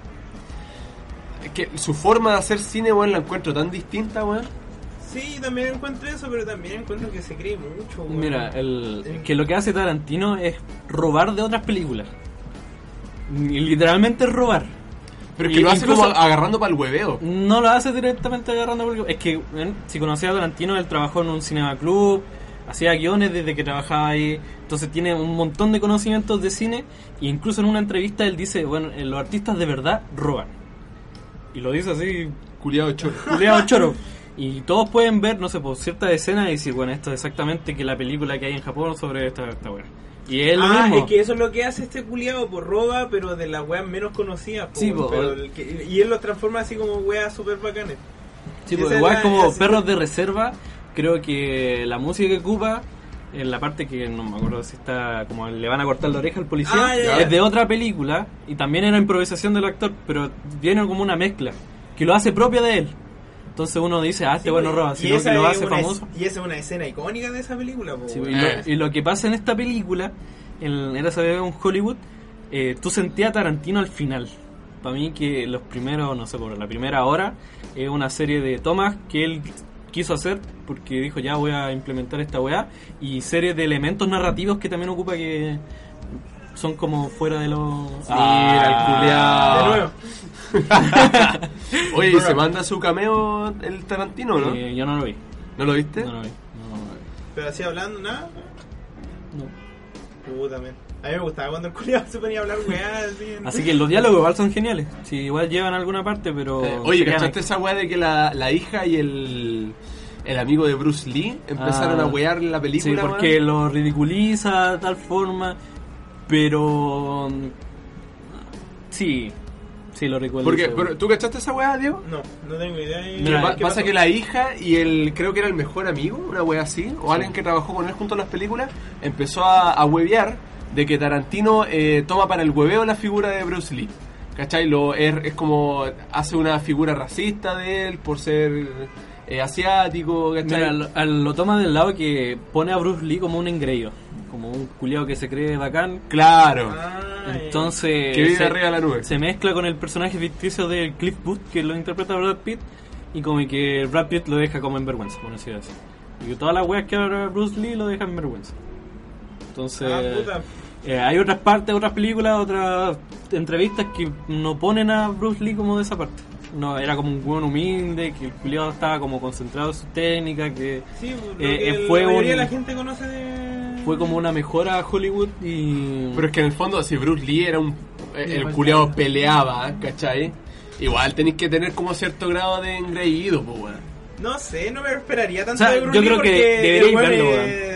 Es que su forma de hacer cine, weón, la encuentro tan distinta, weón. Sí, también encuentro eso, pero también encuentro que se cree mucho, weón. Mira, el, Sí. que lo que hace Tarantino es robar de otras películas. Y literalmente es robar. Pero es Y que lo hace incluso- como agarrando para el hueveo. No lo hace directamente agarrando porque es que eh, si conocía a Tarantino, él trabajó en un cinema club, hacía guiones desde que trabajaba ahí, entonces tiene un montón de conocimientos de cine e incluso en una entrevista él dice, bueno, eh, los artistas de verdad roban. Y lo dice así, Culiado choro. culeado choro. Y todos pueden ver, no sé, por ciertas escenas y decir, bueno, esto es exactamente que la película que hay en Japón sobre esta, esta wea. Y es lo Ah, mismo. es que eso es lo que hace este culiado, por roba, pero de las weas menos conocidas. Po, Sí, po. pero el que- y él los transforma así como weas super bacanes. Sí, Esa pues es igual la- como esa- Perros de Reserva, creo que la música que ocupa, en la parte que no me acuerdo si está como le van a cortar la oreja al policía, Ah, ya, ya. es de otra película y también era improvisación del actor, pero viene como una mezcla que lo hace propia de él. Entonces uno dice, ah, este Sí, bueno po, roba, y sino esa que lo es hace una famoso. es- y esa es una escena icónica de esa película. Po, Sí, weón. y, lo, y lo que pasa en esta película, en Érase bebé en Hollywood, eh, tú sentías a Tarantino al final. Para mí que los primeros, no sé, por la primera hora, es una serie de tomas que él quiso hacer porque dijo ya voy a implementar esta weá, y series de elementos narrativos que también ocupa que son como fuera de los... Mira, el culiao. De nuevo. Oye, ¿y se manda su cameo el Tarantino, no? Eh, yo no lo vi. ¿No lo viste? No lo vi. No, no lo vi. Pero así hablando, nada. No. Puta, man. A mí me gustaba cuando el culiado se ponía a hablar weá así. en- Así que los diálogos igual son geniales. Sí, igual llevan a alguna parte, pero... Eh, oye, se quedan ¿cachaste ahí. esa weá de que la, la hija y el, el amigo de Bruce Lee empezaron Ah, a wear en la película? Sí, porque weón? lo ridiculiza de tal forma, pero... Sí, sí lo recuerdo. Porque, pero, ¿tú cachaste esa weá, Diego? No, no tengo idea. y- Mira, Pa- ¿qué pasa pasó? que la hija y el, creo que era el mejor amigo, una wea así, o alguien que trabajó con él junto a las películas, empezó a, a huevear de que Tarantino eh, toma para el hueveo la figura de Bruce Lee. ¿Cachai? Lo, es, es como, hace una figura racista de él por ser eh, asiático, ¿cachai? Mira, lo, al- lo toma del lado que pone a Bruce Lee como un engreído, como un culiao que se cree bacán. Claro, Ah, Entonces que vive se, arriba de la nube. se mezcla con el personaje ficticio de Cliff Booth, que lo interpreta Brad Pitt, y como que Brad Pitt lo deja como en vergüenza, por decirlo así. Y que todas las weas que habla Bruce Lee lo dejan en vergüenza. Entonces, Ah, puta. eh, hay otras partes, otras películas, otras entrevistas que no ponen a Bruce Lee como de esa parte. No, era como un buen humilde, que el culiao estaba como concentrado en su técnica, que Sí, lo eh, que eh, la fue mayoría un- de la gente conoce de... fue como una mejora a Hollywood y... Pero es que en el fondo, si Bruce Lee era un... eh, el culiao peleaba, ¿cachai? Igual tenéis que tener como cierto grado de engreído, pues weón. No sé, no me esperaría tanto O sea, de Bruce yo Lee creo que porque deberíais el weón, verlo, eh,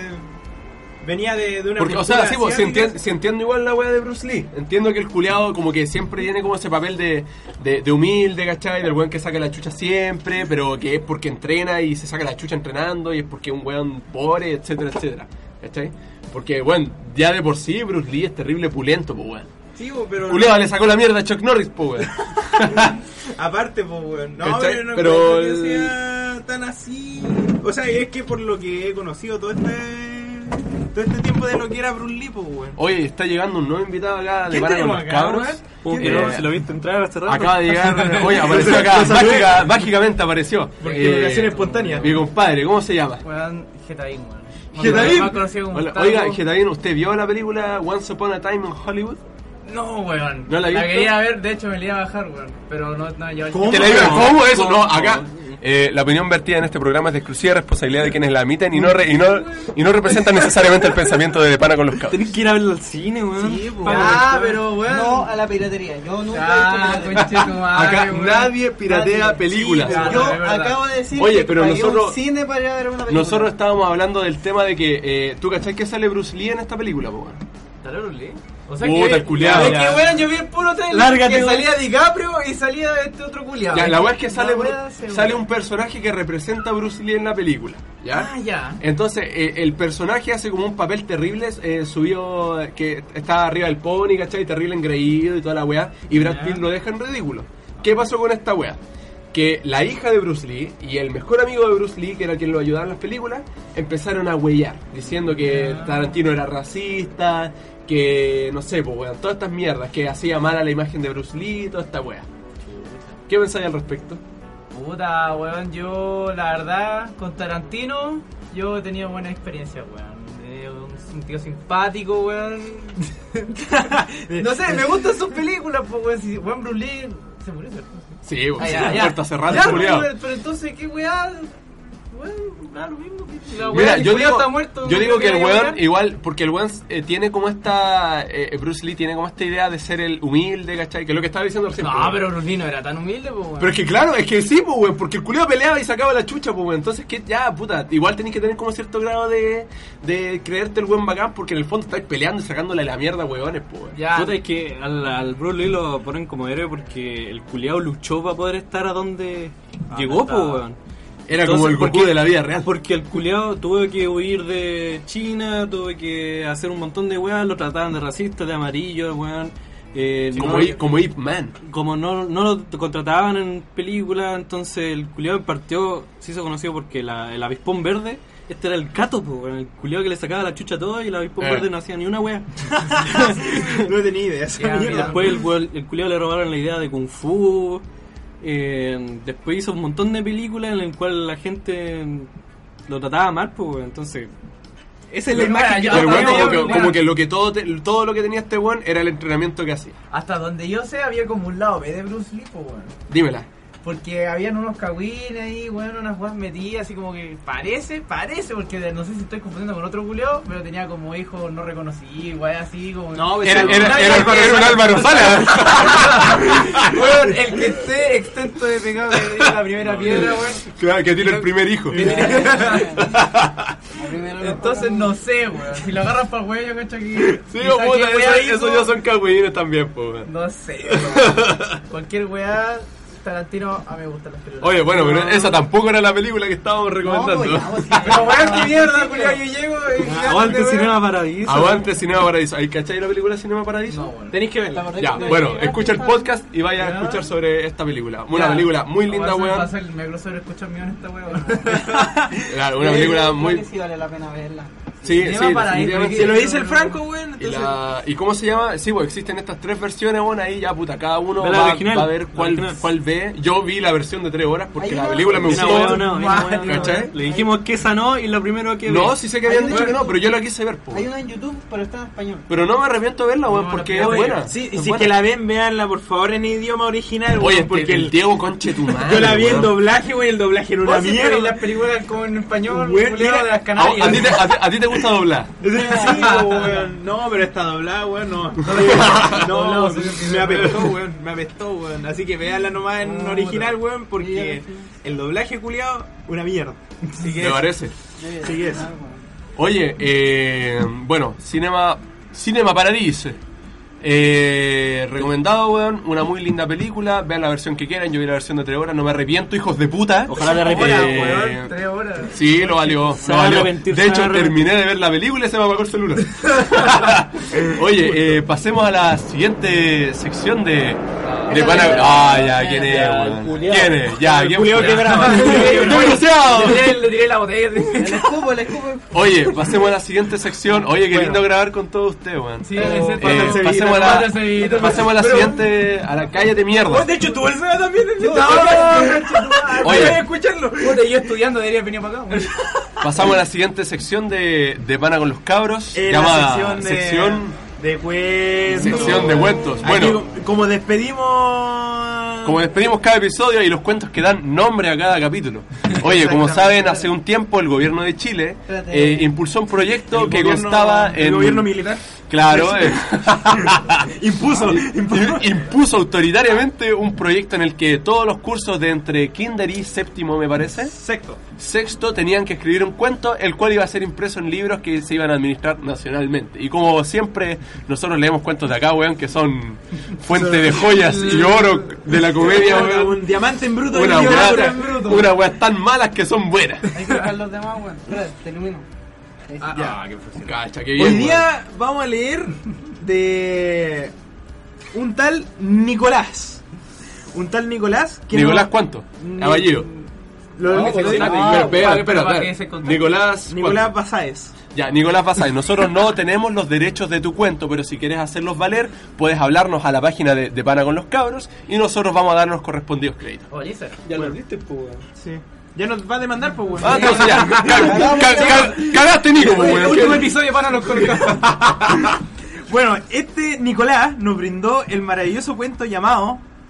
venía de, de una Porque, o cultura sea, sí, pues, si, asiática. entien- si entiendo igual la weá de Bruce Lee. Entiendo que el culiao como que siempre tiene como ese papel de, de, de humilde, ¿cachai? Del weón que saca la chucha siempre, pero que es porque entrena y se saca la chucha entrenando y es porque es un weón pobre, etcétera, etcétera. ¿Cachai? Porque, bueno, ya de por sí Bruce Lee es terrible pulento, pues weón. Sí, pues, pero... Culiao le sacó la mierda a Chuck Norris, pues weón. Aparte, pues, weón. No, ¿Cachai? pero no Pero creo que el- sea tan así. O sea, es que por lo que he conocido todo este todo este tiempo de lo que era Bruce Lee, pues, weón. Oye, está llegando un nuevo invitado acá de ¿Quién Pana con tenemos los acá, cabros. weón? ¿Cómo ¿Quién que tenemos? no? ¿Se lo viste entrar hace rato? Acaba de llegar, oye, apareció acá, Lo saludé. mágica- mágicamente apareció. Porque Eh, vocación espontánea. Mi compadre, ¿cómo se llama? Weón, Getaín, weón. ¿Getaín? Más conocido como Hola, Gustavo. oiga, Getaín, ¿usted vio la película Once Upon a Time in Hollywood? No, weón. ¿No la has visto? quería ver, de hecho me la iba a bajar, weón. Pero no, no, ya ¿Cómo? ¿Te la iba- ¿Cómo? ¿Cómo eso? ¿Cómo? No, acá. eh, la opinión vertida en este programa es de exclusiva responsabilidad de quienes la emiten y no, re- y no, y no representan necesariamente el pensamiento de, de Pana con los cabros. Tenés que ir a verlo al cine, weón. Sí, pues. Para Ah, ver. pero, weón. No a la piratería. Yo nunca Ah, he visto piratería. conche tu madre, Acá weón. nadie piratea Nadie. películas. Sí, weón. Yo es verdad. acabo de decir Oye, que pero pagué nosotros- un cine para ir a ver una película. Nosotros estábamos hablando del tema de que eh, tú cachai que sale Bruce Lee en esta película, po, weón. ¿Sale Bruce Lee? O sea Puta, que... el culiao. Es que, weón, yo vi el puro trailer Lárgate, que weón. salía DiCaprio y salía este otro culiao. Ya, la weá es que sale, La weá Bru- se- sale un personaje que representa a Bruce Lee en la película, ¿ya? Ah, ya. Entonces, eh, el personaje hace como un papel terrible, eh, subió, eh, que está arriba del pony, ¿cachai? Terrible engreído y toda la weá, y Brad Ya. Pitt lo deja en ridículo. ¿Qué pasó con esta weá? Que la hija de Bruce Lee y el mejor amigo de Bruce Lee, que era quien lo ayudaba en las películas, empezaron a huellar, diciendo que Ya. Tarantino era racista, que, no sé, pues weón, todas estas mierdas, que hacía mal a la imagen de Bruce Lee, toda esta weá. ¿Qué pensáis al respecto? Puta, weón, yo la verdad, con Tarantino, yo he tenido buena experiencia, weón. Eh, un, un tío simpático, weón. No sé, me gustan sus películas, pues, weón. Si, weón, Bruce Lee, Se murió, ¿cierto? Sí, pues, Ah, sí, ya, la ya. puerta cerrada, Ya, culiao. pero, pero entonces, ¿qué weá? Bueno, da lo mismo. que- La weá, Mira, el yo culiao digo, está muerto. yo no digo sé que el qué weón, weá. igual, porque el weón eh, tiene como esta, eh, Bruce Lee tiene como esta idea de ser el humilde, ¿cachai? Que es lo que estaba diciendo recién. No, pues, pero Bruce Lee no era tan humilde, pues, weón. Pero es que claro, es que sí, pues, weón, porque el culiao peleaba y sacaba la chucha, pues, weón. Entonces, que ya, puta, igual tenés que tener como cierto grado de, de creerte el buen bacán, porque en el fondo estáis peleando y sacándole la mierda, weones, pues, weón. Ya. Puta, es que al, al Bruce Lee lo ponen como héroe porque el culiao luchó para poder estar a donde Ah, llegó, está. pues, weón. Era como el Goku porque- de la vida real. Porque el culiao tuvo que huir de China, tuvo que hacer un montón de weas, lo trataban de racista, de amarillo, weón. Eh, Como, no- I- como Ip Man. como no, no lo contrataban en películas, entonces el culiao partió, se hizo conocido porque la, el avispón verde, este era el Cato, po, weón, el culiao que le sacaba la chucha a todo y el avispón Eh. verde no hacía ni una wea. No tenía idea esa Ya, Y mierda. después el, weón- el culiao le robaron la idea de Kung Fu. Eh, después hizo un montón de películas en las cuales la gente lo trataba mal, pues, weón, entonces esa es la Pero, imagen bueno, que yo- Pero el weón yo- como, que, yo- como que lo que todo, te- todo lo que tenía este weón era el entrenamiento que hacía. Hasta donde yo sé, había como un lado B de Bruce Lee, pues, weón. Dímela. Porque habían unos cagüines ahí, bueno, unas weas metidas, así como que parece, parece, porque de- no sé si estoy confundiendo con otro culeo, pero tenía como hijos no reconocidos, weas así, como... No, pues, Era, sí, era, nadie era, Álvaro era un Sala. Álvaro Sala. Weón, el que esté extento de pecado que diga la primera piedra, weón. Claro, que tiene el primer hijo. Entonces no sé, weón. Si lo agarran para el weón, yo cacho que... Sí, quizá puta, qué weá eso, hizo, eso ya son cagüines también, po, weón. No sé, weón. Cualquier weá, Tarantino, a mí me gustan las películas. Oye, bueno, pero esa tampoco era la película que estábamos recomendando. No, pues, ya, pues, sí. Pero weón, qué mierda, culiao, yo llego y... aguante weón. Cinema Paradiso. Aguante Cinema Paradiso. ¿Hay cachai la película Cinema Paradiso? No, weón. Tenéis que verla. Estamos Ya, rectos. bueno, escucha el podcast y vaya a Ya. escuchar sobre esta película. Una Ya. película muy linda, Va a ser- va a weón. ser el megro sobre escuchar mío en esta weón. Claro, una película Creo muy... que sí vale la pena verla. Sí, sí, Cinema Paradiso, definitivamente. Si lo dice el Franco, weón, Y, entonces... la, ¿Y cómo se llama? Sí, pues existen estas tres versiones, bueno, ahí ya, puta, cada uno Ve la va, original, va a ver la cuál, original. cuál ve. Yo vi la versión de tres horas porque Hay la una- película me Una gustó. wea, una, una wea, una ¿Cachai? wea. Le dijimos que esa no y lo primero que No, vi. sí sé que habían Hay dicho una- que no, pero yo la quise ver, po. Hay una en YouTube, pero está en español. Pero no me arrepiento de verla, weón, No, porque la es voy a buena. ver. Sí, y es si buena. que la ven, veanla por favor en idioma original, Oye, weón, porque porque el el, Diego Conche tu madre. yo la vi en weón. doblaje, weón, el doblaje era una Vos siempre veis mierda. las películas como en español, Weón, culiao, mira, de las Ah, Canarias. ¿A, ti te, a, ti, a ti te gusta doblar? Sí, weón. No, pero está doblada, weón, no. No, Doblado, me sí, sí, apestó, weón, me apestó, weón. Así que véanla nomás en No, original, puta. weón, porque el doblaje culiado, una mierda. Así que Me parece. Sí que es. Oye, eh, bueno, Cinema, Cinema Paradiso. Eh, recomendado, weón. Una muy linda película. Vean la versión que quieran. Yo vi la versión de tres horas. No me arrepiento, hijos de puta. Ojalá te Horas, arrepientas. Eh, weón, tres horas. Sí, lo valió. Se lo va a valió. arrepentir, De se va hecho, a arrepentir. terminé de ver la película y se me apagó el celular. Oye, eh, pasemos a la siguiente sección de. De pana. Ah, ya, ¿quién es, weón? culiao. ¿Quién es? Ya, ¿quién culiao fue? quebrado. ¡Desgraciado! Le tiré, le tiré la botella. El escupo, el escupo. Oye, pasemos a la siguiente sección. Oye, qué lindo grabar con todos ustedes, weón. Sí, Eh, ese- pásate, pasemos a la, pásate, pásate. pasemos a la Pero- siguiente, a la calle de mierda. De hecho, tú el Seba también. No, Oye. Voy a escucharlo. Puta, yo estudiando debería venir para acá. weón. Pasamos a la siguiente sección de, de Pana con los Cabros, Eh, llamada la sección de, sección, de cuentos. sección de cuentos. Aquí, Bueno, como despedimos. como despedimos cada episodio y los cuentos que dan nombre a cada capítulo. Oye, como saben, hace un tiempo el gobierno de Chile eh, impulsó un proyecto El que gobierno- constaba en... El gobierno militar. Claro, eh, Impuso. impuso. impuso autoritariamente un proyecto en el que todos los cursos de entre kinder y séptimo, me parece, Sexto. sexto, tenían que escribir un cuento, el cual iba a ser impreso en libros que se iban a administrar nacionalmente. Y como siempre, nosotros leemos cuentos de acá, weón, que son fuente de joyas y oro de la comedia, weón. Un diamante en bruto. Una y un oro weá, en bruto. una weá tan malas que son buenas. Hay que dejar los demás, weón. Espera, te ilumino. Ahí sí. Ya. Cacha, qué bien, Hoy weón. día vamos a leer de un tal Nicolás. Un tal Nicolás. que Nicolás, no- ¿cuánto? Ni- Caballero. Lo, No, lo pues, digo. sí, Espera, espera, para- espera, para que espera. se contacte. Nicolás, Nicolás ¿cuánto? Basáez. Ya, Nicolás Basay, nosotros no tenemos los derechos de tu cuento, pero si quieres hacerlos valer, puedes hablarnos a la página de, de Pana con los Cabros y nosotros vamos a dar los correspondidos créditos. Oye, Isa. Ya lo viste, pues, weón. Sí. Ya nos va a demandar, pues, weón. Ah, entonces ya, ca- ca- ca- cagaste, Nico, pues, El weón. último episodio para los colgados. Bueno, este Nicolás nos brindó el maravilloso cuento llamado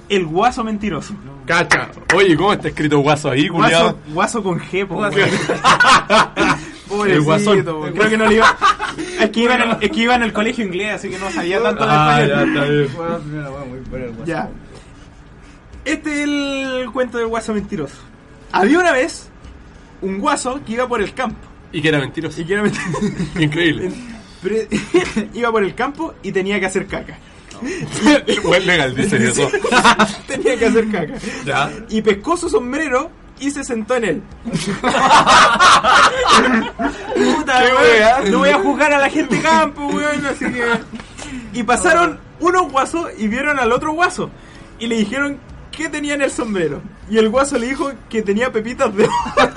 el guaso mentiroso. Cacha. Oye, ¿cómo está escrito guaso ahí, culiado? Guaso, guaso con G, po, Guaso. weón. El guasón. Pobrecito, weón. Creo que no le iba. Es que iba en el, es que iba en el colegio inglés, así que no sabía tanto de Ah, ya, español. está bien. Bueno, primero, bueno, muy bueno el guaso. Ya. Este es el cuento del guaso mentiroso. Había una vez un guaso que iba por el campo. Y que era mentiroso. Y que era mentiroso. Increíble. Pero iba por el campo y tenía que hacer caca. Buen legal, dicen eso. Tenía que hacer caca. Ya. Y pescó su sombrero y se sentó en él. Puta, Qué weón, wea. no voy a juzgar a la gente de campo, weón, así que... Y pasaron unos guasos y vieron al otro guaso. Y le dijeron qué tenía en el sombrero. Y el guaso le dijo que tenía pepitas de...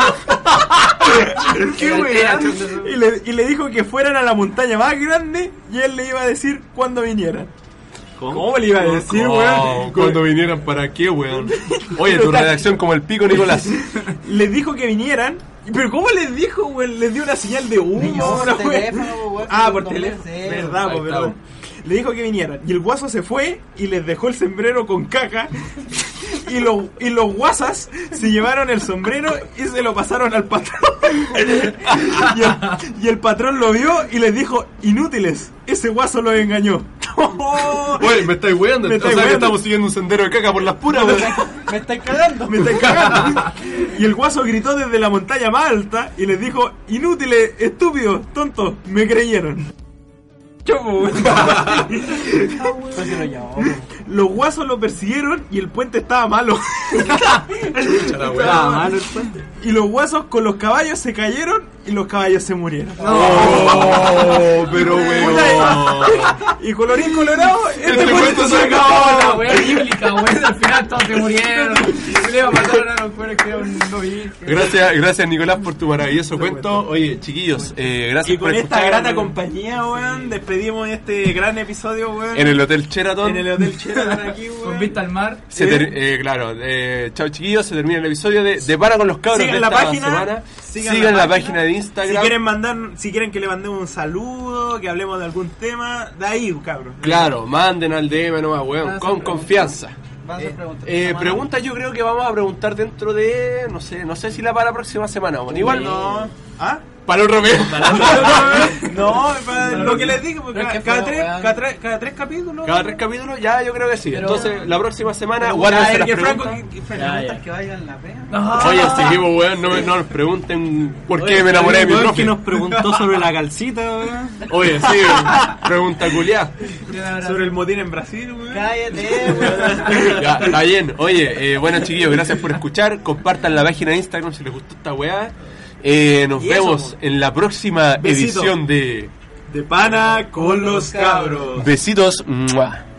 ¿Qué wea? Y le, y le dijo que fueran a la montaña más grande y él le iba a decir cuándo vinieran. ¿Cómo, le iba a decir, Oh, weón? cuando vinieran para qué, weón. Oye, tu redacción como el pico, Nicolás. Les dijo que vinieran. Pero ¿cómo les dijo, weón? Les dio una señal de humo. No, una por wea. teléfono, weón, Ah, que por no teléfono. puede ser. Verdad, Ahí po, está. verdad. Le dijo que vinieran. Y el guaso se fue y les dejó el sombrero con caca. Y, lo, y los guasas se llevaron el sombrero y se lo pasaron al patrón. Y el, y el patrón lo vio y les dijo, inútiles, ese guaso los engañó. Oye, me estáis weando. Me O estáis sea que weando. estamos siguiendo un sendero de caca por las puras, weón. Me estáis cagando. Me estáis cagando. Y el guaso gritó desde la montaña más alta y les dijo, inútiles, estúpidos, tontos, me creyeron. Chopo, Los guasos lo persiguieron y el puente estaba malo. Estaba malo el puente. Y los guasos con los caballos se cayeron y los caballos se murieron. Oh, pero weón. Y colorín colorado, este, Este cuento se La acabó. wea bíblica, weón. Al final todos se murieron. Le iba a matar a los cuales que un no virgen. Gracias, gracias Nicolás por tu maravilloso cuento. Oye, chiquillos, eh, gracias Y con por esta escuchar grata compañía, weón, despedimos este gran episodio, weón. en el Hotel Sheraton. En el Hotel Sheraton aquí, weón. Con vista al mar. Se ter- eh, claro, eh, chao chiquillos, se termina el episodio de De Para con los Cabros Sigan de la esta página, semana. sigan Sigan, la la página, página de Si Instagram. quieren mandar, si quieren que le mandemos un saludo, que hablemos de algún tema, de ahí, cabrón. Claro, manden al D M nomás, weón, Van a con hacer confianza. Van a hacer preguntas. Eh, preguntas yo creo que vamos a preguntar dentro de, no sé, no sé si la para la próxima semana, weón. Igual No. ¿Ah? para el Romeo. No, para lo que les digo, porque Pero es que cada, cada fue, tres, weón. cada, tres, cada tres capítulos. Cada tres capítulos, ya yo creo que sí. Pero- Entonces, la próxima semana, Ya, guárdense el las que Franco, preguntas. que- que- Preguntas que valgan la pena. No. Oye, seguimos, weón, no, me- no nos pregunten por qué Oye, me enamoré de mi weón profe. que nos preguntó sobre la calcita, weón. Oye, sí, pregunta culiá. sobre el motín en Brasil, weón. Cállate, weón. Ya, está bien. Oye, eh, bueno chiquillos, gracias por escuchar. Compartan la página de Instagram si les gustó esta weá. Eh, nos Y eso, vemos po. en la próxima Besito. edición de De pana con los cabros. Besitos. ¡Mua!